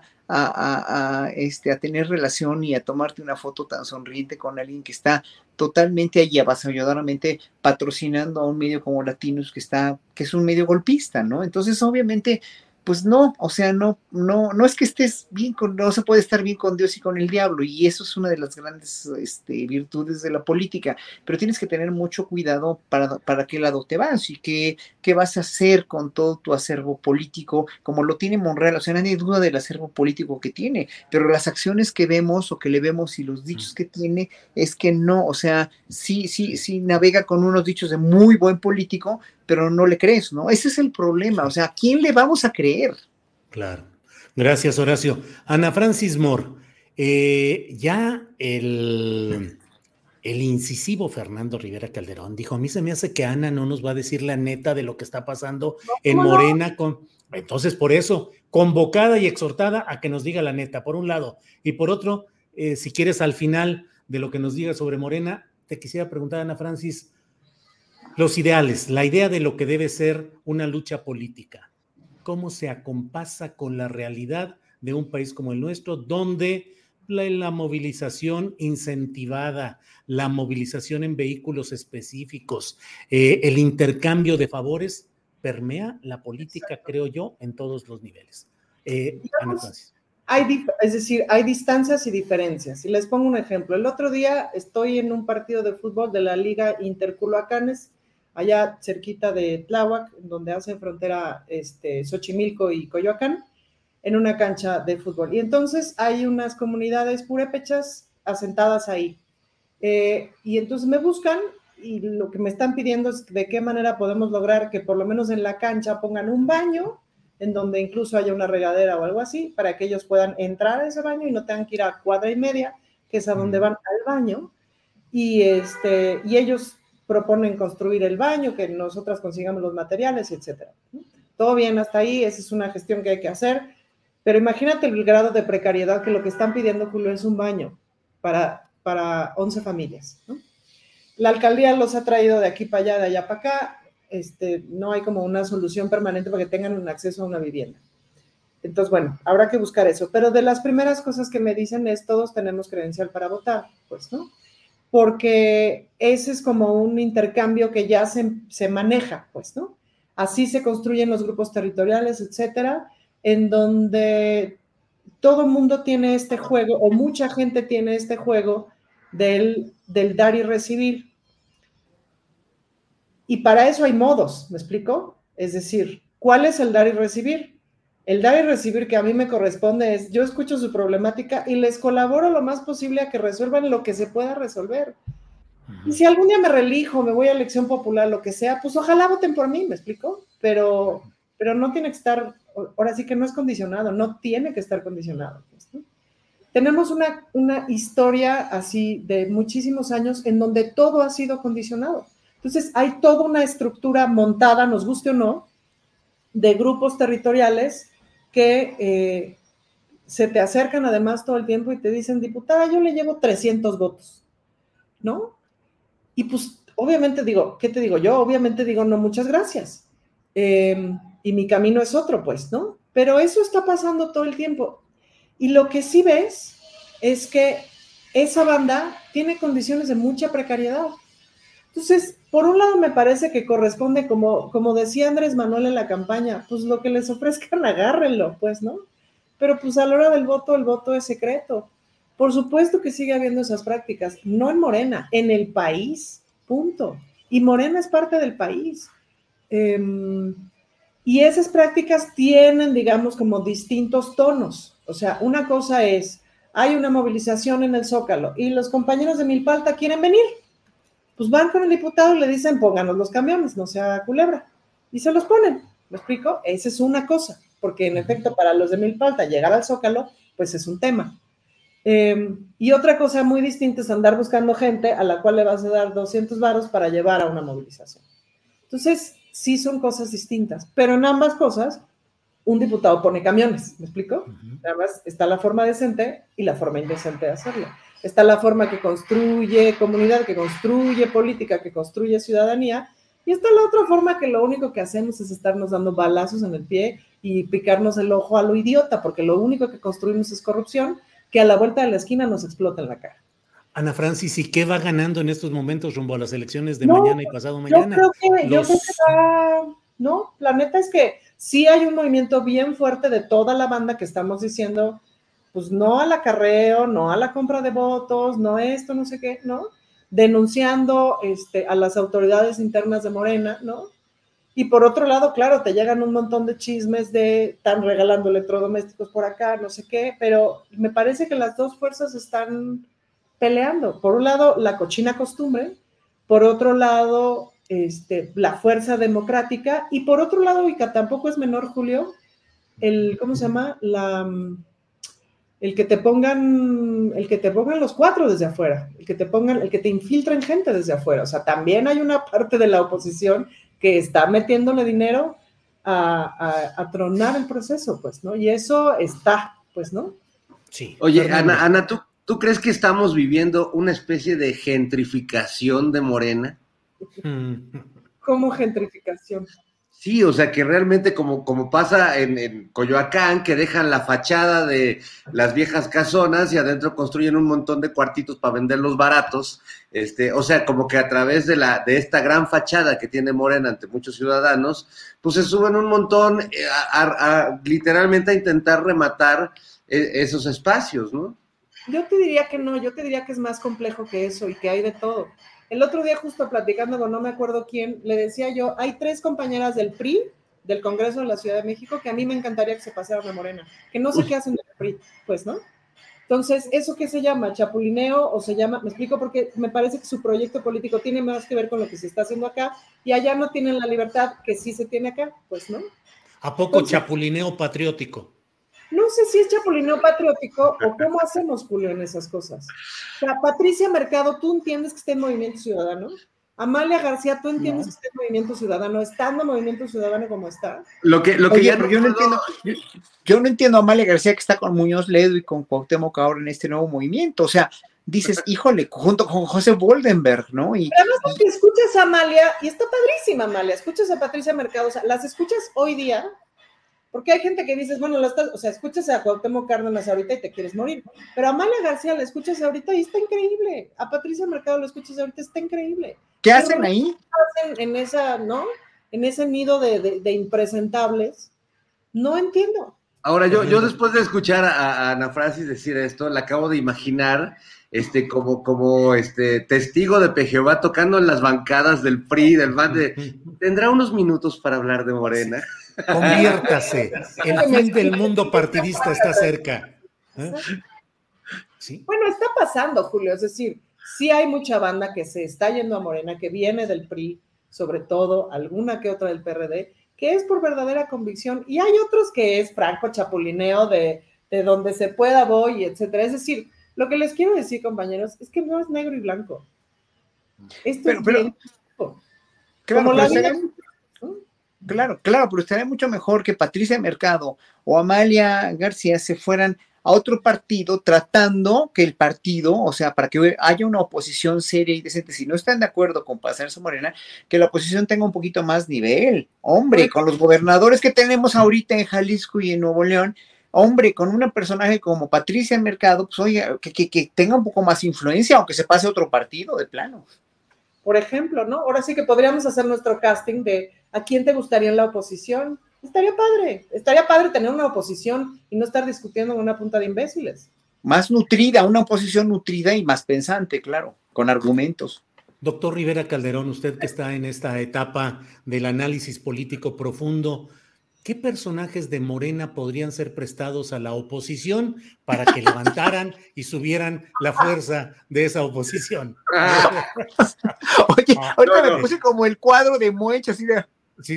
tener relación y a tomarte una foto tan sonriente con alguien que está totalmente allí avasalladoramente patrocinando a un medio como Latinos que es un medio golpista, ¿no? Entonces, obviamente, pues no, o sea, no es que estés bien no se puede estar bien con Dios y con el diablo, y eso es una de las grandes virtudes de la política, pero tienes que tener mucho cuidado para qué lado te vas y qué vas a hacer con todo tu acervo político, como lo tiene Monreal. O sea, nadie duda del acervo político que tiene, pero las acciones que vemos o que le vemos y los dichos que tiene es que no, o sea, sí navega con unos dichos de muy buen político, pero no le crees, ¿no? Ese es el problema, o sea, ¿a quién le vamos a creer? Claro. Gracias, Horacio. Ana Francis Moore, ya el incisivo Fernando Rivera Calderón dijo, a mí se me hace que Ana no nos va a decir la neta de lo que está pasando en Morena. Entonces, por eso, convocada y exhortada a que nos diga la neta, por un lado. Y por otro, si quieres, al final de lo que nos diga sobre Morena, te quisiera preguntar, Ana Francis, los ideales, la idea de lo que debe ser una lucha política, ¿cómo se acompasa con la realidad de un país como el nuestro, donde la movilización incentivada, la movilización en vehículos específicos, el intercambio de favores permea la política, creo yo, en todos los niveles? Ana Francis. Hay distancias y diferencias. Y les pongo un ejemplo. El otro día estoy en un partido de fútbol de la Liga Interculhuacanes, allá cerquita de Tláhuac, donde hace frontera Xochimilco y Coyoacán, en una cancha de fútbol. Y entonces hay unas comunidades purépechas asentadas ahí. Y entonces me buscan y lo que me están pidiendo es de qué manera podemos lograr que por lo menos en la cancha pongan un baño, en donde incluso haya una regadera o algo así, para que ellos puedan entrar a ese baño y no tengan que ir a cuadra y media, que es a donde van al baño. Y ellos proponen construir el baño, que nosotras consigamos los materiales, etcétera. Todo bien hasta ahí, esa es una gestión que hay que hacer, pero imagínate el grado de precariedad que lo que están pidiendo, Julio, es un baño para 11 familias, ¿no? La alcaldía los ha traído de aquí para allá, de allá para acá, no hay como una solución permanente para que tengan un acceso a una vivienda. Entonces, bueno, habrá que buscar eso, pero de las primeras cosas que me dicen es todos tenemos credencial para votar, pues, ¿no? Porque ese es como un intercambio que ya se maneja, pues, ¿no? Así se construyen los grupos territoriales, etcétera, en donde todo el mundo tiene este juego, o mucha gente tiene este juego del dar y recibir. Y para eso hay modos, ¿me explico? Es decir, ¿cuál es el dar y recibir? El dar y recibir que a mí me corresponde es, yo escucho su problemática y les colaboro lo más posible a que resuelvan lo que se pueda resolver. Y si algún día me reelijo, me voy a elección popular, lo que sea, pues ojalá voten por mí, ¿me explico? Pero no tiene que estar, ahora sí que no es condicionado, no tiene que estar condicionado, pues, ¿no? Tenemos una historia así de muchísimos años en donde todo ha sido condicionado. Entonces hay toda una estructura montada, nos guste o no, de grupos territoriales que se te acercan además todo el tiempo y te dicen, diputada, yo le llevo 300 votos, ¿no? Y pues obviamente digo, ¿qué te digo yo? Obviamente digo, no, muchas gracias. Y mi camino es otro, pues, ¿no? Pero eso está pasando todo el tiempo. Y lo que sí ves es que esa banda tiene condiciones de mucha precariedad. Entonces, por un lado me parece que corresponde, como decía Andrés Manuel en la campaña, pues lo que les ofrezcan, agárrenlo, pues, ¿no? Pero pues a la hora del voto, el voto es secreto. Por supuesto que sigue habiendo esas prácticas, no en Morena, en el país, punto. Y Morena es parte del país. Y esas prácticas tienen, digamos, como distintos tonos. O sea, una cosa es, hay una movilización en el Zócalo y los compañeros de Milpalta quieren venir. Pues van con el diputado y le dicen, pónganos los camiones, no sea culebra. Y se los ponen, ¿me explico? Esa es una cosa, porque en efecto para los de Milpalta llegar al Zócalo, pues es un tema. Y otra cosa muy distinta es andar buscando gente a la cual le vas a dar 200 varos para llevar a una movilización. Entonces, sí son cosas distintas, pero en ambas cosas, un diputado pone camiones, ¿me explico? Nada más está la forma decente y la forma indecente de hacerlo. Está la forma que construye comunidad, que construye política, que construye ciudadanía, y está la otra forma que lo único que hacemos es estarnos dando balazos en el pie y picarnos el ojo a lo idiota, porque lo único que construimos es corrupción, que a la vuelta de la esquina nos explota en la cara. Ana Francis, ¿y qué va ganando en estos momentos rumbo a las elecciones de mañana y pasado mañana? Yo creo que no, la neta es que sí hay un movimiento bien fuerte de toda la banda que estamos diciendo, pues no al acarreo, no a la compra de votos, no esto, no sé qué, ¿no? Denunciando a las autoridades internas de Morena, ¿no? Y por otro lado, claro, te llegan un montón de chismes de están regalando electrodomésticos por acá, no sé qué, pero me parece que las dos fuerzas están peleando. Por un lado, la cochina costumbre, por otro lado, la fuerza democrática, y por otro lado, y que tampoco es menor, Julio, ¿cómo se llama? El que te pongan los cuatro desde afuera, el que te infiltren gente desde afuera. O sea, también hay una parte de la oposición que está metiéndole dinero a tronar el proceso, pues, ¿no? Y eso está, pues, ¿no? Sí. Oye, Ana, ¿tú crees que estamos viviendo una especie de gentrificación de Morena? ¿Cómo gentrificación? Sí, o sea, que realmente como pasa en Coyoacán, que dejan la fachada de las viejas casonas y adentro construyen un montón de cuartitos para venderlos baratos, o sea, como que a través de esta gran fachada que tiene Morena ante muchos ciudadanos, pues se suben un montón literalmente a intentar rematar esos espacios, ¿no? Yo te diría que no, yo te diría que es más complejo que eso y que hay de todo. El otro día, justo platicando con no me acuerdo quién, le decía yo, hay 3 compañeras del PRI, del Congreso de la Ciudad de México, que a mí me encantaría que se pasaran a Morena, que no sé qué hacen del PRI, pues, ¿no? Entonces, ¿eso qué se llama? ¿Chapulineo? O se llama, me explico, porque me parece que su proyecto político tiene más que ver con lo que se está haciendo acá, y allá no tienen la libertad que sí se tiene acá, pues, ¿no? ¿A poco entonces, chapulineo patriótico? No sé si es chapulineo patriótico o cómo hacemos, Julio, en esas cosas. O sea, Patricia Mercado, ¿tú entiendes que está en Movimiento Ciudadano? Amalia García, ¿tú entiendes que está en Movimiento Ciudadano? ¿Estando en Movimiento Ciudadano como está? Oye, ya no, yo no entiendo a Amalia García que está con Muñoz Ledo y con Cuauhtémoc ahora en este nuevo movimiento. O sea, dices, híjole, junto con José Boldenberg, ¿no? Pero además que escuchas a Amalia, y está padrísima Amalia, escuchas a Patricia Mercado, o sea, las escuchas hoy día. Porque hay gente que dices, bueno, escuchas a Cuauhtémoc Cárdenas ahorita y te quieres morir. Pero a Amalia García la escuchas ahorita y está increíble. A Patricia Mercado la escuchas ahorita, está increíble. ¿Qué hacen ahí? Hacen en esa, ¿no? En ese nido de impresentables. No entiendo. Ahora, yo después de escuchar a Ana Francis decir esto, la acabo de imaginar como testigo de Jehová tocando en las bancadas del PRI, del BAN. ¿Tendrá unos minutos para hablar de Morena? Conviértase, el fin del mundo partidista está cerca. ¿Sí? Bueno, está pasando, Julio, es decir, sí hay mucha banda que se está yendo a Morena, que viene del PRI, sobre todo alguna que otra del PRD, que es por verdadera convicción, y hay otros que es franco chapulineo de donde se pueda voy, etcétera. Es decir, lo que les quiero decir, compañeros, es que no es negro y blanco. Esto es bien. Claro, Claro, pero estaría mucho mejor que Patricia Mercado o Amalia García se fueran a otro partido tratando que el partido, o sea, para que haya una oposición seria y decente, si no están de acuerdo con pasarse Morena, que la oposición tenga un poquito más nivel. Hombre, con los gobernadores que tenemos ahorita en Jalisco y en Nuevo León, hombre, con una personaje como Patricia Mercado, pues oye, que tenga un poco más influencia, aunque se pase a otro partido de plano. Por ejemplo, ¿no? Ahora sí que podríamos hacer nuestro casting de ¿a quién te gustaría en la oposición? Estaría padre tener una oposición y no estar discutiendo en una punta de imbéciles. Más nutrida, una oposición nutrida y más pensante, claro, con argumentos. Doctor Rivera Calderón, usted que está en esta etapa del análisis político profundo, ¿qué personajes de Morena podrían ser prestados a la oposición para que levantaran y subieran la fuerza de esa oposición? Oye, ahorita me puse como el cuadro de Muech, así de... Sí.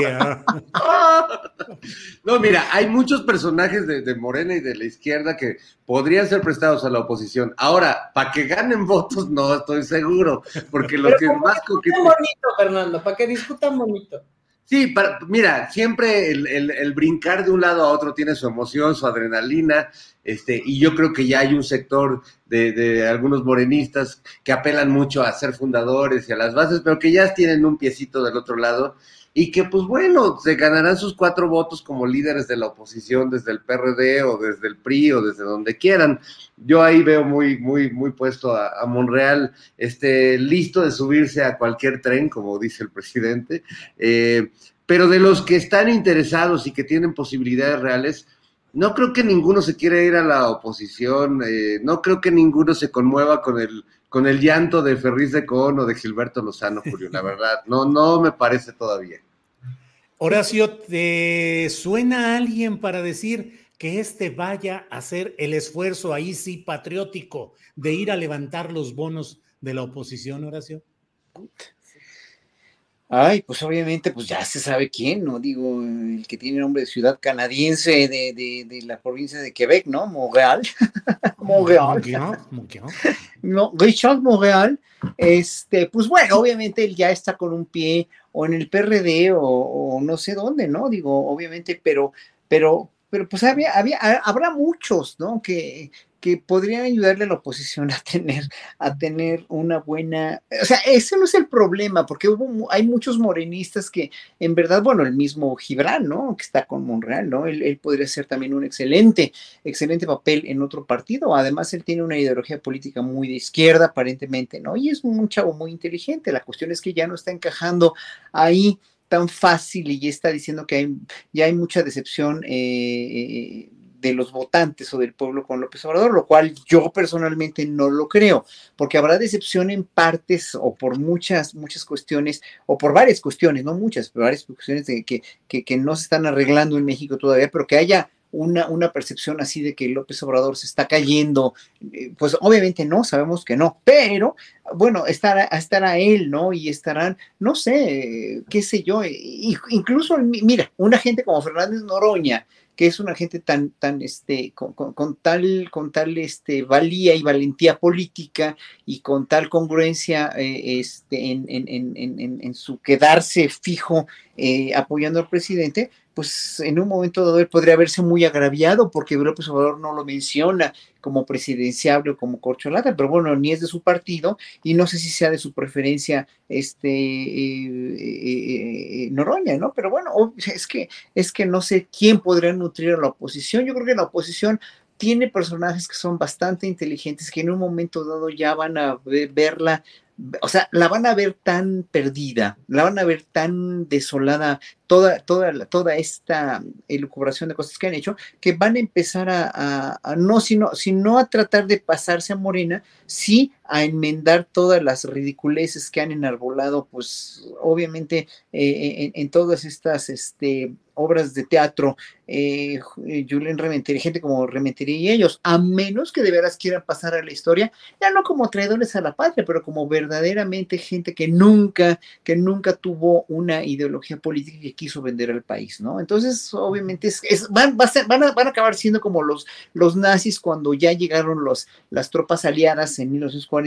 No, mira, hay muchos personajes de Morena y de la izquierda que podrían ser prestados a la oposición. Ahora, para que ganen votos, no estoy seguro, porque los que más coquetean bonito, Fernando, para que discutan bonito. Sí, mira, siempre el brincar de un lado a otro tiene su emoción, su adrenalina, y yo creo que ya hay un sector de algunos morenistas que apelan mucho a ser fundadores y a las bases, pero que ya tienen un piecito del otro lado y que, pues bueno, se ganarán sus 4 votos como líderes de la oposición desde el PRD o desde el PRI o desde donde quieran. Yo ahí veo muy puesto a Monreal, listo de subirse a cualquier tren, como dice el presidente, pero de los que están interesados y que tienen posibilidades reales, no creo que ninguno se quiera ir a la oposición, no creo que ninguno se conmueva con el llanto de Ferriz de Con o de Gilberto Lozano, Julio, la verdad, no me parece todavía. Horacio, ¿te suena a alguien para decir que vaya a hacer el esfuerzo ahí sí patriótico de ir a levantar los bonos de la oposición, Horacio? Ay, pues obviamente, pues ya se sabe quién, ¿no? Digo, el que tiene nombre de ciudad canadiense de la provincia de Quebec, ¿no? Montreal. Montreal. No, Richard Montreal. Pues bueno, obviamente él ya está con un pie o en el PRD o no sé dónde, ¿no? Digo, obviamente, pero pero pues habrá muchos, ¿no? Que podrían ayudarle a la oposición a tener una buena, o sea, ese no es el problema, porque hay muchos morenistas que en verdad, bueno, el mismo Gibran, ¿no? Que está con Monreal, ¿no? Él podría ser también un excelente papel en otro partido. Además, él tiene una ideología política muy de izquierda, aparentemente, ¿no? Y es un chavo muy inteligente. La cuestión es que ya no está encajando ahí tan fácil y ya está diciendo que ya hay mucha decepción de los votantes o del pueblo con López Obrador, lo cual yo personalmente no lo creo, porque habrá decepción en partes o por muchas cuestiones, o por varias cuestiones, no muchas, pero varias cuestiones de que no se están arreglando en México todavía, pero que haya una percepción así de que López Obrador se está cayendo, pues obviamente no, sabemos que no, pero bueno, estará él, ¿no? Y estarán, no sé, qué sé yo, incluso, mira, una gente como Fernández Noroña, que es una gente con tal valía y valentía política y con tal congruencia en su quedarse fijo apoyando al presidente, pues en un momento dado él podría verse muy agraviado porque López Obrador no lo menciona como presidenciable o como corcholata, pero bueno, ni es de su partido y no sé si sea de su preferencia Noroña, ¿no? Pero bueno, es que no sé quién podría nutrir a la oposición. Yo creo que la oposición tiene personajes que son bastante inteligentes, que en un momento dado ya van a verla, o sea, la van a ver tan perdida, la van a ver tan desolada, toda esta elucubración de cosas que han hecho, que van a empezar sino a tratar de pasarse a Morena, sí a enmendar todas las ridiculeces que han enarbolado, pues obviamente en todas estas obras de teatro, Julen Rementería, gente como Rementería y ellos, a menos que de veras quieran pasar a la historia, ya no como traidores a la patria, pero como verdaderamente gente que nunca tuvo una ideología política que quiso vender al país, ¿no? Entonces, obviamente, van a acabar siendo como los nazis cuando ya llegaron las tropas aliadas en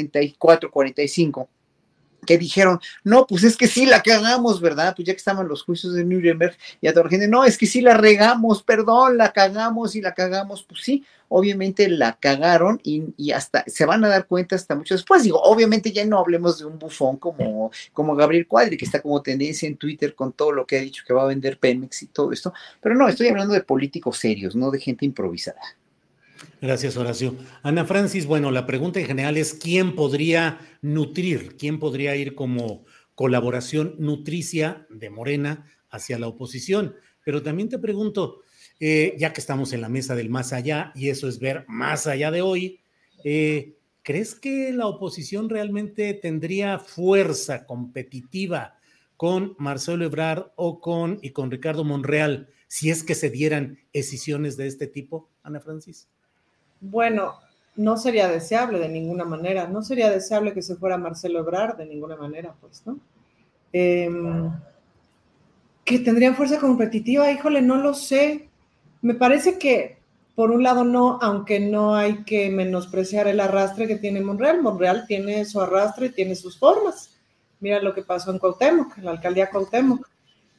1944-45, que dijeron, no, pues es que sí la cagamos, ¿verdad? Pues ya que estaban los juicios de Nuremberg y a toda la gente, no, es que sí la regamos, perdón, la cagamos, pues sí, obviamente la cagaron y hasta se van a dar cuenta hasta mucho después. Digo, obviamente ya no hablemos de un bufón como Gabriel Cuadri, que está como tendencia en Twitter con todo lo que ha dicho que va a vender Pemex y todo esto, pero no, estoy hablando de políticos serios, no de gente improvisada. Gracias, Horacio. Ana Francis, bueno, la pregunta en general es ¿quién podría nutrir, quién podría ir como colaboración nutricia de Morena hacia la oposición? Pero también te pregunto, ya que estamos en la mesa del más allá, y eso es ver más allá de hoy, ¿crees que la oposición realmente tendría fuerza competitiva con Marcelo Ebrard y con Ricardo Monreal si es que se dieran escisiones de este tipo, Ana Francis? Bueno, no sería deseable de ninguna manera, no sería deseable que se fuera Marcelo Ebrard de ninguna manera, pues, ¿no? Que tendrían fuerza competitiva, híjole, no lo sé. Me parece que, por un lado, no, aunque no hay que menospreciar el arrastre que tiene Monreal. Monreal tiene su arrastre y tiene sus formas. Mira lo que pasó en Cuauhtémoc, en la alcaldía Cuauhtémoc.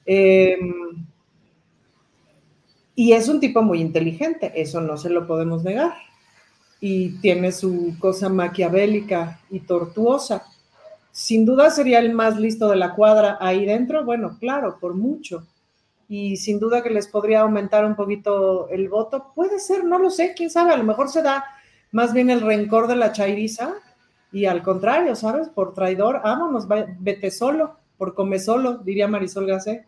Y es un tipo muy inteligente, eso no se lo podemos negar. Y tiene su cosa maquiavélica y tortuosa. Sin duda sería el más listo de la cuadra ahí dentro, bueno, claro, por mucho. Y sin duda que les podría aumentar un poquito el voto. Puede ser, no lo sé, quién sabe, a lo mejor se da más bien el rencor de la chairiza y al contrario, ¿sabes? Por traidor, vámonos, vete solo, por come solo, diría Marisol Gacé.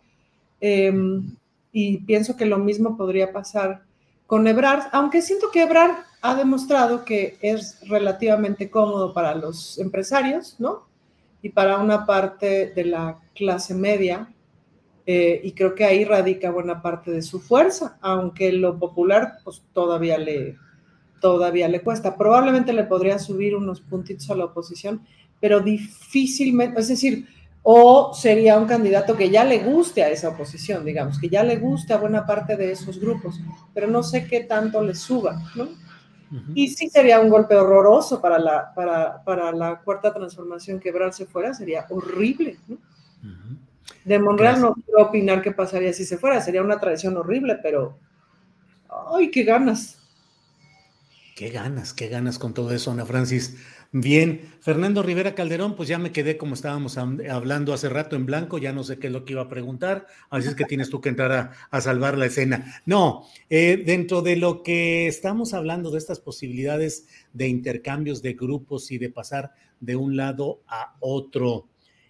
Y pienso que lo mismo podría pasar con Ebrard, aunque siento que Ebrard ha demostrado que es relativamente cómodo para los empresarios, ¿no? Y para una parte de la clase media, y creo que ahí radica buena parte de su fuerza, aunque lo popular pues todavía le cuesta. Probablemente le podría subir unos puntitos a la oposición, pero difícilmente, es decir, o sería un candidato que ya le guste a esa oposición, digamos, que ya le guste a buena parte de esos grupos, pero no sé qué tanto le suba, ¿no? Uh-huh. Y sí sería un golpe horroroso para la cuarta transformación, que Ebrard se fuera, sería horrible, ¿no? Uh-huh. De Monreal no quiero opinar qué pasaría si se fuera, sería una traición horrible, pero ¡Ay, qué ganas! Qué ganas con todo eso, Ana Francis. Bien, Fernando Rivera Calderón, pues ya me quedé como estábamos hablando hace rato en blanco, ya no sé qué es lo que iba a preguntar, así es que tienes tú que entrar a salvar la escena. No, dentro de lo que estamos hablando de estas posibilidades de intercambios de grupos y de pasar de un lado a otro,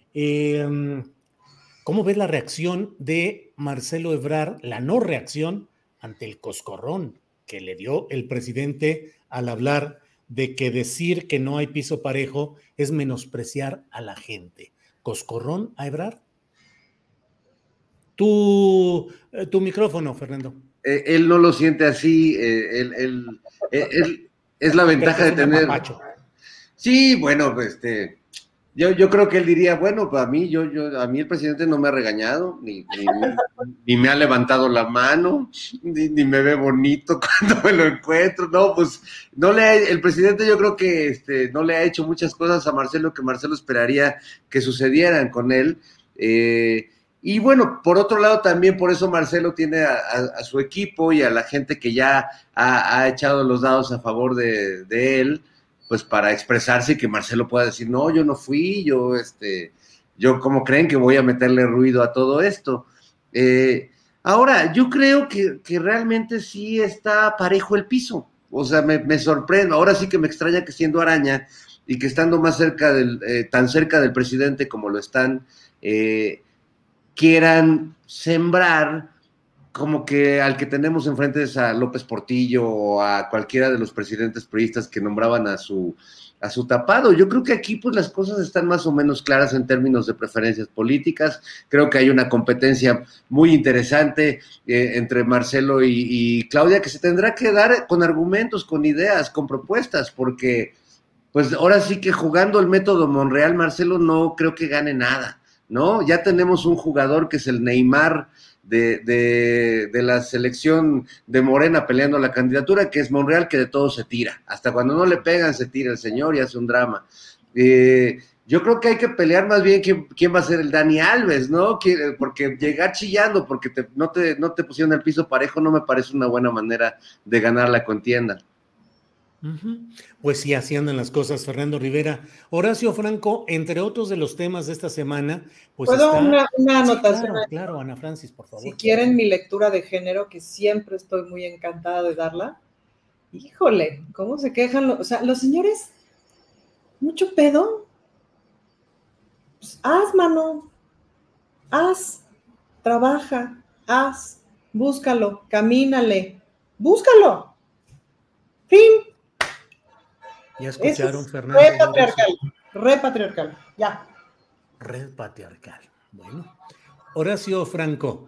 ¿cómo ves la reacción de Marcelo Ebrard, la no reacción ante el coscorrón que le dio el presidente al hablar de que decir que no hay piso parejo es menospreciar a la gente? ¿Coscorrón a Ebrard? Tu micrófono, Fernando. Él no lo siente así, es la ventaja de tener... Sí, bueno, yo creo que él diría, bueno, pues a mí el presidente no me ha regañado, ni me ha levantado la mano, ni me ve bonito cuando me lo encuentro. No, pues el presidente yo creo que no le ha hecho muchas cosas a Marcelo que Marcelo esperaría que sucedieran con él. Y bueno, por otro lado también por eso Marcelo tiene a su equipo y a la gente que ya ha echado los dados a favor de él, pues para expresarse y que Marcelo pueda decir, no, yo no fui, yo ¿cómo creen que voy a meterle ruido a todo esto? Ahora, yo creo que realmente sí está parejo el piso, o sea, me sorprende, ahora sí que me extraña que siendo Araña y que estando más cerca tan cerca del presidente como lo están, quieran sembrar como que al que tenemos enfrente es a López Portillo o a cualquiera de los presidentes priistas que nombraban a su tapado. Yo creo que aquí pues las cosas están más o menos claras en términos de preferencias políticas. Creo que hay una competencia muy interesante entre Marcelo y Claudia, que se tendrá que dar con argumentos, con ideas, con propuestas, porque pues ahora sí que jugando el método Monreal, Marcelo no creo que gane nada, ¿no? Ya tenemos un jugador que es el Neymar de la selección de Morena peleando la candidatura, que es Monreal, que de todo se tira. Hasta cuando no le pegan, se tira el señor y hace un drama. Yo creo que hay que pelear más bien quién va a ser el Dani Alves, ¿no? Porque llegar chillando porque no te pusieron el piso parejo no me parece una buena manera de ganar la contienda. Pues sí, así andan las cosas, Fernando Rivera. Horacio Franco, entre otros de los temas de esta semana, pues ¿puedo está... una anotación? Sí, claro, Ana Francis, por favor. Si quieren mi lectura de género, que siempre estoy muy encantada de darla. Híjole, ¿cómo se quejan? O sea, los señores, mucho pedo. Pues haz, mano. Haz, trabaja, haz, búscalo, camínale, búscalo. Fin. ¿Ya escucharon, Fernando? Repatriarcal, ya. Red patriarcal. Bueno, Horacio Franco,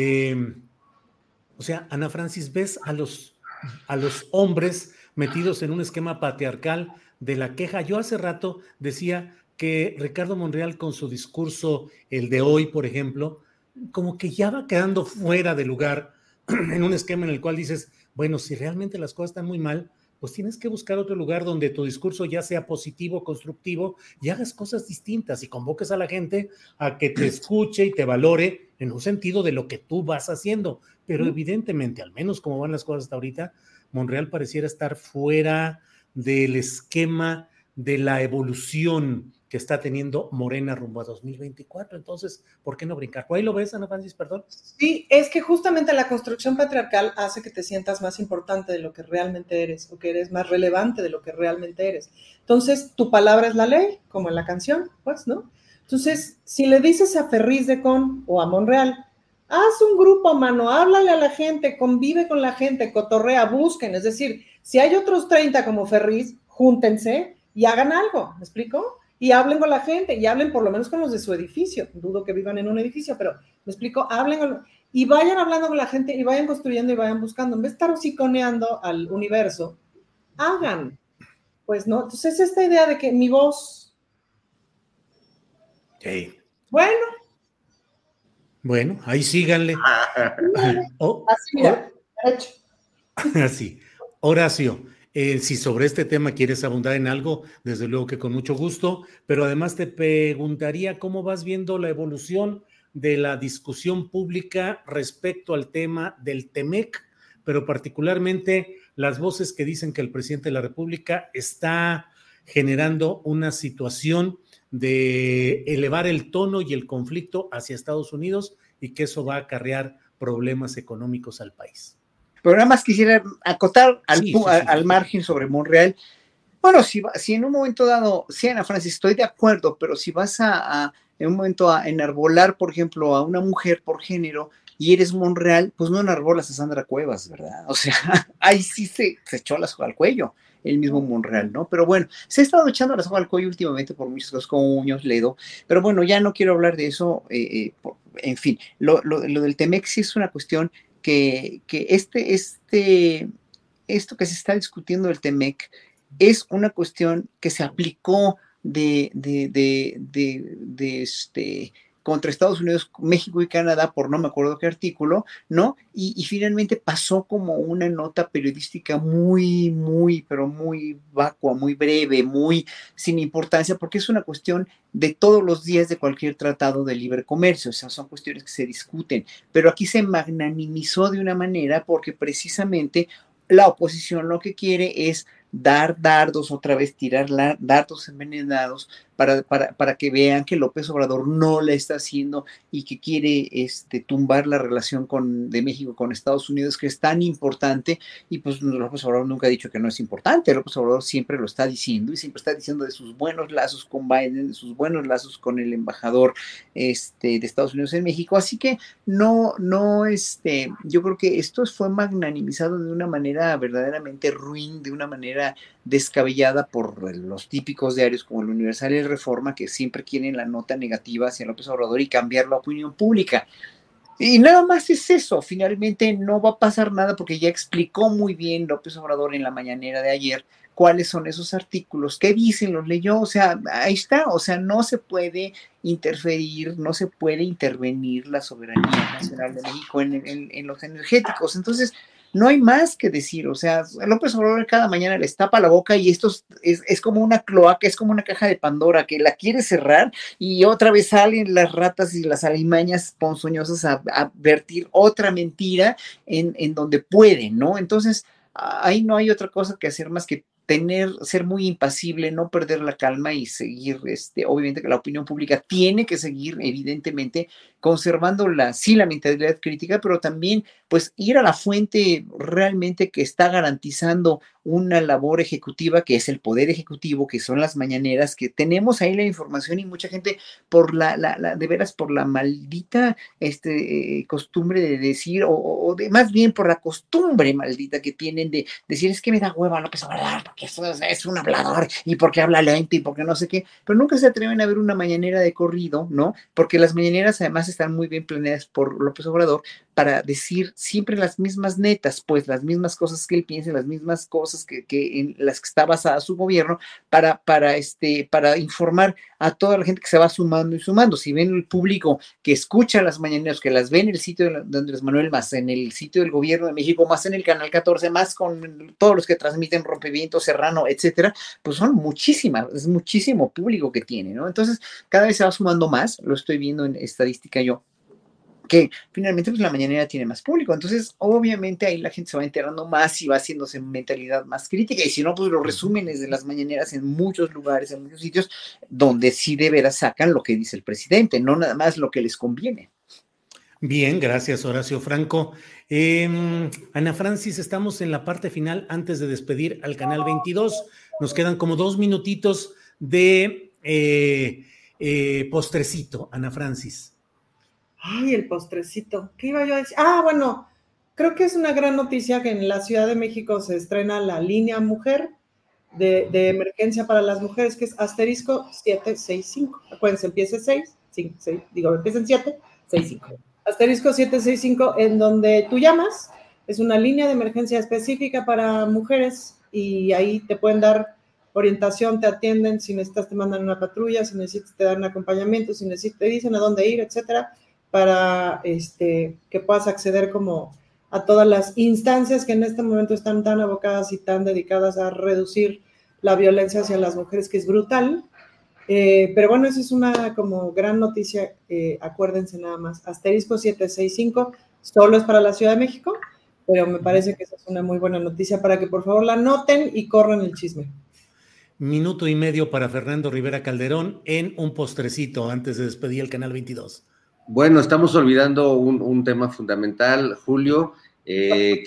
o sea, Ana Francis, ¿ves a los hombres metidos en un esquema patriarcal de la queja? Yo hace rato decía que Ricardo Monreal con su discurso, el de hoy, por ejemplo, como que ya va quedando fuera de lugar en un esquema en el cual dices, bueno, si realmente las cosas están muy mal, pues tienes que buscar otro lugar donde tu discurso ya sea positivo, constructivo, y hagas cosas distintas y convoques a la gente a que te escuche y te valore en un sentido de lo que tú vas haciendo. Pero evidentemente, al menos como van las cosas hasta ahorita, Monreal pareciera estar fuera del esquema de la evolución que está teniendo Morena rumbo a 2024. Entonces, ¿por qué no brincar? ¿Por ahí lo ves, Ana Francis? Perdón. Sí, es que justamente la construcción patriarcal hace que te sientas más importante de lo que realmente eres, o que eres más relevante de lo que realmente eres. Entonces, tu palabra es la ley, como en la canción, pues, ¿no? Entonces, si le dices a Ferriz de Con o a Monreal, haz un grupo, mano, háblale a la gente, convive con la gente, cotorrea, busquen. Es decir, si hay otros 30 como Ferriz, júntense y hagan algo, ¿me explico? Y hablen con la gente, y hablen por lo menos con los de su edificio. Dudo que vivan en un edificio, pero ¿me explico? Hablen y vayan hablando con la gente y vayan construyendo y vayan buscando. En vez de estar hociconeando al universo, hagan. Pues no, entonces esta idea de que mi voz... Hey. Bueno, ahí síganle. Así, mira, derecho. Así. Horacio, si sobre este tema quieres abundar en algo, desde luego que con mucho gusto, pero además te preguntaría cómo vas viendo la evolución de la discusión pública respecto al tema del TEMEC, pero particularmente las voces que dicen que el presidente de la República está generando una situación de elevar el tono y el conflicto hacia Estados Unidos y que eso va a acarrear problemas económicos al país. Pero nada más quisiera acotar al margen sobre Monreal. Bueno, si en un momento dado, sí, Ana Francis, estoy de acuerdo, pero si vas en un momento a enarbolar, por ejemplo, a una mujer por género y eres Monreal, pues no enarbolas a Sandra Cuevas, ¿verdad? O sea, ahí sí se echó la soga al cuello el mismo Monreal, ¿no? Pero bueno, se ha estado echando la soga al cuello últimamente por muchas cosas como Muñoz Ledo, pero bueno, ya no quiero hablar de eso, en fin, lo del Temex sí es una cuestión que esto que se está discutiendo del Temec es una cuestión que se aplicó contra Estados Unidos, México y Canadá por no me acuerdo qué artículo, ¿no? Y finalmente pasó como una nota periodística pero muy vacua, muy breve, muy sin importancia, porque es una cuestión de todos los días de cualquier tratado de libre comercio, o sea, son cuestiones que se discuten, pero aquí se magnanimizó de una manera porque precisamente la oposición lo que quiere es dar dardos otra vez, tirar dardos envenenados para que vean que López Obrador no la está haciendo y que quiere tumbar la relación de México con Estados Unidos, que es tan importante, y pues López Obrador nunca ha dicho que no es importante. López Obrador siempre lo está diciendo y siempre está diciendo de sus buenos lazos con Biden, de sus buenos lazos con el embajador de Estados Unidos en México, así que yo creo que esto fue magnanimizado de una manera verdaderamente ruin, de una manera descabellada por los típicos diarios como el Universal y el Reforma, que siempre quieren la nota negativa hacia López Obrador y cambiar la opinión pública. Y nada más es eso, finalmente no va a pasar nada porque ya explicó muy bien López Obrador en la mañanera de ayer cuáles son esos artículos, qué dicen, los leyó, o sea, ahí está, o sea, no se puede interferir, no se puede intervenir la soberanía nacional de México en los energéticos. Entonces, no hay más que decir, o sea, López Obrador cada mañana les tapa la boca y esto es como una cloaca, es como una caja de Pandora que la quiere cerrar y otra vez salen las ratas y las alimañas ponzoñosas a vertir otra mentira en donde pueden, ¿no? Entonces, ahí no hay otra cosa que hacer más que ser muy impasible, no perder la calma y seguir, obviamente que la opinión pública tiene que seguir, evidentemente, conservando la mentalidad crítica, pero también, pues, ir a la fuente realmente que está garantizando una labor ejecutiva, que es el poder ejecutivo, que son las mañaneras, que tenemos ahí la información y mucha gente de veras por la maldita costumbre de decir, más bien por la costumbre maldita que tienen de decir, es que me da hueva López Obrador, porque eso es un hablador, y porque habla lento, y porque no sé qué, pero nunca se atreven a ver una mañanera de corrido, ¿no? Porque las mañaneras además están muy bien planeadas por López Obrador para decir siempre las mismas netas, pues las mismas cosas que él piensa, las mismas cosas que en las que está basada su gobierno, para informar a toda la gente que se va sumando y sumando. Si ven el público que escucha las mañaneras, que las ve en el sitio de Andrés Manuel, más en el sitio del gobierno de México, más en el canal 14, más con todos los que transmiten Rompeviento, Serrano, etcétera, pues son es muchísimo público que tiene, ¿no? Entonces, cada vez se va sumando más, lo estoy viendo en estadística yo, que finalmente pues la mañanera tiene más público, entonces obviamente ahí la gente se va enterando más y va haciéndose mentalidad más crítica, y si no, pues los resúmenes de las mañaneras en muchos lugares, en muchos sitios, donde sí de veras sacan lo que dice el presidente, no nada más lo que les conviene. Bien, gracias Horacio Franco. Ana Francis, estamos en la parte final antes de despedir al Canal 22, nos quedan como 2 minutitos de postrecito, Ana Francis. Ay, el postrecito. ¿Qué iba yo a decir? Ah, bueno, creo que es una gran noticia que en la Ciudad de México se estrena la línea mujer de emergencia para las mujeres, que es asterisco 765. Acuérdense, empieza 6, empieza en 7, 65. Asterisco 765, en donde tú llamas, es una línea de emergencia específica para mujeres y ahí te pueden dar orientación, te atienden, si necesitas te mandan una patrulla, si necesitas te dan acompañamiento, si necesitas te dicen a dónde ir, etcétera, para que puedas acceder como a todas las instancias que en este momento están tan abocadas y tan dedicadas a reducir la violencia hacia las mujeres, que es brutal. Pero bueno, eso es una como gran noticia, acuérdense nada más, asterisco 765, solo es para la Ciudad de México, pero me parece que esa es una muy buena noticia para que por favor la noten y corran el chisme. Minuto y medio para Fernando Rivera Calderón en un postrecito antes de despedir el Canal 22. Bueno, estamos olvidando un tema fundamental, Julio, el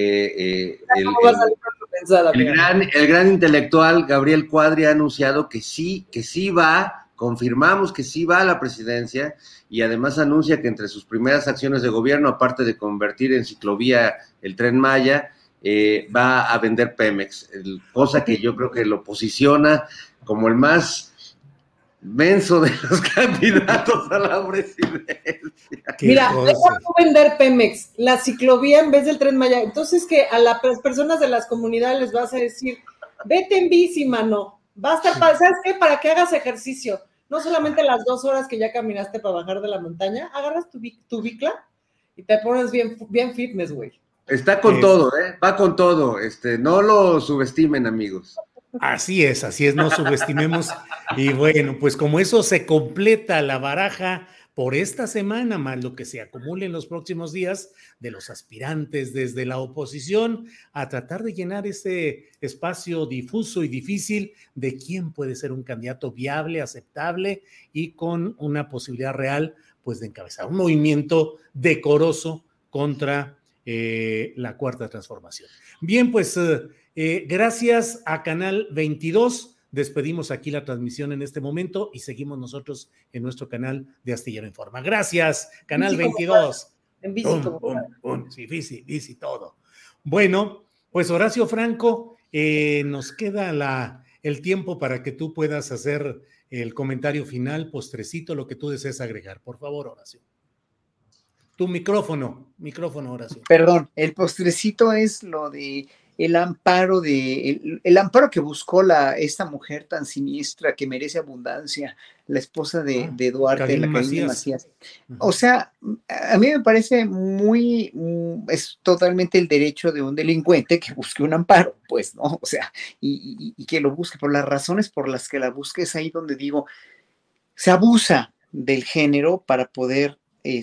gran intelectual Gabriel Cuadri ha anunciado que sí va, confirmamos que sí va a la presidencia, y además anuncia que entre sus primeras acciones de gobierno, aparte de convertir en ciclovía el Tren Maya, va a vender Pemex, cosa que yo creo que lo posiciona como el más menso de los candidatos a la presidencia. Mira, deja de vender Pemex, la ciclovía en vez del Tren Maya. Entonces que a las personas de las comunidades les vas a decir, vete en bici, mano, va a estar, ¿sabes qué? Para que hagas ejercicio, no solamente las 2 horas que ya caminaste para bajar de la montaña, agarras tu bicla y te pones bien fitness, güey. Está con todo, va con todo, no lo subestimen, amigos. Así es, no subestimemos. Y bueno, pues como eso se completa la baraja por esta semana, más lo que se acumule en los próximos días de los aspirantes desde la oposición a tratar de llenar ese espacio difuso y difícil de quién puede ser un candidato viable, aceptable y con una posibilidad real, pues de encabezar un movimiento decoroso contra la Cuarta Transformación. Bien, pues gracias a Canal 22. Despedimos aquí la transmisión en este momento y seguimos nosotros en nuestro canal de Astillero Informa. Gracias, Canal 22. En bici Sí, bici, todo. Bueno, pues Horacio Franco, nos queda el tiempo para que tú puedas hacer el comentario final, postrecito, lo que tú desees agregar. Por favor, Horacio. Tu micrófono, Horacio. Perdón, el postrecito es lo de el amparo el amparo que buscó esta mujer tan siniestra que merece abundancia, la esposa de Duarte, Karine la Karine Macías. O sea, a mí me parece es totalmente el derecho de un delincuente que busque un amparo, pues, ¿no? O sea, y que lo busque por las razones por las que la busque, es ahí donde digo, se abusa del género para poder,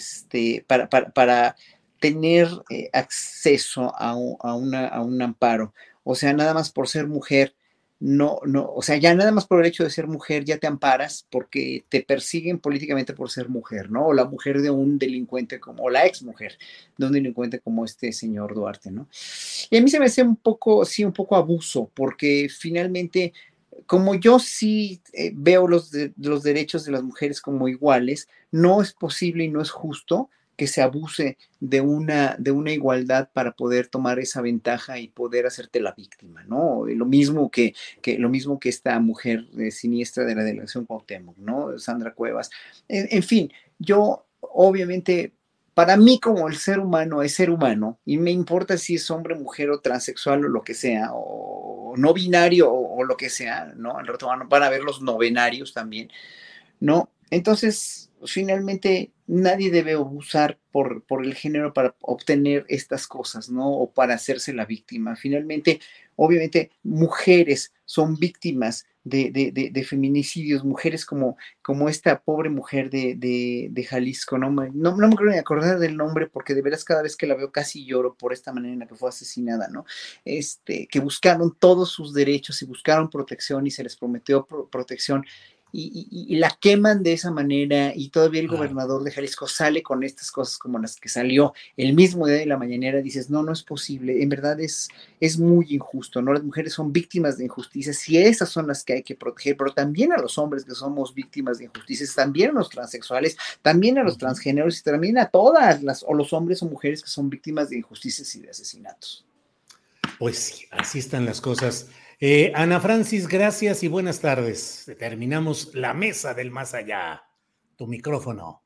para tener acceso a un amparo. O sea, nada más por ser mujer, o sea, ya nada más por el hecho de ser mujer ya te amparas porque te persiguen políticamente por ser mujer, ¿no? O la mujer de un delincuente o la ex mujer de un delincuente como este señor Duarte, ¿no? Y a mí se me hace un poco abuso, porque finalmente, como yo sí veo los derechos de las mujeres como iguales, no es posible y no es justo que se abuse de una igualdad para poder tomar esa ventaja y poder hacerte la víctima, ¿no? Lo mismo que esta mujer siniestra de la delegación Cuauhtémoc, ¿no? Sandra Cuevas. En fin, yo obviamente, para mí como el ser humano es ser humano y me importa si es hombre, mujer o transexual o lo que sea, o no binario o lo que sea, ¿no? Al rato van a ver los no binarios también, ¿no? Entonces, finalmente, nadie debe abusar por el género para obtener estas cosas, ¿no? O para hacerse la víctima. Finalmente, obviamente, mujeres son víctimas de feminicidios, mujeres como esta pobre mujer de Jalisco, no me quiero ni acordar del nombre porque de veras cada vez que la veo casi lloro por esta manera en la que fue asesinada, ¿no? Que buscaron todos sus derechos y buscaron protección y se les prometió protección. Y la queman de esa manera y todavía el gobernador de Jalisco sale con estas cosas como las que salió el mismo día de la mañanera. Dices, no es posible, en verdad es muy injusto, ¿no? Las mujeres son víctimas de injusticias y esas son las que hay que proteger, pero también a los hombres que somos víctimas de injusticias, también a los transexuales, también a los transgéneros y también a todas los hombres o mujeres que son víctimas de injusticias y de asesinatos. Pues sí, así están las cosas. Ana Francis, gracias y buenas tardes. Terminamos la mesa del más allá. Tu micrófono.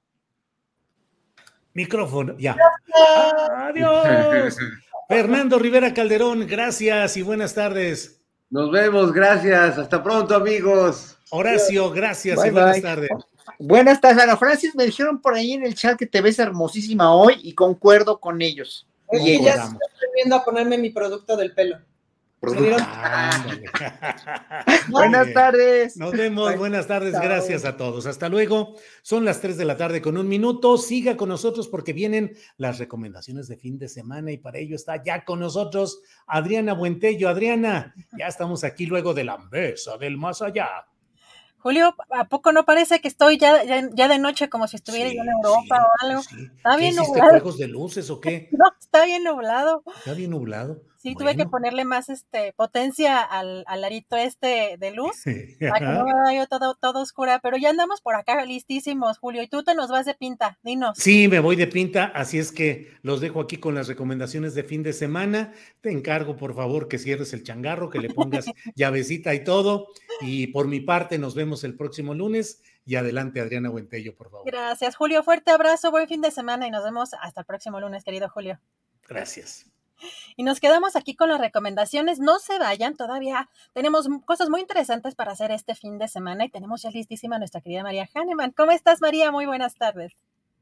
Ya. Adiós. Fernando Rivera Calderón, gracias y buenas tardes. Nos vemos, gracias. Hasta pronto, amigos. Horacio, gracias y buenas tardes. Buenas tardes, Ana Francis. Me dijeron por ahí en el chat que te ves hermosísima hoy y concuerdo con ellos. Oye, ya estoy viendo a ponerme mi producto del pelo. Buenas tardes. Nos vemos, buenas tardes, gracias a todos. Hasta luego. Son las 3 de la tarde con 1 minuto. Siga con nosotros porque vienen las recomendaciones de fin de semana y para ello está ya con nosotros Adriana Buentello. Adriana, ya estamos aquí luego de la mesa del más allá. Julio, ¿a poco no parece que estoy ya de noche como si estuviera yo en Europa o algo? Sí. Está bien ¿Hiciste nublado. juegos de luces o qué? No, está bien nublado. Está bien nublado. Sí, Bueno. tuve que ponerle más potencia al arito de luz para que no me vaya todo oscura, pero ya andamos por acá listísimos, Julio, y tú te nos vas de pinta, dinos. Sí, me voy de pinta, así es que los dejo aquí con las recomendaciones de fin de semana. Te encargo, por favor, que cierres el changarro, que le pongas llavecita y todo, y por mi parte nos vemos el próximo lunes, y adelante, Adriana Buentello, por favor. Gracias, Julio, fuerte abrazo, buen fin de semana y nos vemos hasta el próximo lunes, querido Julio. Gracias. Y nos quedamos aquí con las recomendaciones. No se vayan, todavía tenemos cosas muy interesantes para hacer este fin de semana y tenemos ya listísima a nuestra querida María Hahnemann. ¿Cómo estás, María? Muy buenas tardes.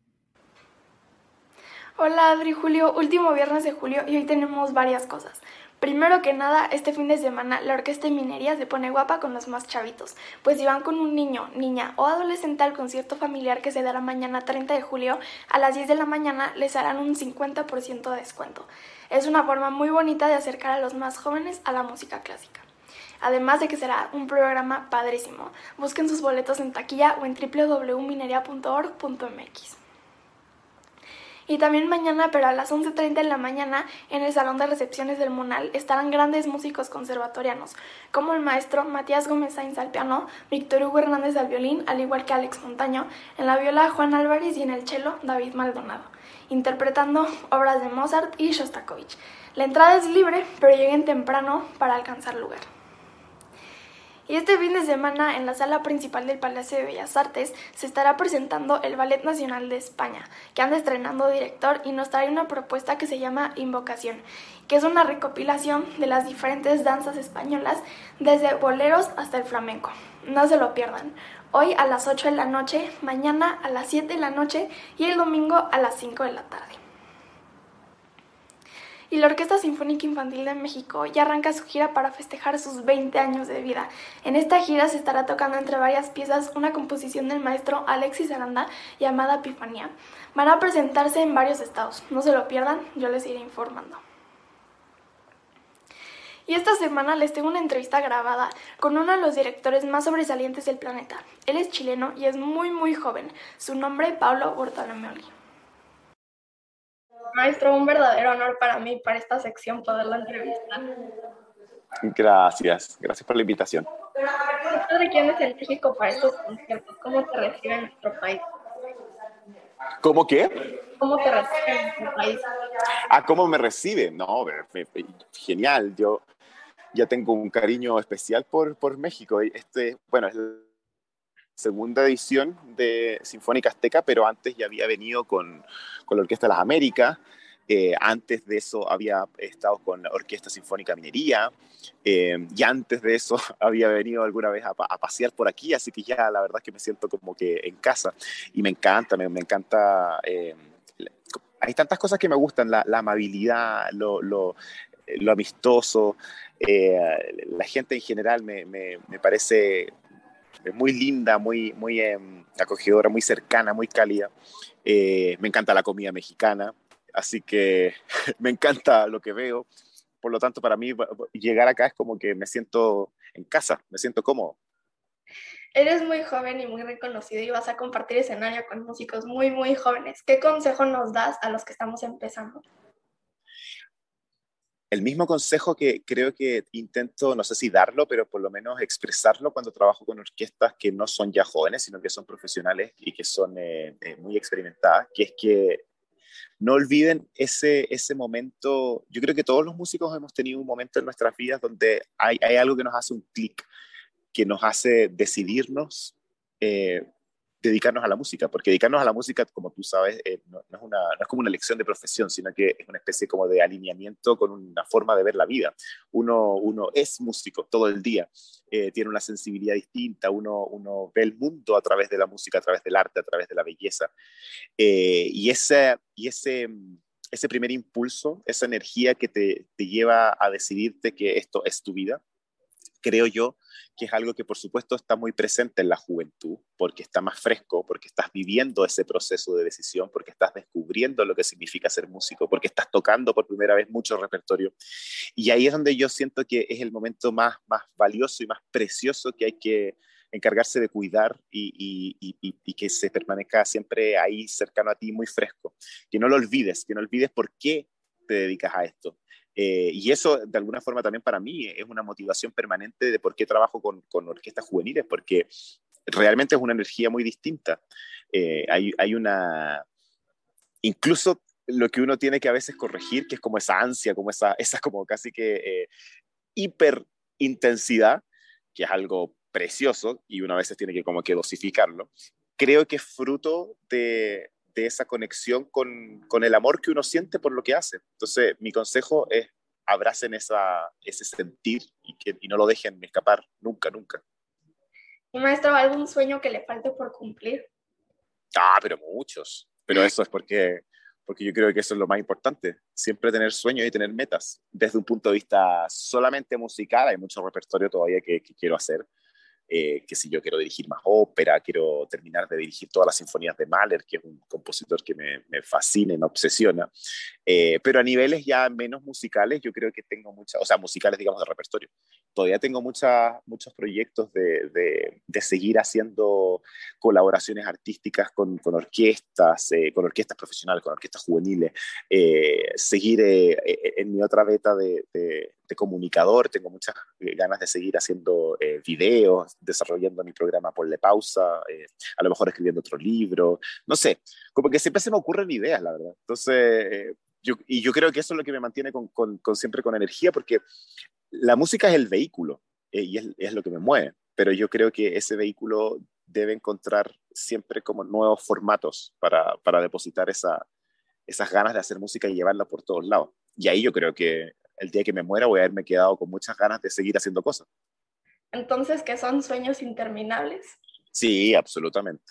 Hola, Adri, Julio. Último viernes de julio y hoy tenemos varias cosas. Primero que nada, este fin de semana la Orquesta de Minería se pone guapa con los más chavitos, pues si van con un niño, niña o adolescente al concierto familiar que se dará mañana 30 de julio, a las 10 de la mañana les harán un 50% de descuento. Es una forma muy bonita de acercar a los más jóvenes a la música clásica. Además de que será un programa padrísimo. Busquen sus boletos en taquilla o en www.mineria.org.mx. Y también mañana, pero a las 11:30 de la mañana, en el Salón de Recepciones del Munal, estarán grandes músicos conservatorianos, como el maestro Matías Gómez Sainz al piano, Víctor Hugo Hernández al violín, al igual que Alex Montaño, en la viola Juan Álvarez y en el cello David Maldonado, interpretando obras de Mozart y Shostakovich. La entrada es libre, pero lleguen temprano para alcanzar lugar. Y este fin de semana, en la sala principal del Palacio de Bellas Artes, se estará presentando el Ballet Nacional de España, que anda estrenando director y nos trae una propuesta que se llama Invocación, que es una recopilación de las diferentes danzas españolas, desde boleros hasta el flamenco. No se lo pierdan. Hoy a las 8 de la noche, mañana a las 7 de la noche y el domingo a las 5 de la tarde. Y la Orquesta Sinfónica Infantil de México ya arranca su gira para festejar sus 20 años de vida. En esta gira se estará tocando entre varias piezas una composición del maestro Alexis Aranda llamada Epifanía. Van a presentarse en varios estados. No se lo pierdan, yo les iré informando. Y esta semana les tengo una entrevista grabada con uno de los directores más sobresalientes del planeta. Él es chileno y es muy joven. Su nombre es Paulo Bortolomeoli. Maestro, un verdadero honor para mí, para esta sección, poderla entrevistar. Gracias por la invitación. ¿Usted de quién es en México para estos conciertos? ¿Cómo te recibe en nuestro país? ¿Cómo qué? ¿Cómo te recibe en nuestro país? ¿Cómo me recibe? No, genial. Yo ya tengo un cariño especial por México. Es la segunda edición de Sinfónica Azteca, pero antes ya había venido con la Orquesta de las Américas. Antes de eso había estado con la Orquesta Sinfónica Minería, y antes de eso había venido alguna vez a pasear por aquí, así que ya la verdad es que me siento como que en casa, y me encanta, hay tantas cosas que me gustan, la amabilidad, lo amistoso, la gente en general me parece muy linda, muy acogedora, muy cercana, muy cálida. Me encanta la comida mexicana, así que me encanta lo que veo. Por lo tanto, para mí llegar acá es como que me siento en casa, me siento cómodo. Eres muy joven y muy reconocido y vas a compartir escenario con músicos muy jóvenes. ¿Qué consejo nos das a los que estamos empezando? El mismo consejo que creo que intento, no sé si darlo, pero por lo menos expresarlo cuando trabajo con orquestas que no son ya jóvenes, sino que son profesionales y que son muy experimentadas, que es que no olviden ese momento. Yo creo que todos los músicos hemos tenido un momento en nuestras vidas donde hay algo que nos hace un clic, que nos hace decidirnos dedicarnos a la música, porque dedicarnos a la música, como tú sabes, no es como una elección de profesión, sino que es una especie como de alineamiento con una forma de ver la vida. Uno es músico todo el día, tiene una sensibilidad distinta, uno ve el mundo a través de la música, a través del arte, a través de la belleza, y ese ese primer impulso, esa energía que te lleva a decidirte que esto es tu vida, creo yo que es algo que por supuesto está muy presente en la juventud, porque está más fresco, porque estás viviendo ese proceso de decisión, porque estás descubriendo lo que significa ser músico, porque estás tocando por primera vez mucho repertorio. Y ahí es donde yo siento que es el momento más valioso y más precioso que hay que encargarse de cuidar y que se permanezca siempre ahí cercano a ti, muy fresco. Que no olvides por qué te dedicas a esto. Y eso, de alguna forma, también para mí es una motivación permanente de por qué trabajo con orquestas juveniles, porque realmente es una energía muy distinta. Hay una... Incluso lo que uno tiene que a veces corregir, que es como esa ansia, como esa como casi que hiperintensidad, que es algo precioso y uno a veces tiene que como que dosificarlo. Creo que es fruto de esa conexión con el amor que uno siente por lo que hace. Entonces, mi consejo es abracen ese sentir y no lo dejen escapar nunca, nunca. ¿Y maestro, algún sueño que le falte por cumplir? Pero muchos. Pero eso es porque yo creo que eso es lo más importante. Siempre tener sueños y tener metas. Desde un punto de vista solamente musical, hay mucho repertorio todavía que quiero hacer. Que si yo quiero dirigir más ópera, quiero terminar de dirigir todas las sinfonías de Mahler, que es un compositor que me fascina y me obsesiona, pero a niveles ya menos musicales, yo creo que tengo muchas, o sea, musicales digamos de repertorio, todavía tengo muchos proyectos de seguir haciendo colaboraciones artísticas con orquestas profesionales, con orquestas juveniles, seguir en mi otra beta de comunicador, tengo muchas ganas de seguir haciendo videos, desarrollando mi programa Ponle Pausa, a lo mejor escribiendo otro libro, no sé, como que siempre se me ocurren ideas, la verdad. Entonces, yo creo que eso es lo que me mantiene siempre con energía, porque la música es el vehículo y es lo que me mueve, pero yo creo que ese vehículo debe encontrar siempre como nuevos formatos para depositar esas ganas de hacer música y llevarla por todos lados. Y ahí yo creo que el día que me muera voy a haberme quedado con muchas ganas de seguir haciendo cosas. Entonces, ¿que son sueños interminables? Sí, absolutamente.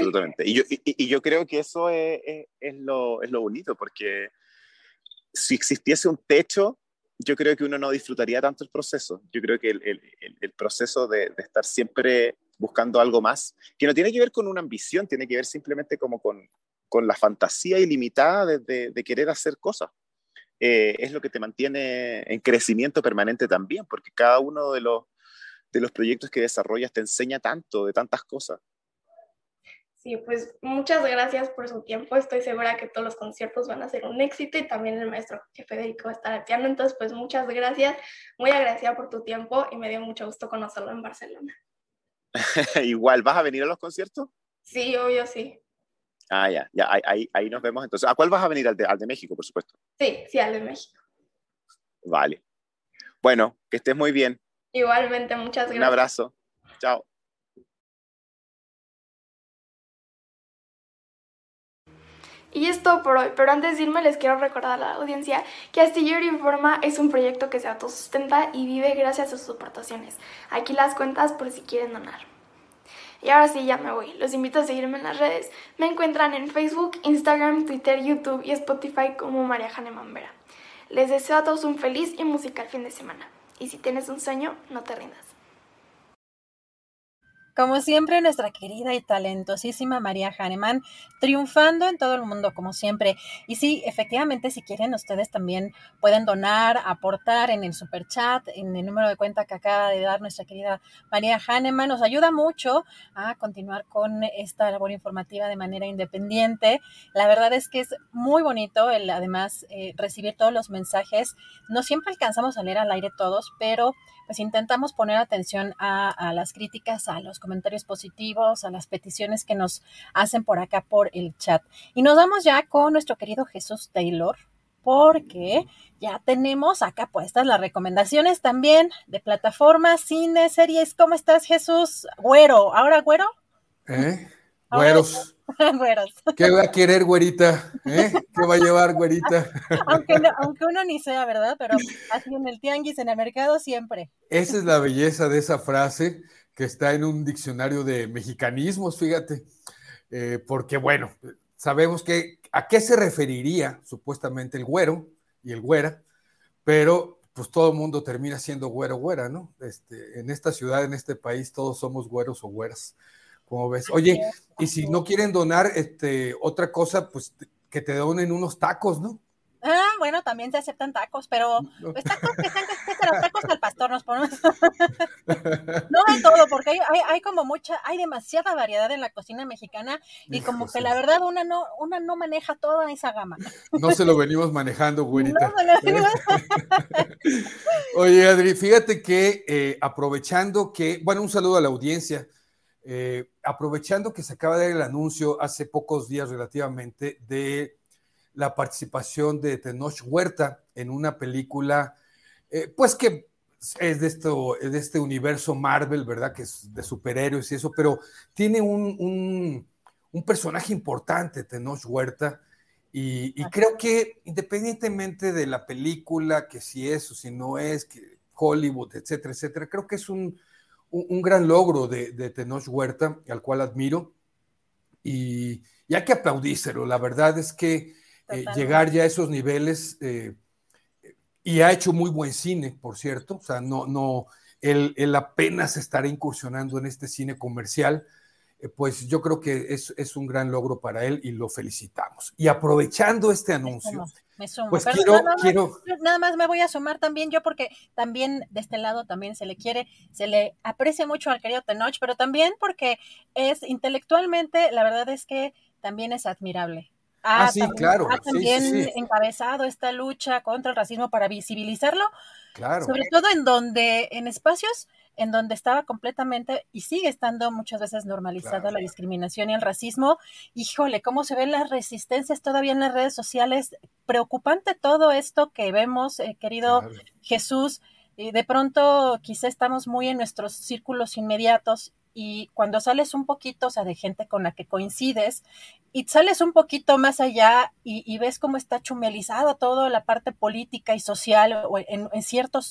Y yo creo que eso es lo bonito, porque si existiese un techo, yo creo que uno no disfrutaría tanto el proceso. Yo creo que el proceso de estar siempre buscando algo más, que no tiene que ver con una ambición, tiene que ver simplemente como con la fantasía ilimitada de querer hacer cosas. Es lo que te mantiene en crecimiento permanente también, porque cada uno de los proyectos que desarrollas te enseña tanto de tantas cosas. Sí, pues muchas gracias por su tiempo. Estoy segura que todos los conciertos van a ser un éxito y también el maestro que Federico va a estar al piano. Entonces, pues muchas gracias. Muy agradecida por tu tiempo y me dio mucho gusto conocerlo en Barcelona. Igual, ¿vas a venir a los conciertos? Sí, obvio, sí. Ya, ahí nos vemos entonces. ¿A cuál vas a venir? Al de México, por supuesto. Sí, al de México. Vale. Bueno, que estés muy bien. Igualmente, muchas gracias. Un abrazo. Chao. Y es todo por hoy, pero antes de irme les quiero recordar a la audiencia que Astillero Informa es un proyecto que se autosustenta y vive gracias a sus aportaciones. Aquí las cuentas por si quieren donar. Y ahora sí, ya me voy. Los invito a seguirme en las redes. Me encuentran en Facebook, Instagram, Twitter, YouTube y Spotify como María Hahnemann Vera. Les deseo a todos un feliz y musical fin de semana. Y si tienes un sueño, no te rindas. Como siempre, nuestra querida y talentosísima María Hahnemann, triunfando en todo el mundo, como siempre. Y sí, efectivamente, si quieren, ustedes también pueden donar, aportar en el superchat, en el número de cuenta que acaba de dar nuestra querida María Hahnemann. Nos ayuda mucho a continuar con esta labor informativa de manera independiente. La verdad es que es muy bonito además, recibir todos los mensajes. No siempre alcanzamos a leer al aire todos, pero pues intentamos poner atención a las críticas, a los comentarios positivos, a las peticiones que nos hacen por acá por el chat. Y nos vamos ya con nuestro querido Jesús Taylor, porque ya tenemos acá puestas las recomendaciones también de plataformas, cine, series. ¿Cómo estás, Jesús? Güero, ¿ahora güero? Güeros. Güeros. ¿Qué va a querer, güerita? ¿Qué va a llevar, güerita? aunque uno ni sea, ¿verdad? Pero así en el tianguis, en el mercado, siempre. Esa es la belleza de esa frase que está en un diccionario de mexicanismos, fíjate. Porque, bueno, sabemos a qué se referiría supuestamente el güero y el güera, pero pues todo el mundo termina siendo güero o güera, ¿no? En esta ciudad, en este país, todos somos güeros o güeras, como ves. Oye, y si no quieren donar otra cosa, pues que te donen unos tacos, ¿no? Bueno, también se aceptan tacos, pero pues tacos que sean los tacos al pastor, nos ponemos. No de todo, porque hay como hay demasiada variedad en la cocina mexicana y como que la verdad una no maneja toda esa gama. No se lo venimos manejando, güerita. No. Oye, Adri, fíjate que aprovechando un saludo a la audiencia, aprovechando que se acaba de dar el anuncio hace pocos días relativamente de la participación de Tenoch Huerta en una película, pues que es de este universo Marvel, ¿verdad? Que es de superhéroes y eso, pero tiene un personaje importante, Tenoch Huerta, y creo que independientemente de la película, que si es o si no es, que Hollywood, etcétera, etcétera, creo que es un gran logro de Tenoch Huerta, al cual admiro, y hay que aplaudírselo. La verdad es que llegar ya a esos niveles, y ha hecho muy buen cine, por cierto, o sea, él apenas estará incursionando en este cine comercial, pues yo creo que es un gran logro para él y lo felicitamos. Y aprovechando este anuncio, me sumo. Pues nada más me voy a sumar también yo, porque también de este lado también se le aprecia mucho al querido Tenoch, pero también porque es intelectualmente, la verdad es que también es admirable. Sí, claro. Ha también encabezado esta lucha contra el racismo para visibilizarlo, claro. Sobre todo en espacios en donde estaba completamente y sigue estando muchas veces normalizada la discriminación y el racismo. Híjole, cómo se ven las resistencias todavía en las redes sociales. Preocupante todo esto que vemos, querido Jesús. De pronto quizá estamos muy en nuestros círculos inmediatos, y cuando sales un poquito, o sea, de gente con la que coincides, y sales un poquito más allá y ves cómo está chumelizado toda la parte política y social en ciertos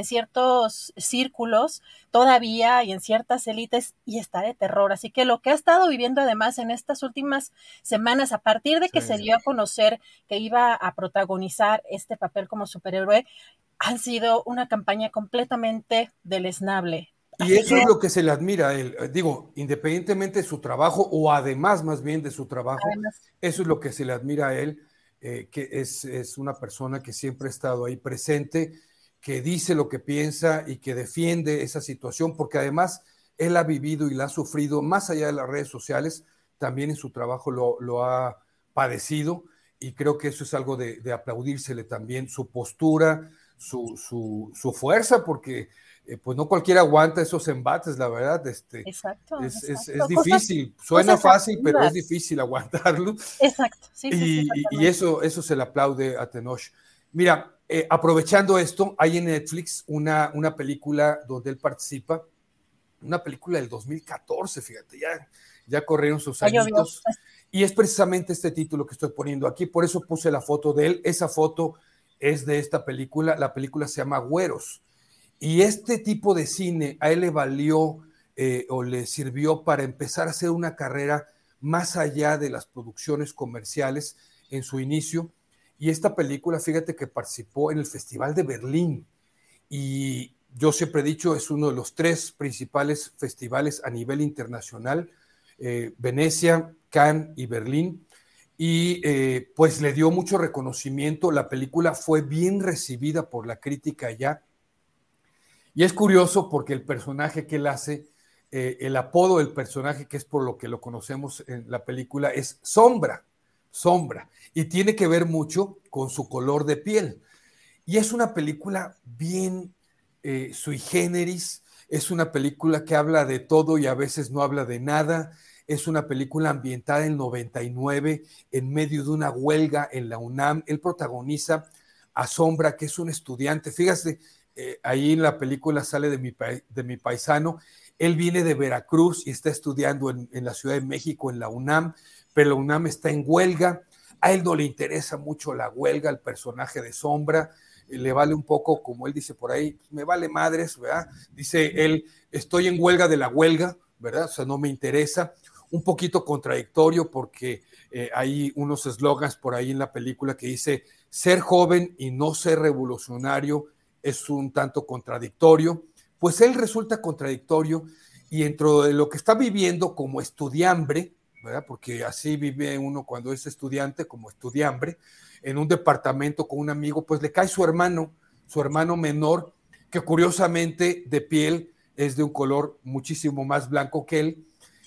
círculos todavía, y en ciertas élites, y está de terror. Así que lo que ha estado viviendo además en estas últimas semanas, a partir de que se dio a conocer que iba a protagonizar este papel como superhéroe, han sido una campaña completamente deleznable. Y eso es lo que se le admira a él. Digo, independientemente de su trabajo, o además más bien de su trabajo, eso es lo que se le admira a él, que es una persona que siempre ha estado ahí presente, que dice lo que piensa y que defiende esa situación, porque además él ha vivido y la ha sufrido más allá de las redes sociales, también en su trabajo lo ha padecido, y creo que eso es algo de aplaudírsele también, su postura, su fuerza, porque pues no cualquiera aguanta esos embates, la verdad. Exacto. Es difícil, suena fácil, pero es difícil aguantarlo. Exacto. Y eso se le aplaude a Tenoch. Mira, aprovechando esto, hay en Netflix una película donde él participa, una película del 2014, fíjate, ya corrieron sus añitos, y es precisamente este título que estoy poniendo aquí, por eso puse la foto de él. Esa foto es de esta película, la película se llama Güeros, y este tipo de cine a él le valió o le sirvió para empezar a hacer una carrera más allá de las producciones comerciales en su inicio. Y esta película, fíjate que participó en el Festival de Berlín, y yo siempre he dicho, es uno de los 3 principales festivales a nivel internacional, Venecia, Cannes y Berlín, y pues le dio mucho reconocimiento. La película fue bien recibida por la crítica allá, y es curioso porque el personaje que él hace, el apodo del personaje, que es por lo que lo conocemos en la película, es Sombra, y tiene que ver mucho con su color de piel. Y es una película bien sui generis, es una película que habla de todo y a veces no habla de nada. Es una película ambientada en el 99, en medio de una huelga en la UNAM. Él protagoniza a Sombra, que es un estudiante. Fíjate, ahí en la película sale de mi paisano. Él viene de Veracruz y está estudiando en la Ciudad de México, en la UNAM, pero la UNAM está en huelga. A él no le interesa mucho la huelga, el personaje de Sombra, le vale un poco, como él dice por ahí, me vale madres, ¿verdad? Dice él, estoy en huelga de la huelga, ¿verdad? O sea, no me interesa. un poquito contradictorio porque hay unos eslogans por ahí en la película que dice ser joven y no ser revolucionario es un tanto contradictorio. Pues él resulta contradictorio y dentro de lo que está viviendo como estudiambre, ¿verdad? Porque así vive uno cuando es estudiante, como estudiambre, en un departamento con un amigo, pues le cae su hermano menor, que curiosamente de piel es de un color muchísimo más blanco que él,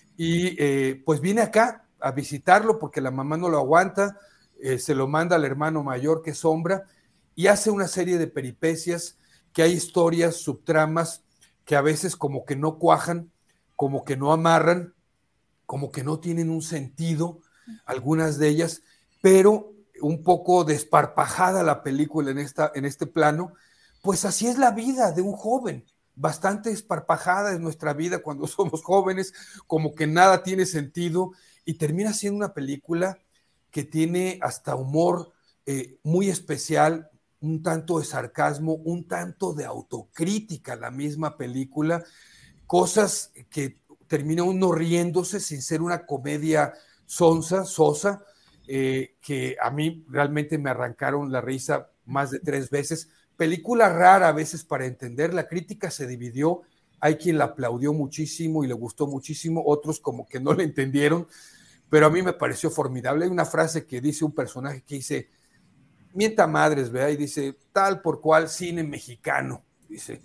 y pues viene acá a visitarlo porque la mamá no lo aguanta, se lo manda al hermano mayor que es Sombra, y hace una serie de peripecias, que hay historias, subtramas, que a veces como que no cuajan, como que no amarran, como que no tienen un sentido, algunas de ellas, pero un poco desparpajada la película en este plano, pues así es la vida de un joven, bastante desparpajada es nuestra vida cuando somos jóvenes, como que nada tiene sentido, y termina siendo una película que tiene hasta humor muy especial, un tanto de sarcasmo, un tanto de autocrítica la misma película, cosas que termina uno riéndose sin ser una comedia sosa, que a mí realmente me arrancaron la risa más de 3 veces. Película rara a veces para entender, la crítica se dividió, hay quien la aplaudió muchísimo y le gustó muchísimo, otros como que no le entendieron, pero a mí me pareció formidable. Hay una frase que dice un personaje que dice, mienta madres, ¿verdad? Y dice, tal por cual cine mexicano, dice,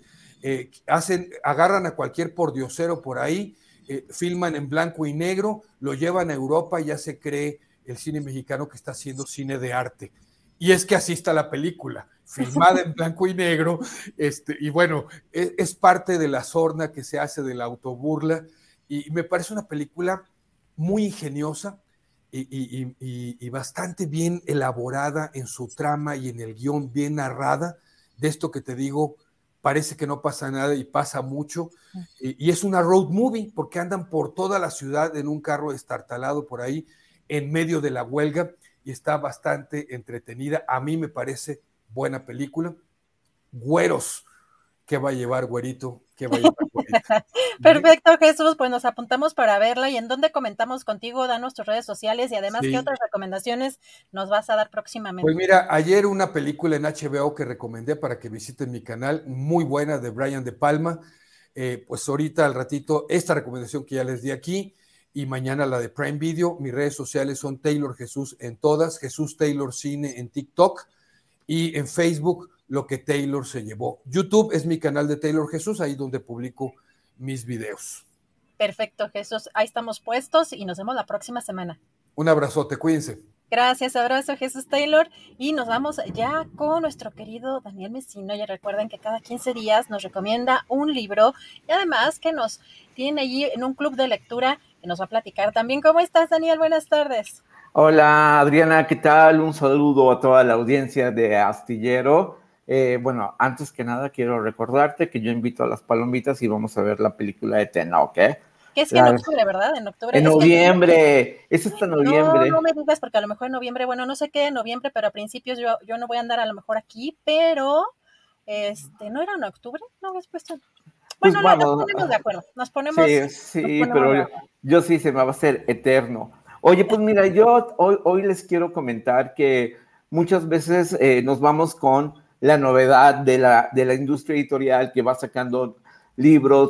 agarran a cualquier pordiosero por ahí, filman en blanco y negro, lo llevan a Europa y ya se cree el cine mexicano que está haciendo cine de arte. Y es que así está la película, filmada en blanco y negro, y bueno, es parte de la sorna que se hace de la autoburla, y me parece una película muy ingeniosa y bastante bien elaborada en su trama y en el guión, bien narrada, de esto que te digo, parece que no pasa nada y pasa mucho, y es una road movie, porque andan por toda la ciudad en un carro destartalado por ahí, en medio de la huelga, y está bastante entretenida. A mí me parece buena película. Güeros, ¿qué va a llevar, güerito? ¿Qué va a llevar, güerito? Perfecto, Jesús, pues nos apuntamos para verla. ¿Y en dónde comentamos contigo? Danos tus redes sociales y además, Sí. ¿qué otras recomendaciones nos vas a dar próximamente? Pues mira, ayer una película en HBO que recomendé para que visiten mi canal, muy buena, de Brian De Palma. Pues ahorita al ratito esta recomendación que ya les di aquí, y mañana la de Prime Video. Mis redes sociales son Taylor Jesús en todas, Jesús Taylor Cine en TikTok, y en Facebook Lo que Taylor se llevó. YouTube es mi canal de Taylor Jesús, ahí donde publico mis videos. Perfecto, Jesús, ahí estamos puestos y nos vemos la próxima semana. Un abrazote, cuídense. Gracias, abrazo, Jesús Taylor, y nos vamos ya con nuestro querido Daniel Mesino. Ya recuerden que cada 15 días nos recomienda un libro, y además que nos tiene allí en un club de lectura que nos va a platicar también. ¿Cómo estás, Daniel? Buenas tardes. Hola, Adriana, ¿qué tal? Un saludo a toda la audiencia de Astillero. Bueno, antes que nada quiero recordarte que yo invito a las palomitas y vamos a ver la película de Tenoch, ¿eh? Que es que en octubre, ¿verdad? En octubre. En noviembre, es hasta noviembre. No me digas, porque a lo mejor en noviembre, bueno, no sé qué en noviembre, pero a principios yo no voy a andar a lo mejor aquí, pero ¿no era en octubre? No, es puesto. Bueno, Pues nos ponemos de acuerdo, nos ponemos. Sí, pero yo sí se me va a hacer eterno. Oye, pues mira, yo hoy les quiero comentar que muchas veces nos vamos con la novedad de la industria editorial que va sacando libros,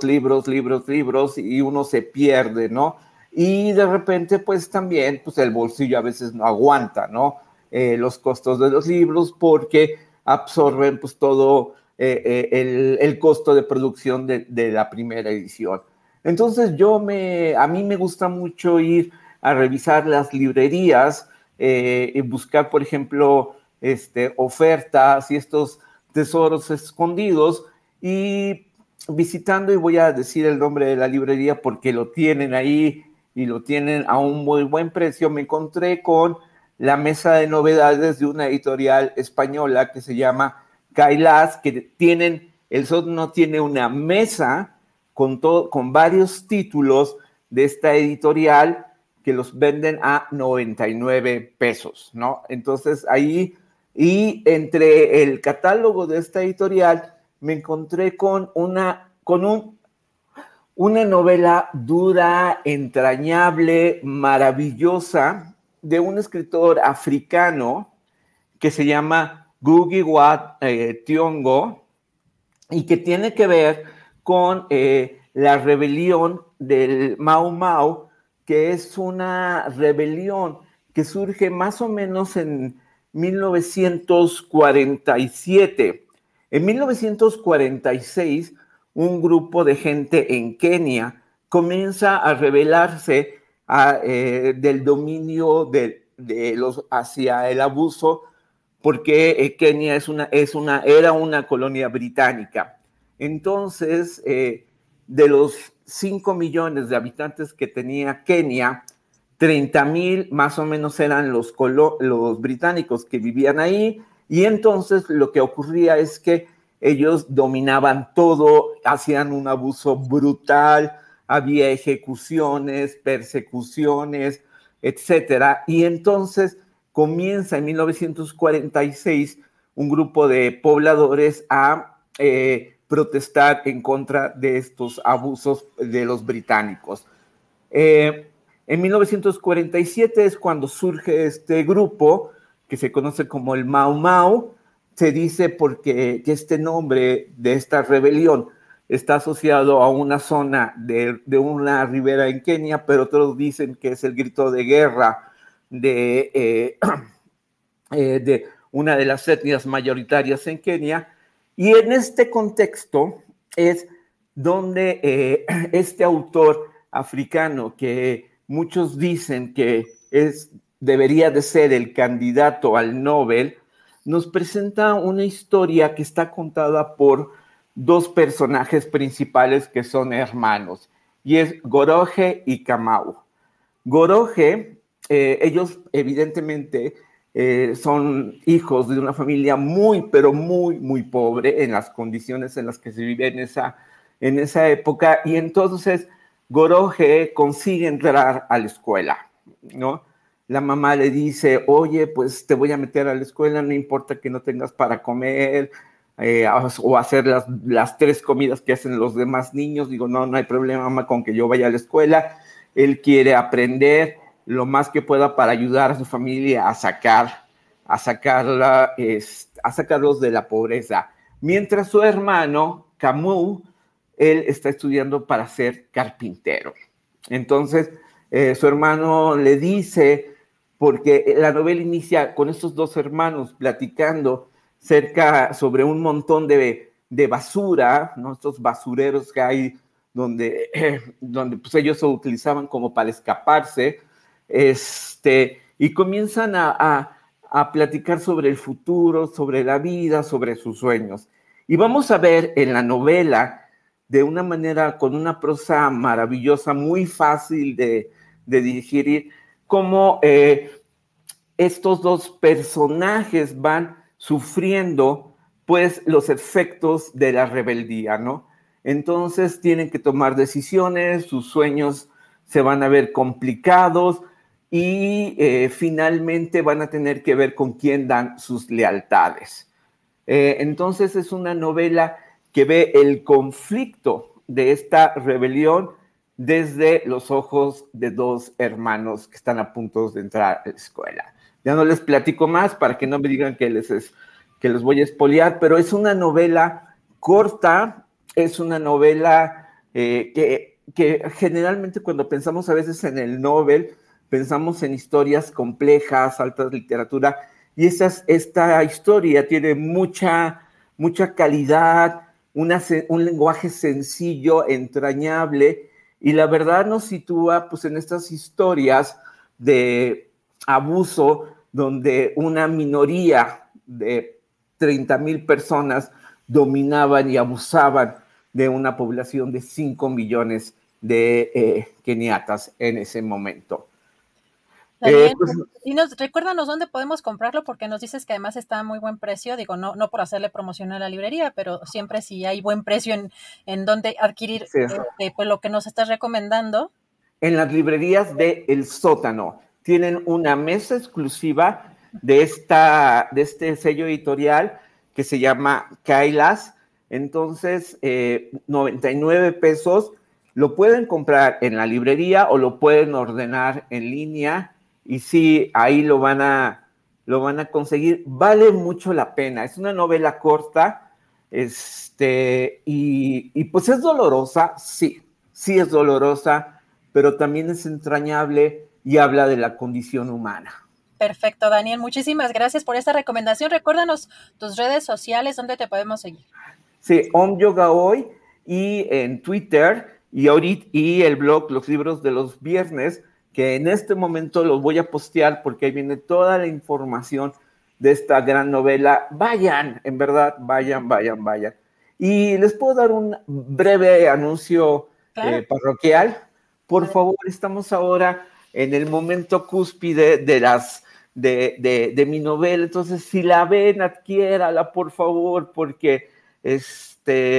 y uno se pierde, ¿no? Y de repente, pues también, pues el bolsillo a veces no aguanta, ¿no? Los costos de los libros, porque absorben pues todo el costo de producción de la primera edición. Entonces a mí me gusta mucho ir a revisar las librerías y buscar, por ejemplo, ofertas y estos tesoros escondidos, y visitando, y voy a decir el nombre de la librería porque lo tienen ahí y lo tienen a un muy buen precio, me encontré con la mesa de novedades de una editorial española que se llama Kailas, que el sótano tiene una mesa con varios títulos de esta editorial que los venden a 99 pesos, ¿no? Entonces ahí, y entre el catálogo de esta editorial me encontré con una novela dura, entrañable, maravillosa, de un escritor africano que se llama Ngugi wa Thiong'o, y que tiene que ver con la rebelión del Mau Mau, que es una rebelión que surge más o menos en 1947. En 1946, un grupo de gente en Kenia comienza a rebelarse del dominio hacia el abuso, porque Kenia era una colonia británica. Entonces, de los 5 millones de habitantes que tenía Kenia, 30,000 más o menos eran los británicos que vivían ahí, y entonces lo que ocurría es que ellos dominaban todo, hacían un abuso brutal, había ejecuciones, persecuciones, etcétera, y entonces comienza en 1946 un grupo de pobladores a protestar en contra de estos abusos de los británicos. En 1947 es cuando surge este grupo que se conoce como el Mau Mau. Se dice porque este nombre de esta rebelión está asociado a una zona de una ribera en Kenia, pero otros dicen que es el grito de guerra de una de las etnias mayoritarias en Kenia. Y en este contexto es donde este autor africano, que muchos dicen que debería de ser el candidato al Nobel, nos presenta una historia que está contada por dos personajes principales que son hermanos, y es Goroje y Kamau. Goroje, ellos evidentemente son hijos de una familia muy, pero muy, muy pobre en las condiciones en las que se vive en esa época, y entonces Goroje consigue entrar a la escuela, ¿no? La mamá le dice, oye, pues te voy a meter a la escuela, no importa que no tengas para comer, o hacer las 3 comidas que hacen los demás niños. Digo, no hay problema, mamá, con que yo vaya a la escuela. Él quiere aprender lo más que pueda para ayudar a su familia a sacarlos de la pobreza. Mientras su hermano, Kamau, él está estudiando para ser carpintero. Entonces, su hermano le dice, porque la novela inicia con estos dos hermanos platicando sobre un montón de basura, ¿no? Estos basureros que hay donde pues ellos se utilizaban como para escaparse, y comienzan a platicar sobre el futuro, sobre la vida, sobre sus sueños. Y vamos a ver en la novela, de una manera, con una prosa maravillosa, muy fácil de digerir, cómo estos dos personajes van sufriendo pues los efectos de la rebeldía, ¿no? Entonces tienen que tomar decisiones, sus sueños se van a ver complicados y finalmente van a tener que ver con quién dan sus lealtades. Entonces es una novela que ve el conflicto de esta rebelión desde los ojos de dos hermanos que están a punto de entrar a la escuela. Ya no les platico más para que no me digan que les voy a espolear, pero es una novela corta, es una novela que generalmente cuando pensamos a veces en el Nobel, pensamos en historias complejas, alta literatura, y esta historia tiene mucha calidad, un lenguaje sencillo, entrañable, y la verdad nos sitúa pues en estas historias de abuso donde una minoría de 30,000 personas dominaban y abusaban de una población de 5 millones de keniatas en ese momento. Y recuérdanos dónde podemos comprarlo, porque nos dices que además está a muy buen precio. Digo, no por hacerle promoción a la librería, pero siempre si hay buen precio en donde adquirir pues lo que nos estás recomendando. En las librerías de El Sótano tienen una mesa exclusiva de este sello editorial que se llama Kailas. Entonces, 99 pesos, Lo pueden comprar en la librería o lo pueden ordenar en línea y sí, ahí lo van a conseguir. Vale mucho la pena. Es una novela corta, y pues es dolorosa, sí es dolorosa, pero también es entrañable y habla de la condición humana. Perfecto, Daniel. Muchísimas gracias por esta recomendación. Recuérdanos tus redes sociales, ¿dónde te podemos seguir? Sí, Om Yoga Hoy, y en Twitter, y el blog Los Libros de los Viernes, que en este momento los voy a postear porque ahí viene toda la información de esta gran novela. Vayan, en verdad, vayan. Y les puedo dar un breve anuncio parroquial. Por favor, estamos ahora en el momento cúspide de mi novela. Entonces, si la ven, adquiérala, por favor, porque es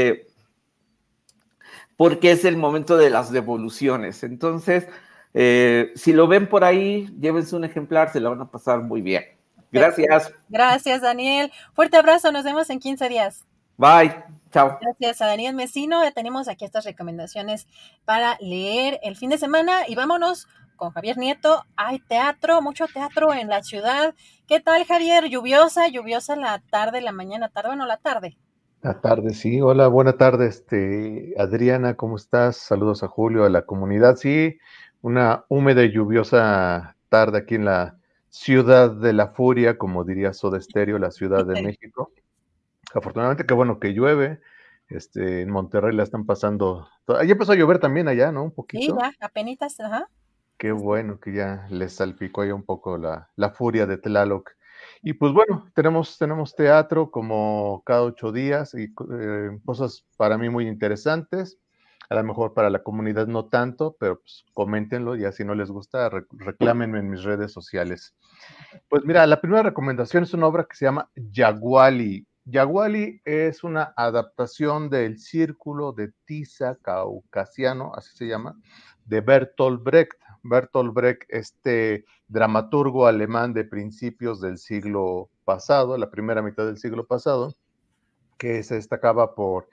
el momento de las devoluciones. Entonces, si lo ven por ahí, llévense un ejemplar, se la van a pasar muy bien. Gracias. Gracias, Daniel. Fuerte abrazo, nos vemos en 15 días. Bye, chao. Gracias a Daniel Mesino. Ya tenemos aquí estas recomendaciones para leer el fin de semana y vámonos con Javier Nieto. Hay teatro, mucho teatro en la ciudad. ¿Qué tal, Javier? Lluviosa la tarde, la mañana, tarde, bueno, la tarde. La tarde, sí. Hola, buena tarde, Adriana, ¿cómo estás? Saludos a Julio, a la comunidad. Sí, una húmeda y lluviosa tarde aquí en la ciudad de la furia, como diría Soda Stereo, la Ciudad de México. Afortunadamente, qué bueno que llueve. En Monterrey la están pasando. Ya empezó a llover también allá, ¿no? Un poquito. Sí, ya, apenitas, ajá. Qué bueno que ya les salpicó ahí un poco la furia de Tlaloc. Y pues bueno, tenemos teatro como cada 8 días y cosas para mí muy interesantes. A lo mejor para la comunidad no tanto, pero pues coméntenlo y así no les gusta, reclámenme en mis redes sociales. Pues mira, la primera recomendación es una obra que se llama Yaguali. Yaguali es una adaptación del Círculo de Tiza Caucasiano, así se llama, de Bertolt Brecht. Bertolt Brecht, dramaturgo alemán de principios del siglo pasado, la primera mitad del siglo pasado, que se destacaba por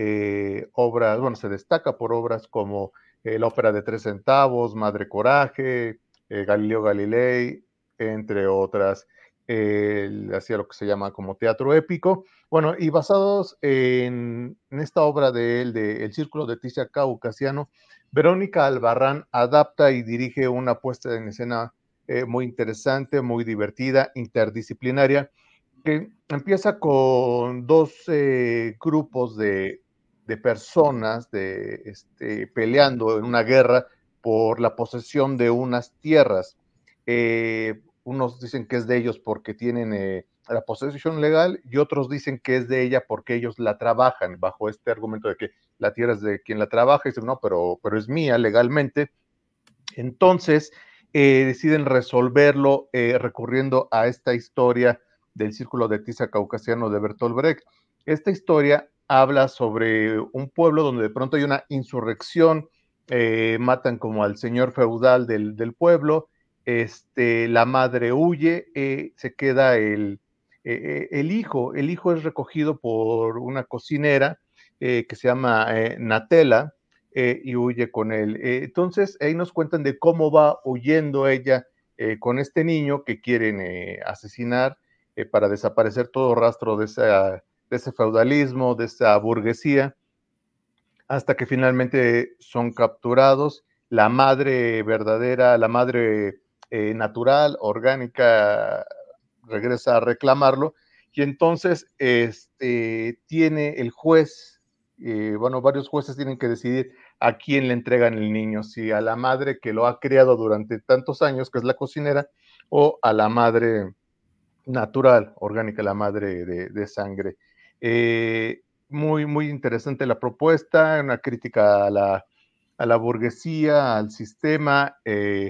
se destaca por obras como la ópera de 3 centavos, Madre Coraje, Galileo Galilei, entre otras. Hacía lo que se llama como teatro épico. Bueno, y basados en esta obra de él, de El Círculo de Tiza Caucasiano, Verónica Albarrán adapta y dirige una puesta en escena muy interesante, muy divertida, interdisciplinaria, que empieza con 2 grupos de personas peleando en una guerra por la posesión de unas tierras. Unos dicen que es de ellos porque tienen la posesión legal y otros dicen que es de ella porque ellos la trabajan, bajo este argumento de que la tierra es de quien la trabaja, y dicen, no, pero es mía legalmente. Entonces deciden resolverlo recurriendo a esta historia del Círculo de Tiza Caucasiano de Bertolt Brecht. Esta historia habla sobre un pueblo donde de pronto hay una insurrección, matan como al señor feudal del pueblo, la madre huye, se queda el hijo es recogido por una cocinera que se llama Natela, y huye con él. Entonces ahí nos cuentan de cómo va huyendo ella con este niño que quieren asesinar para desaparecer todo rastro de ese feudalismo, de esa burguesía, hasta que finalmente son capturados. La madre verdadera, la madre natural, orgánica, regresa a reclamarlo, y entonces tiene el juez, varios jueces tienen que decidir a quién le entregan el niño, si a la madre que lo ha criado durante tantos años, que es la cocinera, o a la madre natural, orgánica, la madre de sangre. Muy, muy interesante la propuesta, una crítica a la burguesía, al sistema,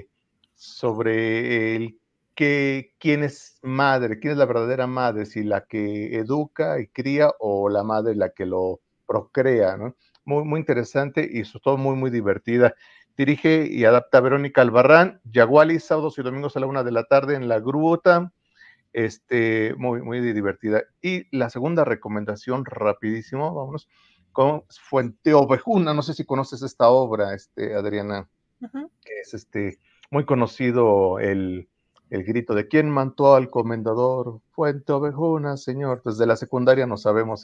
sobre quién es madre, quién es la verdadera madre, si la que educa y cría o la madre la que lo procrea, ¿no? Muy, muy interesante y sobre todo muy, muy divertida. Dirige y adapta Verónica Albarrán. Yaguali, sábados y domingos a la 1 de la tarde en La Gruta. Muy, muy divertida. Y la segunda recomendación, rapidísimo, vámonos, con Fuenteovejuna. No sé si conoces esta obra, Adriana, que es muy conocido el grito de ¿quién mató al comendador? Fuenteovejuna, señor. Desde la secundaria no sabemos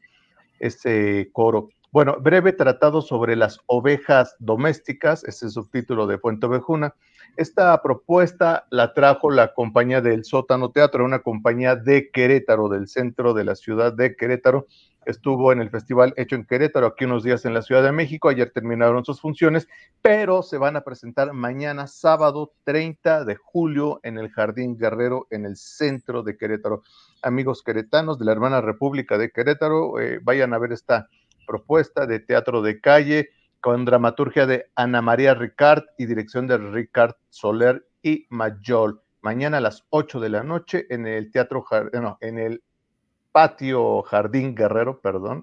ese coro. Bueno, breve tratado sobre las ovejas domésticas, ese es el subtítulo de Fuenteovejuna. Esta propuesta la trajo la compañía del Sótano Teatro, una compañía de Querétaro, del centro de la ciudad de Querétaro. Estuvo en el festival hecho en Querétaro, aquí unos días en la Ciudad de México. Ayer terminaron sus funciones, pero se van a presentar mañana, sábado 30 de julio, en el Jardín Guerrero, en el centro de Querétaro. Amigos queretanos de la hermana República de Querétaro, vayan a ver esta propuesta de teatro de calle, con dramaturgia de Ana María Ricard y dirección de Ricard Soler y Mayol. Mañana a las 8 de la noche en el en el patio Jardín Guerrero, perdón,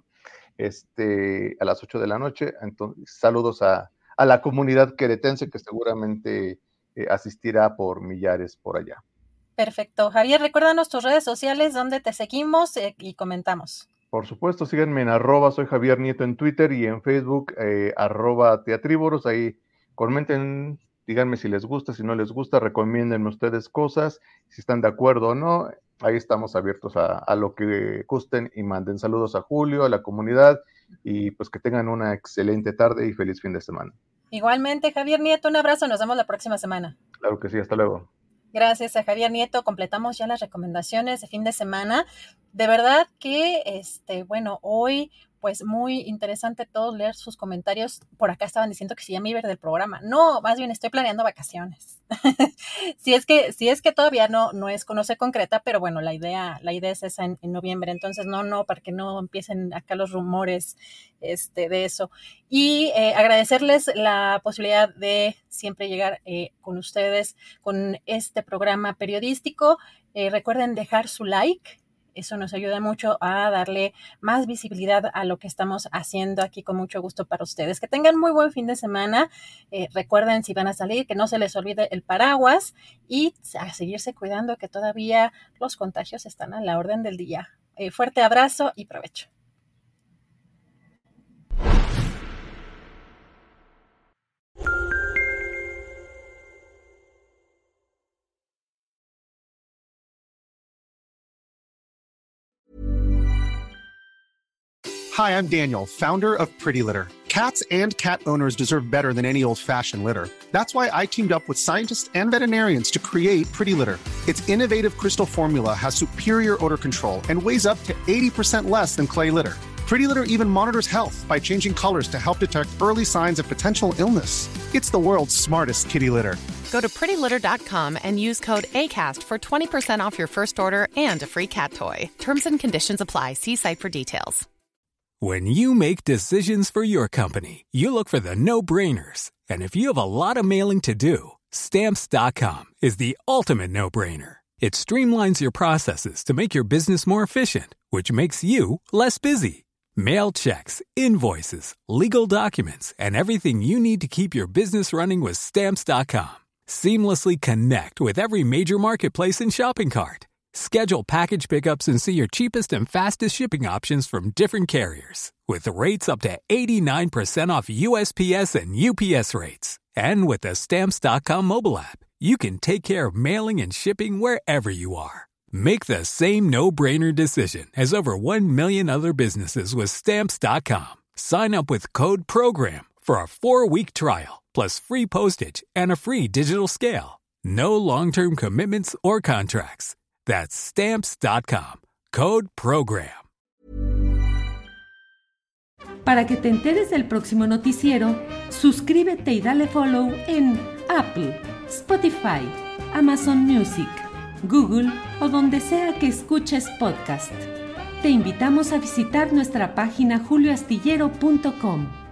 a las 8 de la noche. Entonces, saludos a la comunidad queretense que seguramente asistirá por millares por allá. Perfecto. Javier, recuérdanos tus redes sociales donde te seguimos y comentamos. Por supuesto, síganme en @soy Javier Nieto en Twitter y en Facebook @teatrívoros. Ahí comenten, díganme si les gusta, si no les gusta, recomiéndenme ustedes cosas, si están de acuerdo o no. Ahí estamos abiertos a lo que gusten y manden. Saludos a Julio, a la comunidad, y pues que tengan una excelente tarde y feliz fin de semana. Igualmente, Javier Nieto, un abrazo, nos vemos la próxima semana. Claro que sí, hasta luego. Gracias a Javier Nieto, completamos ya las recomendaciones de fin de semana. De verdad que, hoy, pues muy interesante todos leer sus comentarios. Por acá estaban diciendo que si ya me iba a ir del programa. No, más bien estoy planeando vacaciones. si es que todavía no se concreta, pero bueno, la idea es esa en noviembre. Entonces, no, para que no empiecen acá los rumores de eso. Y agradecerles la posibilidad de siempre llegar con ustedes con este programa periodístico. Recuerden dejar su like. Eso nos ayuda mucho a darle más visibilidad a lo que estamos haciendo aquí con mucho gusto para ustedes. Que tengan muy buen fin de semana. Recuerden, si van a salir, que no se les olvide el paraguas y a seguirse cuidando, que todavía los contagios están a la orden del día. Fuerte abrazo y provecho. Hi, I'm Daniel, founder of Pretty Litter. Cats and cat owners deserve better than any old-fashioned litter. That's why I teamed up with scientists and veterinarians to create Pretty Litter. Its innovative crystal formula has superior odor control and weighs up to 80% less than clay litter. Pretty Litter even monitors health by changing colors to help detect early signs of potential illness. It's the world's smartest kitty litter. Go to prettylitter.com and use code ACAST for 20% off your first order and a free cat toy. Terms and conditions apply. See site for details. When you make decisions for your company, you look for the no-brainers. And if you have a lot of mailing to do, Stamps.com is the ultimate no-brainer. It streamlines your processes to make your business more efficient, which makes you less busy. Mail checks, invoices, legal documents, and everything you need to keep your business running with Stamps.com. Seamlessly connect with every major marketplace and shopping cart. Schedule package pickups and see your cheapest and fastest shipping options from different carriers, with rates up to 89% off USPS and UPS rates. And with the Stamps.com mobile app, you can take care of mailing and shipping wherever you are. Make the same no-brainer decision as over 1 million other businesses with Stamps.com. Sign up with code PROGRAM for a 4-week trial, plus free postage and a free digital scale. No long-term commitments or contracts. That's Stamps.com. Code PROGRAM. Para que te enteres del próximo noticiero, suscríbete y dale follow en Apple, Spotify, Amazon Music, Google o donde sea que escuches podcast. Te invitamos a visitar nuestra página julioastillero.com.